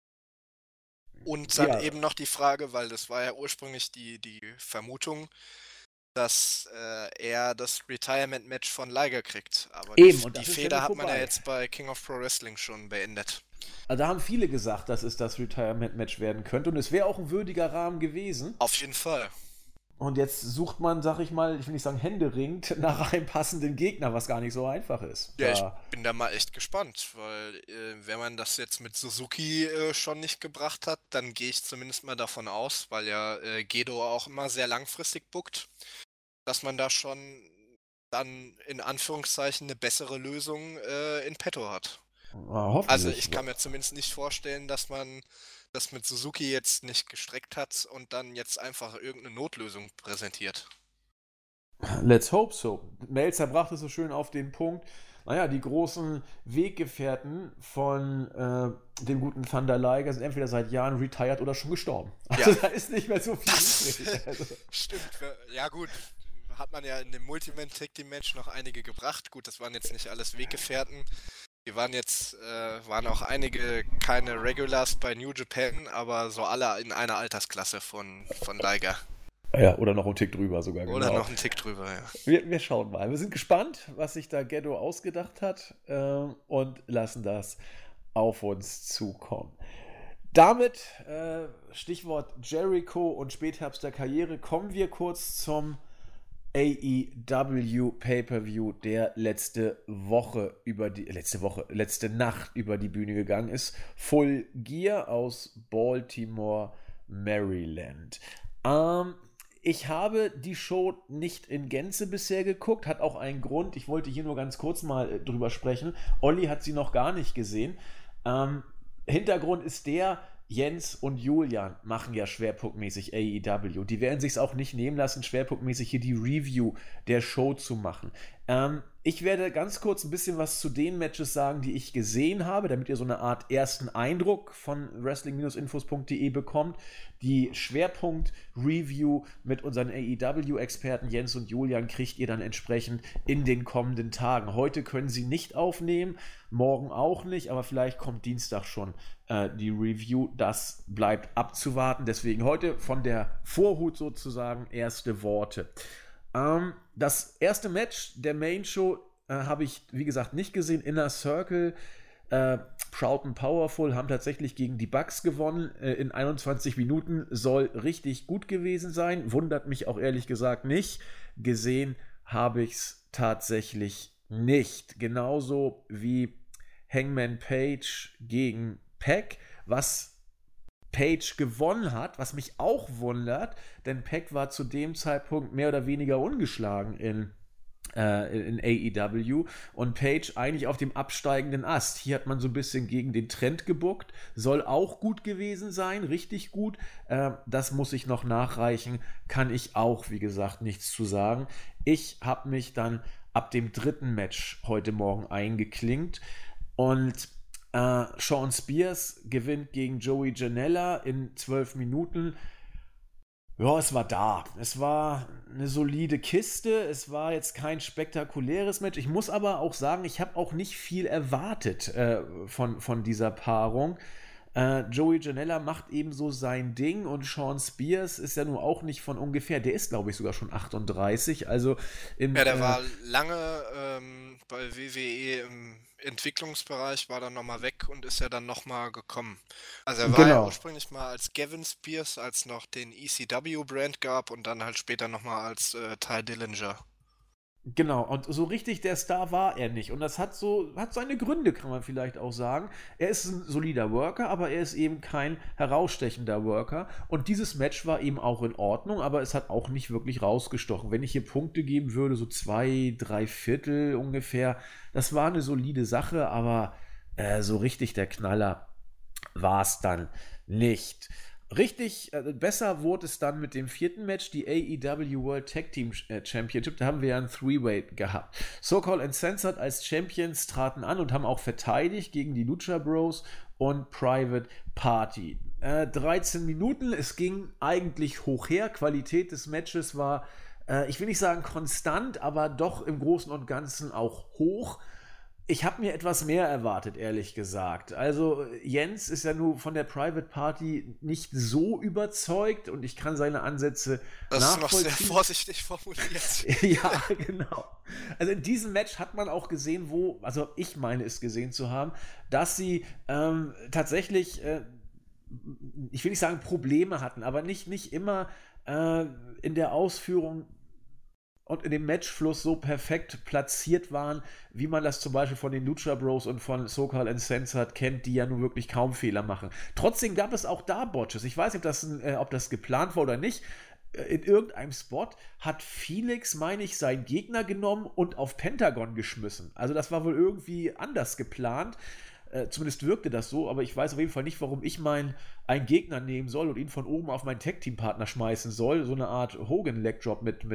Und dann eben noch die Frage, weil das war ja ursprünglich die Vermutung, dass er das Retirement-Match von Liger kriegt. Aber die Fehde hat man ja jetzt bei King of Pro Wrestling schon beendet. Also da haben viele gesagt, dass es das Retirement-Match werden könnte und es wäre auch ein würdiger Rahmen gewesen. Auf jeden Fall. Und jetzt sucht man, sag ich mal, ich will nicht sagen händeringend, nach einem passenden Gegner, was gar nicht so einfach ist. Ja, ich bin da mal echt gespannt, weil wenn man das jetzt mit Suzuki schon nicht gebracht hat, dann gehe ich zumindest mal davon aus, weil ja Gedo auch immer sehr langfristig bookt, dass man da schon dann in Anführungszeichen eine bessere Lösung in petto hat. Also ich kann mir zumindest nicht vorstellen, dass man das mit Suzuki jetzt nicht gestreckt hat und dann jetzt einfach irgendeine Notlösung präsentiert. Let's hope so. Meltzer brachte es so schön auf den Punkt. Naja, die großen Weggefährten von dem guten Thunder Liger sind entweder seit Jahren retired oder schon gestorben. Also da ist nicht mehr so viel übrig. Also. Stimmt. Ja gut, hat man ja in dem Multiman-Tag-Team-Match noch einige gebracht. Gut, das waren jetzt nicht alles Weggefährten. Die waren auch einige keine Regulars bei New Japan, aber so alle in einer Altersklasse von Liger. Ja, oder noch einen Tick drüber sogar. Oder noch einen Tick drüber, ja. Wir schauen mal. Wir sind gespannt, was sich da Gedo ausgedacht hat und lassen das auf uns zukommen. Damit, Stichwort Jericho und Spätherbst der Karriere, kommen wir kurz zum AEW Pay-Per-View, der letzte Nacht über die Bühne gegangen ist. Full Gear aus Baltimore, Maryland. Ich habe die Show nicht in Gänze bisher geguckt, hat auch einen Grund. Ich wollte hier nur ganz kurz mal drüber sprechen. Olli hat sie noch gar nicht gesehen. Hintergrund ist der, Jens und Julian machen ja schwerpunktmäßig AEW. Die werden sich es auch nicht nehmen lassen, schwerpunktmäßig hier die Review der Show zu machen. Ich werde ganz kurz ein bisschen was zu den Matches sagen, die ich gesehen habe, damit ihr so eine Art ersten Eindruck von wrestling-infos.de bekommt. Die Schwerpunkt-Review mit unseren AEW-Experten Jens und Julian kriegt ihr dann entsprechend in den kommenden Tagen. Heute können sie nicht aufnehmen, morgen auch nicht, aber vielleicht kommt Dienstag schon die Review. Das bleibt abzuwarten. Deswegen heute von der Vorhut sozusagen erste Worte. Das erste Match der Main Show habe ich, wie gesagt, nicht gesehen. Inner Circle, Proud and Powerful haben tatsächlich gegen die Bucks gewonnen. In 21 Minuten soll richtig gut gewesen sein. Wundert mich auch ehrlich gesagt nicht. Gesehen habe ich es tatsächlich nicht. Genauso wie Hangman Page gegen Pac, was Page gewonnen hat, was mich auch wundert, denn Pac war zu dem Zeitpunkt mehr oder weniger ungeschlagen in AEW und Page eigentlich auf dem absteigenden Ast. Hier hat man so ein bisschen gegen den Trend gebuckt, soll auch gut gewesen sein, richtig gut. Das muss ich noch nachreichen, kann ich auch, wie gesagt, nichts zu sagen. Ich habe mich dann ab dem dritten Match heute Morgen eingeklinkt und Sean Spears gewinnt gegen Joey Janela in 12 Minuten. Ja, es war da. Es war eine solide Kiste. Es war jetzt kein spektakuläres Match. Ich muss aber auch sagen, ich habe auch nicht viel erwartet von dieser Paarung. Joey Janela macht ebenso sein Ding und Sean Spears ist ja nun auch nicht von ungefähr. Der ist, glaube ich, sogar schon 38. Also der war lange bei WWE im Entwicklungsbereich, war dann nochmal weg und ist ja dann nochmal gekommen. Also er war ja ursprünglich mal als Gavin Spears, als noch den ECW-Brand gab und dann halt später nochmal als Ty Dillinger. Genau, und so richtig der Star war er nicht. Und das hat seine Gründe, kann man vielleicht auch sagen. Er ist ein solider Worker, aber er ist eben kein herausstechender Worker. Und dieses Match war eben auch in Ordnung, aber es hat auch nicht wirklich rausgestochen. Wenn ich hier Punkte geben würde, so 2/3 Viertel ungefähr, das war eine solide Sache, aber so richtig der Knaller war es dann nicht. Richtig, besser wurde es dann mit dem vierten Match, die AEW World Tag Team Championship. Da haben wir ja ein Three-Way gehabt. So-Called and Censored als Champions traten an und haben auch verteidigt gegen die Lucha Bros und Private Party. 13 Minuten, es ging eigentlich hoch her. Qualität des Matches war, ich will nicht sagen konstant, aber doch im Großen und Ganzen auch hoch. Ich habe mir etwas mehr erwartet, ehrlich gesagt. Also Jens ist ja nur von der Private Party nicht so überzeugt und ich kann seine Ansätze nachvollziehen. Das ist noch sehr vorsichtig formuliert. Ja, genau. Also in diesem Match hat man auch gesehen, also ich meine es gesehen zu haben, dass sie tatsächlich, ich will nicht sagen Probleme hatten, aber nicht immer in der Ausführung und in dem Matchfluss so perfekt platziert waren, wie man das zum Beispiel von den Lucha Bros und von So-Called and Censored kennt, die ja nun wirklich kaum Fehler machen. Trotzdem gab es auch da Botches. Ich weiß nicht, ob das geplant war oder nicht. In irgendeinem Spot hat Felix, meine ich, seinen Gegner genommen und auf Pentagon geschmissen. Also das war wohl irgendwie anders geplant. Zumindest wirkte das so, aber ich weiß auf jeden Fall nicht, warum ich einen Gegner nehmen soll und ihn von oben auf meinen Tag-Team-Partner schmeißen soll. So eine Art Hogan-Leg-Drop mit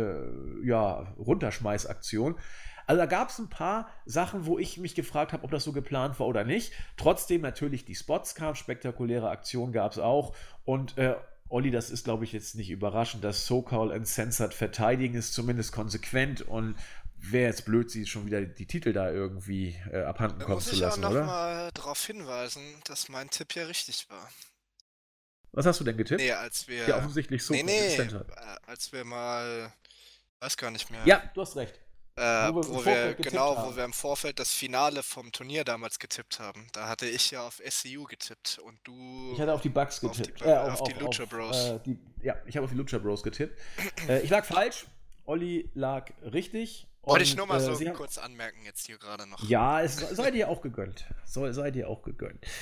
Runterschmeißaktion. Also da gab es ein paar Sachen, wo ich mich gefragt habe, ob das so geplant war oder nicht. Trotzdem natürlich die Spots kamen, spektakuläre Aktionen gab es auch. Und Olli, das ist, glaube ich, jetzt nicht überraschend, dass So-Called and Censored verteidigen ist zumindest konsequent und wäre jetzt blöd, sie schon wieder die Titel da irgendwie abhanden kommen zu lassen, oder? Ich muss ja nochmal darauf hinweisen, dass mein Tipp ja richtig war. Was hast du denn getippt? Nee, als wir... Ja, offensichtlich so. Als wir mal... weiß gar nicht mehr. Ja, du hast recht. Wo wir im Vorfeld das Finale vom Turnier damals getippt haben. Da hatte ich ja auf SCU getippt und du... Ich hatte auf die Bucks getippt. Auf die Lucha Bros. Ich habe auf die Lucha Bros getippt. Ich lag falsch, Olli lag richtig. Wollte ich nur mal so kurz anmerken, jetzt hier gerade noch. Ja, sei dir auch gegönnt. Sei dir auch gegönnt.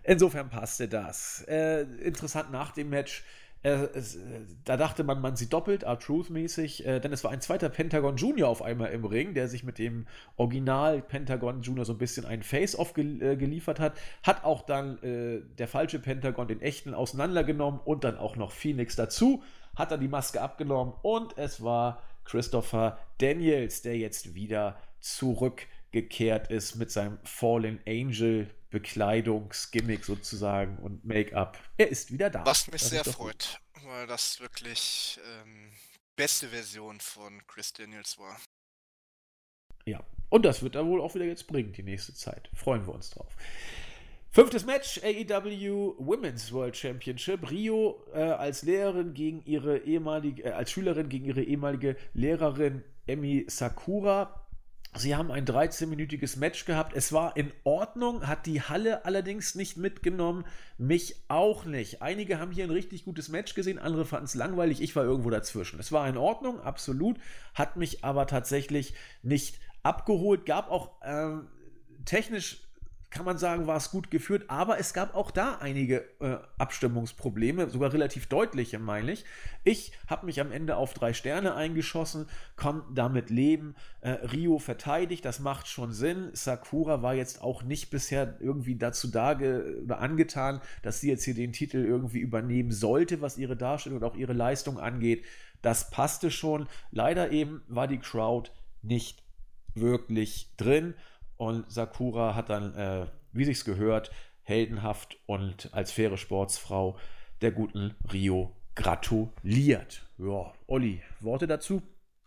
Insofern passte das. Interessant nach dem Match, da dachte man sieht doppelt, R-Truth-mäßig, denn es war ein zweiter Pentagon Junior auf einmal im Ring, der sich mit dem Original Pentagon Junior so ein bisschen einen Face-Off geliefert hat auch dann der falsche Pentagon den echten auseinandergenommen und dann auch noch Phoenix dazu, hat dann die Maske abgenommen und es war Christopher Daniels, der jetzt wieder zurückgekehrt ist mit seinem Fallen Angel Bekleidungsgimmick sozusagen und Make-up. Er ist wieder da. Was mich sehr freut, weil das wirklich beste Version von Chris Daniels war. Ja, und das wird er wohl auch wieder jetzt bringen, die nächste Zeit. Freuen wir uns drauf. 5. Match, AEW Women's World Championship. Rio als Lehrerin gegen ihre als Schülerin gegen ihre ehemalige Lehrerin Emi Sakura. Sie haben ein 13-minütiges Match gehabt. Es war in Ordnung, hat die Halle allerdings nicht mitgenommen. Mich auch nicht. Einige haben hier ein richtig gutes Match gesehen, andere fanden es langweilig. Ich war irgendwo dazwischen. Es war in Ordnung, absolut, hat mich aber tatsächlich nicht abgeholt. Gab auch technisch, kann man sagen, war es gut geführt, aber es gab auch da einige Abstimmungsprobleme, sogar relativ deutliche, meine ich. Ich habe mich am Ende auf 3 Sterne eingeschossen, kann damit leben. Rio verteidigt, das macht schon Sinn. Sakura war jetzt auch nicht bisher irgendwie dazu oder angetan, dass sie jetzt hier den Titel irgendwie übernehmen sollte, was ihre Darstellung und auch ihre Leistung angeht. Das passte schon. Leider eben war die Crowd nicht wirklich drin. Und Sakura hat dann, wie sich's gehört, heldenhaft und als faire Sportsfrau der guten Rio gratuliert. Ja, Olli, Worte dazu?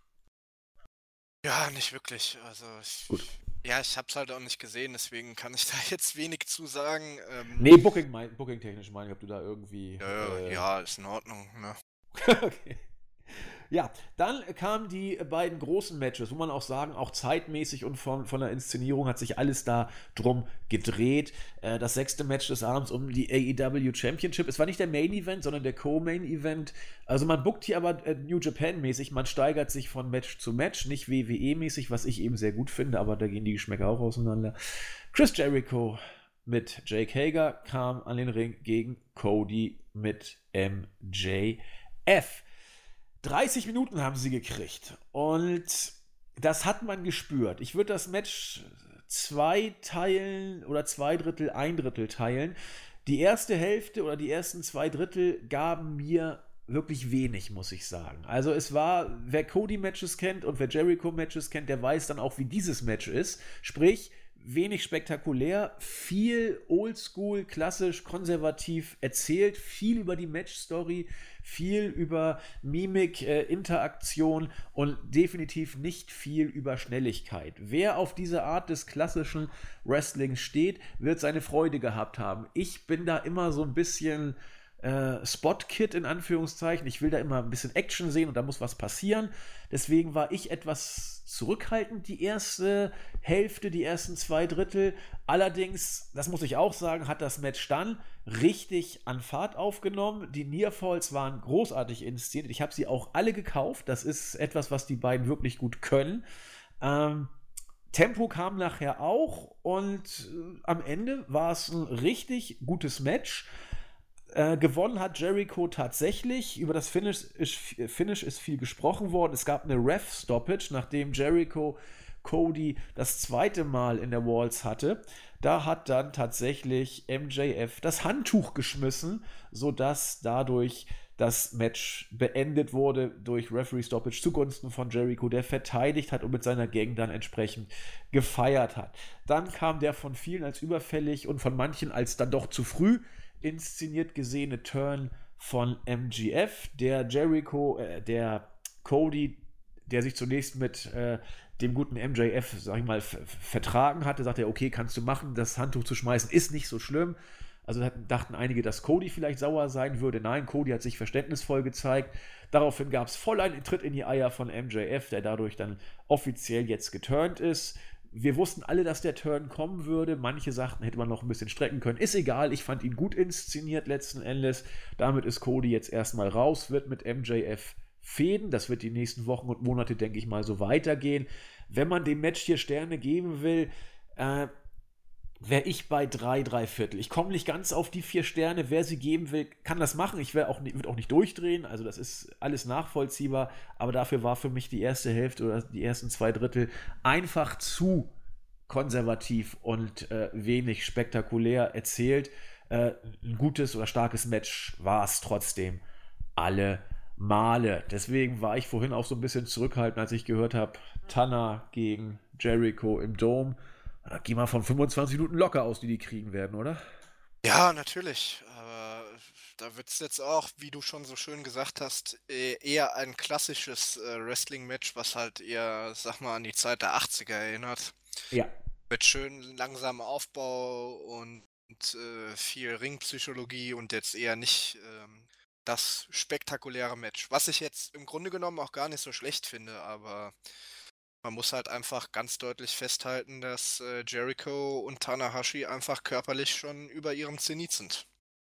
Ja, nicht wirklich. Also, Gut. Ich hab's halt auch nicht gesehen, deswegen kann ich da jetzt wenig zu sagen. Nee, Booking-technisch meine ich, ob du da irgendwie... Ja, ist in Ordnung, ne? Okay. Ja, dann kamen die beiden großen Matches, wo man auch sagen, auch zeitmäßig und von der Inszenierung hat sich alles da drum gedreht. Das 6. Match des Abends um die AEW Championship. Es war nicht der Main Event, sondern der Co-Main Event. Also man bookt hier aber New Japan mäßig, man steigert sich von Match zu Match, nicht WWE mäßig, was ich eben sehr gut finde, aber da gehen die Geschmäcker auch auseinander. Chris Jericho mit Jake Hager kam an den Ring gegen Cody mit MJF. 30 Minuten haben sie gekriegt und das hat man gespürt. Ich würde das Match 2 teilen oder 2 Drittel, 1 Drittel teilen. Die erste Hälfte oder die ersten 2 Drittel gaben mir wirklich wenig, muss ich sagen. Also es war, wer Cody-Matches kennt und wer Jericho-Matches kennt, der weiß dann auch, wie dieses Match ist. Sprich, wenig spektakulär, viel oldschool, klassisch, konservativ erzählt, viel über die Match-Story, viel über Mimik, Interaktion und definitiv nicht viel über Schnelligkeit. Wer auf diese Art des klassischen Wrestlings steht, wird seine Freude gehabt haben. Ich bin da immer so ein bisschen Spot-Kid in Anführungszeichen. Ich will da immer ein bisschen Action sehen und da muss was passieren. Deswegen war ich etwas zurückhaltend die erste Hälfte, die ersten 2 Drittel. Allerdings, das muss ich auch sagen, hat das Match dann richtig an Fahrt aufgenommen. Die Nearfalls waren großartig inszeniert. Ich habe sie auch alle gekauft. Das ist etwas, was die beiden wirklich gut können. Tempo kam nachher auch und am Ende war es ein richtig gutes Match. Gewonnen hat Jericho tatsächlich. Über das Finish ist viel gesprochen worden. Es gab eine Ref-Stoppage, nachdem Jericho Cody das 2. Mal in der Walls hatte. Da hat dann tatsächlich MJF das Handtuch geschmissen, sodass dadurch das Match beendet wurde durch Referee-Stoppage zugunsten von Jericho, der verteidigt hat und mit seiner Gang dann entsprechend gefeiert hat. Dann kam der von vielen als überfällig und von manchen als dann doch zu früh inszeniert gesehene Turn von MJF, der Cody, der sich zunächst mit dem guten MJF, sag ich mal, vertragen hatte, sagte er, okay, kannst du machen, das Handtuch zu schmeißen, ist nicht so schlimm. Also dachten einige, dass Cody vielleicht sauer sein würde. Nein, Cody hat sich verständnisvoll gezeigt. Daraufhin gab es voll einen Tritt in die Eier von MJF, der dadurch dann offiziell jetzt geturnt ist. Wir wussten alle, dass der Turn kommen würde. Manche sagten, hätte man noch ein bisschen strecken können. Ist egal, ich fand ihn gut inszeniert letzten Endes. Damit ist Cody jetzt erstmal raus, wird mit MJF fäden. Das wird die nächsten Wochen und Monate, denke ich mal, so weitergehen. Wenn man dem Match hier Sterne geben will, wäre ich bei 3,75. Ich komme nicht ganz auf die 4 Sterne. Wer sie geben will, kann das machen. Ich würde auch nicht durchdrehen. Also das ist alles nachvollziehbar. Aber dafür war für mich die erste Hälfte oder die ersten 2 Drittel einfach zu konservativ und wenig spektakulär erzählt. Ein gutes oder starkes Match war es trotzdem alle Male. Deswegen war ich vorhin auch so ein bisschen zurückhaltend, als ich gehört habe, Tana gegen Jericho im Dome. Da gehen wir von 25 Minuten locker aus, die kriegen werden, oder? Ja, natürlich. Aber da wird es jetzt auch, wie du schon so schön gesagt hast, eher ein klassisches Wrestling-Match, was halt eher, sag mal, an die Zeit der 80er erinnert. Ja. Mit schön langsamem Aufbau und viel Ringpsychologie und jetzt eher nicht das spektakuläre Match. Was ich jetzt im Grunde genommen auch gar nicht so schlecht finde, aber man muss halt einfach ganz deutlich festhalten, dass Jericho und Tanahashi einfach körperlich schon über ihrem Zenit sind.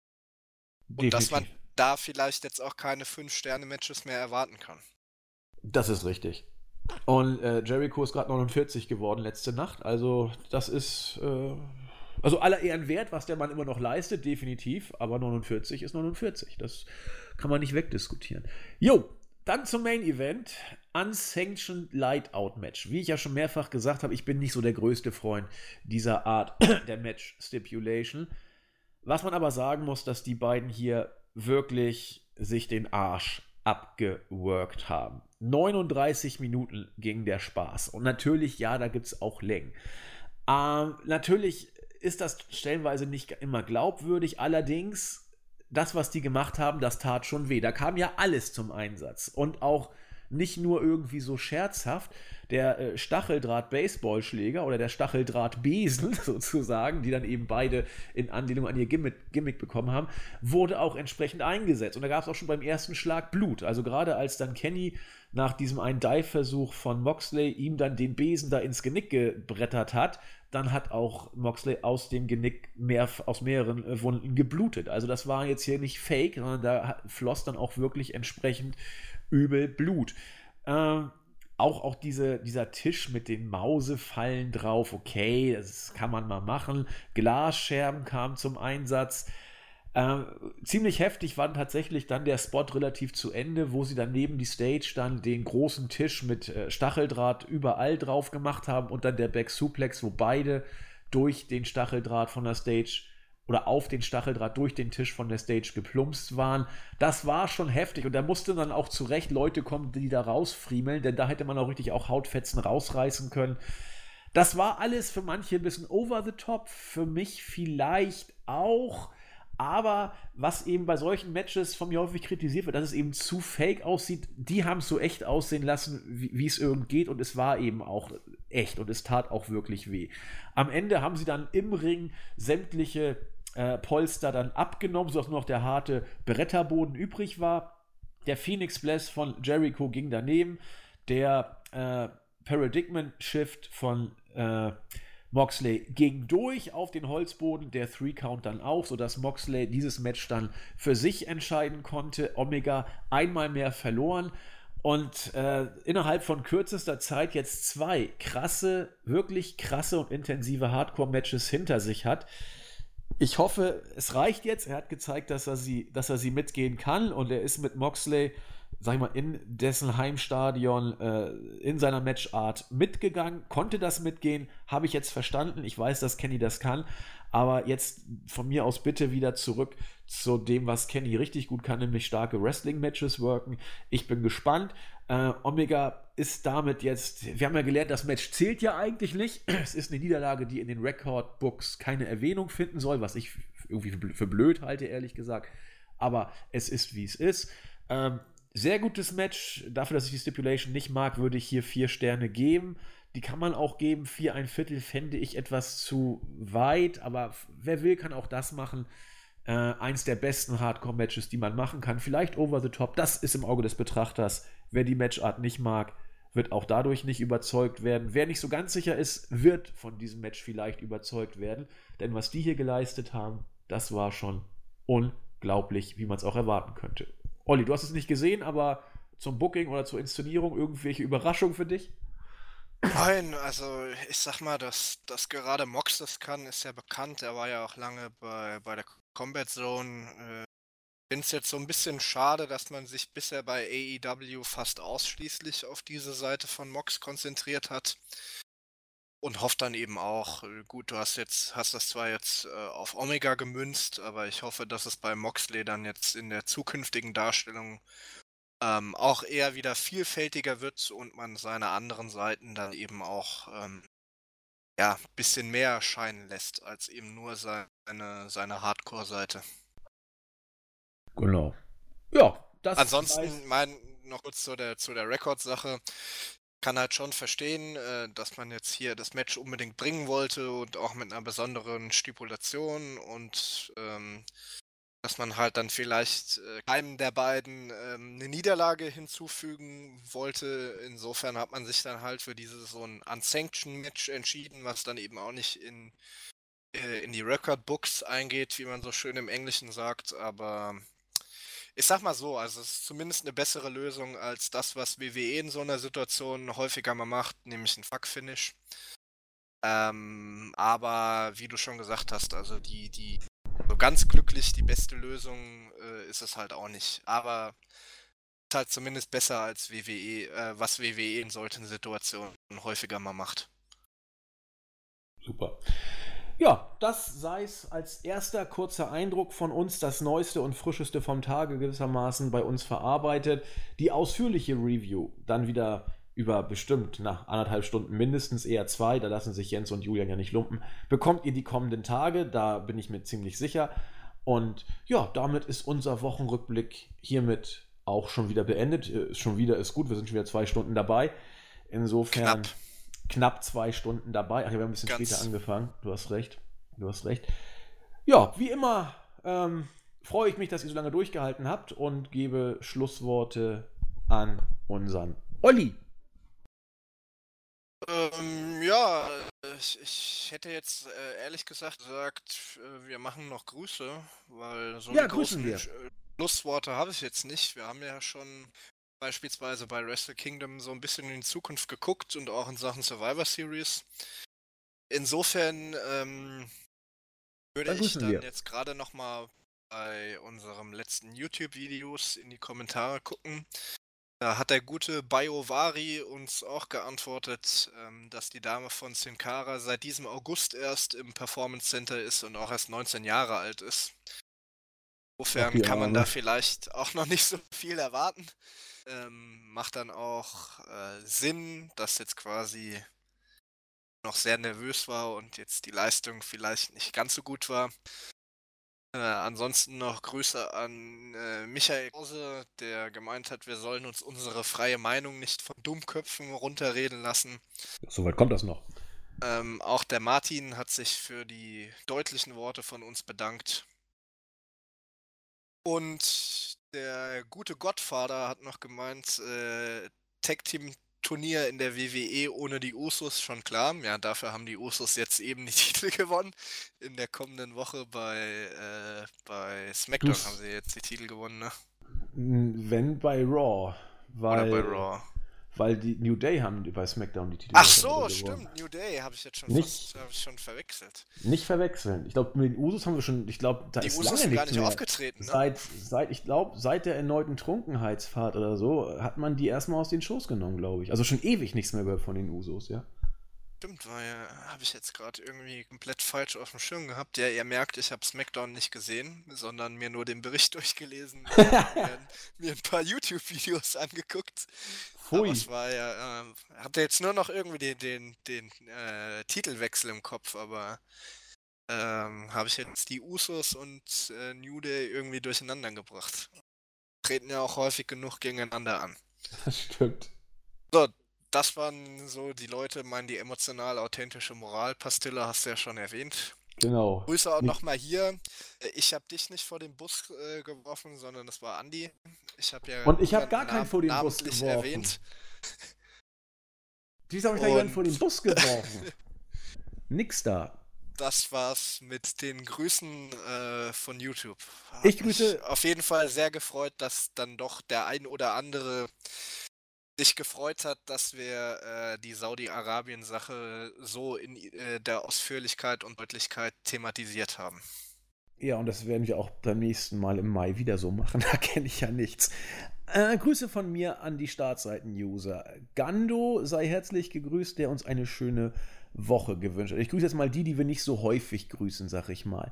Und dass man Definitiv. da vielleicht jetzt auch keine 5-Sterne-Matches mehr erwarten kann. Das ist richtig. Und Jericho ist gerade 49 geworden letzte Nacht. Also das ist also aller Ehren wert, was der Mann immer noch leistet, definitiv. Aber 49 ist 49. Das kann man nicht wegdiskutieren. Jo, dann zum Main Event. Unsanctioned Lightout Match. Wie ich ja schon mehrfach gesagt habe, ich bin nicht so der größte Freund dieser Art der Match Stipulation. Was man aber sagen muss, dass die beiden hier wirklich sich den Arsch abgeworkt haben. 39 Minuten ging der Spaß. Und natürlich, ja, da gibt es auch Längen. Natürlich ist das stellenweise nicht immer glaubwürdig. Allerdings, das, was die gemacht haben, das tat schon weh. Da kam ja alles zum Einsatz. Und auch nicht nur irgendwie so scherzhaft. Der Stacheldraht-Baseballschläger oder der Stacheldraht-Besen sozusagen, die dann eben beide in Anlehnung an ihr Gimmick bekommen haben, wurde auch entsprechend eingesetzt. Und da gab es auch schon beim ersten Schlag Blut. Also gerade als dann Kenny nach diesem einen Dive-Versuch von Moxley ihm dann den Besen da ins Genick gebrettert hat, dann hat auch Moxley aus dem Genick aus mehreren Wunden geblutet. Also das war jetzt hier nicht fake, sondern da floss dann auch wirklich entsprechend übel Blut. Auch dieser Tisch mit den Mausefallen drauf, okay, das kann man mal machen. Glasscherben kamen zum Einsatz. Ziemlich heftig war tatsächlich dann der Spot relativ zu Ende, wo sie dann neben die Stage dann den großen Tisch mit Stacheldraht überall drauf gemacht haben und dann der Back Suplex, wo beide durch den Stacheldraht von der Stage oder auf den Stacheldraht durch den Tisch von der Stage geplumpst waren. Das war schon heftig und da mussten dann auch zu Recht Leute kommen, die da rausfriemeln, denn da hätte man auch richtig auch Hautfetzen rausreißen können. Das war alles für manche ein bisschen over the top, für mich vielleicht auch. Aber was eben bei solchen Matches von mir häufig kritisiert wird, dass es eben zu fake aussieht, die haben es so echt aussehen lassen, wie es irgend geht. Und es war eben auch echt und es tat auch wirklich weh. Am Ende haben sie dann im Ring sämtliche Polster dann abgenommen, sodass nur noch der harte Beretterboden übrig war. Der Phoenix Splash von Jericho ging daneben. Der Paradigm Shift von Moxley ging durch auf den Holzboden, der 3-Count dann auch, sodass Moxley dieses Match dann für sich entscheiden konnte. Omega einmal mehr verloren und innerhalb von kürzester Zeit jetzt 2 wirklich krasse und intensive Hardcore-Matches hinter sich hat. Ich hoffe, es reicht jetzt. Er hat gezeigt, dass er sie mitgehen kann und er ist mit Moxley, sag ich mal, in dessen Heimstadion in seiner Matchart mitgegangen, konnte das mitgehen, habe ich jetzt verstanden. Ich weiß, dass Kenny das kann, aber jetzt von mir aus bitte wieder zurück zu dem, was Kenny richtig gut kann, nämlich starke Wrestling-Matches worken. Ich bin gespannt. Omega ist damit jetzt, wir haben ja gelernt, das Match zählt ja eigentlich nicht. Es ist eine Niederlage, die in den Record-Books keine Erwähnung finden soll, was ich irgendwie für blöd halte, ehrlich gesagt. Aber es ist, wie es ist. Sehr gutes Match. Dafür, dass ich die Stipulation nicht mag, würde ich hier 4 Sterne geben. Die kann man auch geben. 4,25 fände ich etwas zu weit, aber wer will, kann auch das machen. Eins der besten Hardcore-Matches, die man machen kann. Vielleicht over the top. Das ist im Auge des Betrachters. Wer die Matchart nicht mag, wird auch dadurch nicht überzeugt werden. Wer nicht so ganz sicher ist, wird von diesem Match vielleicht überzeugt werden. Denn was die hier geleistet haben, das war schon unglaublich, wie man es auch erwarten könnte. Olli, du hast es nicht gesehen, aber zum Booking oder zur Inszenierung irgendwelche Überraschungen für dich? Nein, also ich sag mal, dass gerade Mox das kann, ist ja bekannt. Er war ja auch lange bei der Combat Zone. Finde es jetzt so ein bisschen schade, dass man sich bisher bei AEW fast ausschließlich auf diese Seite von Mox konzentriert hat. Und hofft dann eben auch, gut, hast das zwar jetzt auf Omega gemünzt, aber ich hoffe, dass es bei Moxley dann jetzt in der zukünftigen Darstellung auch eher wieder vielfältiger wird und man seine anderen Seiten dann eben auch ja, ein bisschen mehr erscheinen lässt, als eben nur seine Hardcore-Seite. Genau. Ja, das heißt. Ansonsten, noch kurz zu der Record-Sache. Kann halt schon verstehen, dass man jetzt hier das Match unbedingt bringen wollte und auch mit einer besonderen Stipulation und dass man halt dann vielleicht keinem der beiden eine Niederlage hinzufügen wollte. Insofern hat man sich dann halt für dieses so ein Unsanctioned Match entschieden, was dann eben auch nicht in die Record Books eingeht, wie man so schön im Englischen sagt, aber ich sag mal so, also es ist zumindest eine bessere Lösung als das, was WWE in so einer Situation häufiger mal macht, nämlich ein Fuck-Finish. Aber wie du schon gesagt hast, also so ganz glücklich die beste Lösung ist es halt auch nicht. Aber ist halt zumindest besser als WWE, was WWE in solchen Situationen häufiger mal macht. Super. Ja, das sei es als erster kurzer Eindruck von uns, das Neueste und Frischeste vom Tage gewissermaßen bei uns verarbeitet. Die ausführliche Review dann wieder über bestimmt nach 1,5 Stunden mindestens, eher 2, da lassen sich Jens und Julian ja nicht lumpen, bekommt ihr die kommenden Tage, da bin ich mir ziemlich sicher. Und ja, damit ist unser Wochenrückblick hiermit auch schon wieder beendet. Schon wieder ist gut, wir sind schon wieder 2 Stunden dabei. Insofern knapp 2 Stunden dabei. Ach, wir haben ein bisschen später angefangen. Du hast recht. Du hast recht. Ja, wie immer freue ich mich, dass ihr so lange durchgehalten habt und gebe Schlussworte an unseren Olli. Ja, ich hätte jetzt ehrlich gesagt, wir machen noch Grüße, weil so Ja, die grüßen großen wir. Schlussworte habe ich jetzt nicht. Wir haben ja schon beispielsweise bei Wrestle Kingdom so ein bisschen in die Zukunft geguckt und auch in Sachen Survivor Series. Insofern würde Dann ich grüßen dann wir. jetzt gerade nochmal bei unserem letzten YouTube-Videos in die Kommentare gucken. Da hat der gute BioVari uns auch geantwortet, dass die Dame von Sin Cara seit diesem August erst im Performance Center ist und auch erst 19 Jahre alt ist. Ach, Insofern die kann man da Arme. vielleicht auch noch nicht so viel erwarten. Macht dann auch Sinn, dass jetzt quasi noch sehr nervös war und jetzt die Leistung vielleicht nicht ganz so gut war. Ansonsten noch Grüße an Michael Krause, der gemeint hat, wir sollen uns unsere freie Meinung nicht von Dummköpfen runterreden lassen. Soweit kommt das noch. Auch der Martin hat sich für die deutlichen Worte von uns bedankt. Und der gute Godfather hat noch gemeint, Tag-Team-Turnier in der WWE ohne die Usos, schon klar. Ja, dafür haben die Usos jetzt eben die Titel gewonnen. In der kommenden Woche bei Du, SmackDown haben sie jetzt die Titel gewonnen, ne? wenn bei Raw, Oder bei weil, Raw. weil die New Day haben bei SmackDown die Titel Ach gewonnen. so, stimmt, New Day habe ich jetzt schon Nicht, habe ich schon verwechselt. Nicht verwechseln. Ich glaube, mit den Usos haben wir schon, ich glaube, da Die ist Usos lange sind gar nichts nicht mehr. aufgetreten, ne? Ich glaube, seit der erneuten Trunkenheitsfahrt oder so, hat man die erstmal aus den Shows genommen, glaube ich. Also schon ewig nichts mehr gehört von den Usos, ja. Stimmt, weil habe ich jetzt gerade irgendwie komplett falsch auf dem Schirm gehabt. Ja, ihr merkt, ich habe SmackDown nicht gesehen, sondern mir nur den Bericht durchgelesen und mir ein paar YouTube-Videos angeguckt. Aber Pfui. es war ja, hatte jetzt nur noch irgendwie den Titelwechsel im Kopf, aber habe ich jetzt die Usos und New Day irgendwie durcheinander gebracht. Treten ja auch häufig genug gegeneinander an. Das stimmt. So, das waren so die Leute, meinen die emotional authentische Moralpastille, hast du ja schon erwähnt. Genau. Grüße auch Nicht, nochmal hier. Ich habe dich nicht vor den Bus geworfen, sondern das war Andi. Ich habe ja und ich habe niemanden gar keinen vor den Bus namentlich geworfen. erwähnt. Wieso habe ich da jemanden vor den Bus geworfen? Nix da. Das war's mit den Grüßen von YouTube. Ich Hat mich grüße. auf jeden Fall sehr gefreut, dass dann doch der ein oder andere dich gefreut hat, dass wir die Saudi-Arabien-Sache so in der Ausführlichkeit und Deutlichkeit thematisiert haben. Ja, und das werden wir auch beim nächsten Mal im Mai wieder so machen. Da kenne ich ja nichts. Grüße von mir an die Startseiten-User. Gando sei herzlich gegrüßt, der uns eine schöne Woche gewünscht hat. Ich grüße jetzt mal die wir nicht so häufig grüßen, sag ich mal.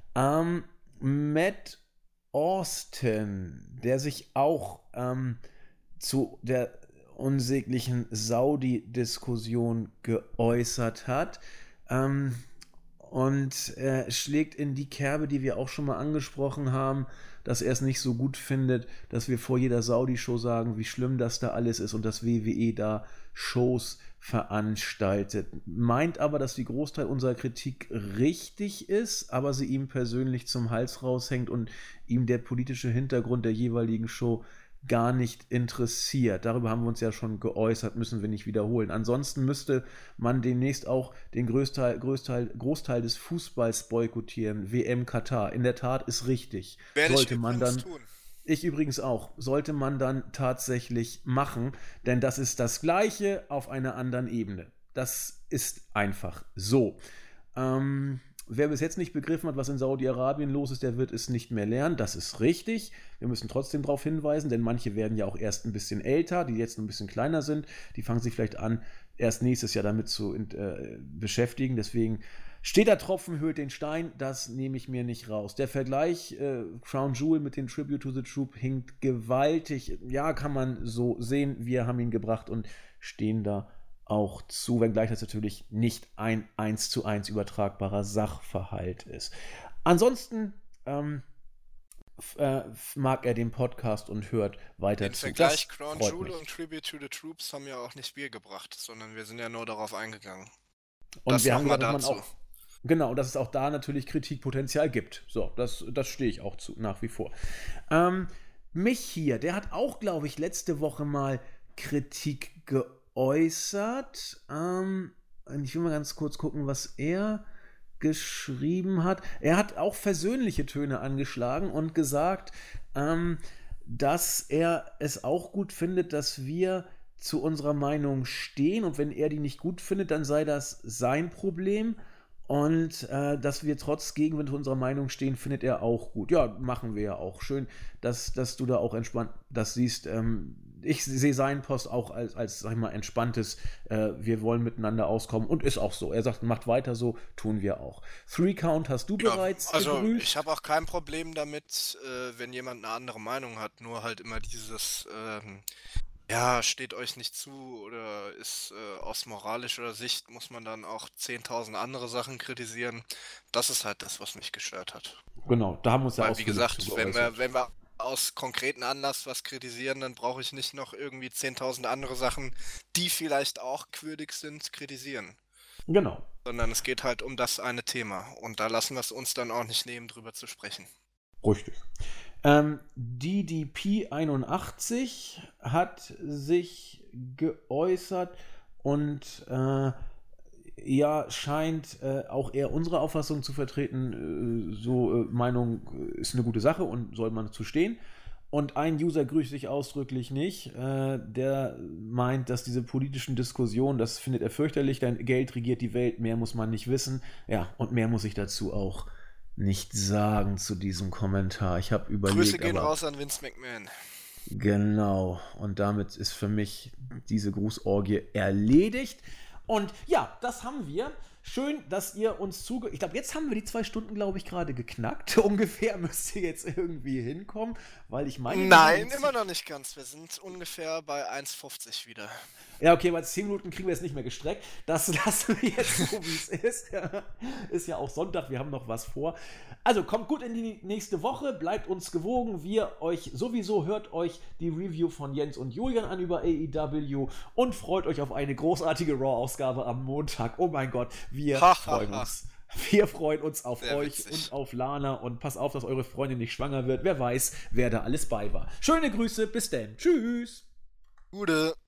Matt Austin, der sich auch zu der unsäglichen Saudi-Diskussion geäußert hat. Und schlägt in die Kerbe, die wir auch schon mal angesprochen haben, dass er es nicht so gut findet, dass wir vor jeder Saudi-Show sagen, wie schlimm das da alles ist und dass WWE da Shows veranstaltet. Meint aber, dass die Großteil unserer Kritik richtig ist, aber sie ihm persönlich zum Hals raushängt und ihm der politische Hintergrund der jeweiligen Show gar nicht interessiert. Darüber haben wir uns ja schon geäußert, müssen wir nicht wiederholen. Ansonsten müsste man demnächst auch den Großteil des Fußballs boykottieren. WM Katar. In der Tat ist richtig. Werde Sollte ich man übrigens dann tun. Ich übrigens auch. Sollte man dann tatsächlich machen, denn das ist das Gleiche auf einer anderen Ebene. Das ist einfach so. Wer bis jetzt nicht begriffen hat, was in Saudi-Arabien los ist, der wird es nicht mehr lernen. Das ist richtig. Wir müssen trotzdem darauf hinweisen, denn manche werden ja auch erst ein bisschen älter, die jetzt ein bisschen kleiner sind. Die fangen sich vielleicht an, erst nächstes Jahr damit zu beschäftigen. Deswegen steht der Tropfen, höhlt den Stein. Das nehme ich mir nicht raus. Der Vergleich Crown Jewel mit den Tribute to the Troop hinkt gewaltig. Ja, kann man so sehen. Wir haben ihn gebracht und stehen da auch zu, wenngleich das natürlich nicht ein 1:1 übertragbarer Sachverhalt ist. Ansonsten mag er den Podcast und hört weiter Den zu. Vergleich Das Crown freut Jewel mich. und Tribute to the Troops haben ja auch nicht wir gebracht, sondern wir sind ja nur darauf eingegangen. Und Das wir haben nochmal gesagt, dass man dazu. auch, genau, dass es auch da natürlich Kritikpotenzial gibt. So, das stehe ich auch zu, nach wie vor. Mich hier, der hat auch, glaube ich, letzte Woche mal Kritik geäußert. Ich will mal ganz kurz gucken, was er geschrieben hat. Er hat auch versöhnliche Töne angeschlagen und gesagt, dass er es auch gut findet, dass wir zu unserer Meinung stehen und wenn er die nicht gut findet, dann sei das sein Problem und dass wir trotz Gegenwind zu unserer Meinung stehen, findet er auch gut. Ja, machen wir ja auch. Schön, dass du da auch entspannt das siehst. Ich sehe seinen Post auch als sag ich mal, entspanntes, wir wollen miteinander auskommen und ist auch so. Er sagt, macht weiter so, tun wir auch. 3Count hast du bereits gegrüßt. Ich habe auch kein Problem damit, wenn jemand eine andere Meinung hat, nur halt immer dieses, ja, steht euch nicht zu oder ist aus moralischer Sicht muss man dann auch 10.000 andere Sachen kritisieren. Das ist halt das, was mich gestört hat. Genau, da haben wir uns ja Weil, wie ausführlich gesagt, zu wenn geäußert. wir aus konkreten Anlass was kritisieren, dann brauche ich nicht noch irgendwie 10.000 andere Sachen, die vielleicht auch würdig sind, kritisieren. Genau. Sondern es geht halt um das eine Thema. Und da lassen wir es uns dann auch nicht nehmen, drüber zu sprechen. Richtig. DDP81 hat sich geäußert und ja, scheint auch eher unsere Auffassung zu vertreten. Meinung ist eine gute Sache und soll man zu stehen. Und ein User grüßt sich ausdrücklich nicht. Der meint, dass diese politischen Diskussionen, das findet er fürchterlich, denn Geld regiert die Welt, mehr muss man nicht wissen. Ja, und mehr muss ich dazu auch nicht sagen zu diesem Kommentar. Ich habe überlegt, Grüße gehen raus an Vince McMahon. Genau. Und damit ist für mich diese Grußorgie erledigt. Und ja, das haben wir. Schön, dass ihr uns Ich glaube, jetzt haben wir die 2 Stunden, glaube ich, gerade geknackt. Ungefähr müsst ihr jetzt irgendwie hinkommen, weil ich meine... Nein, immer noch nicht ganz. Wir sind ungefähr bei 1,50 wieder. Ja, okay, bei 10 Minuten kriegen wir es nicht mehr gestreckt. Das lassen wir jetzt so, wie es ist. Ist ja auch Sonntag, wir haben noch was vor. Also kommt gut in die nächste Woche, bleibt uns gewogen. Hört euch die Review von Jens und Julian an über AEW und freut euch auf eine großartige Raw-Ausgabe am Montag. Oh mein Gott, wir freuen uns. Wir freuen uns auf Sehr euch witzig. und auf Lana und passt auf, dass eure Freundin nicht schwanger wird. Wer weiß, wer da alles bei war. Schöne Grüße, bis denn. Tschüss. Gute.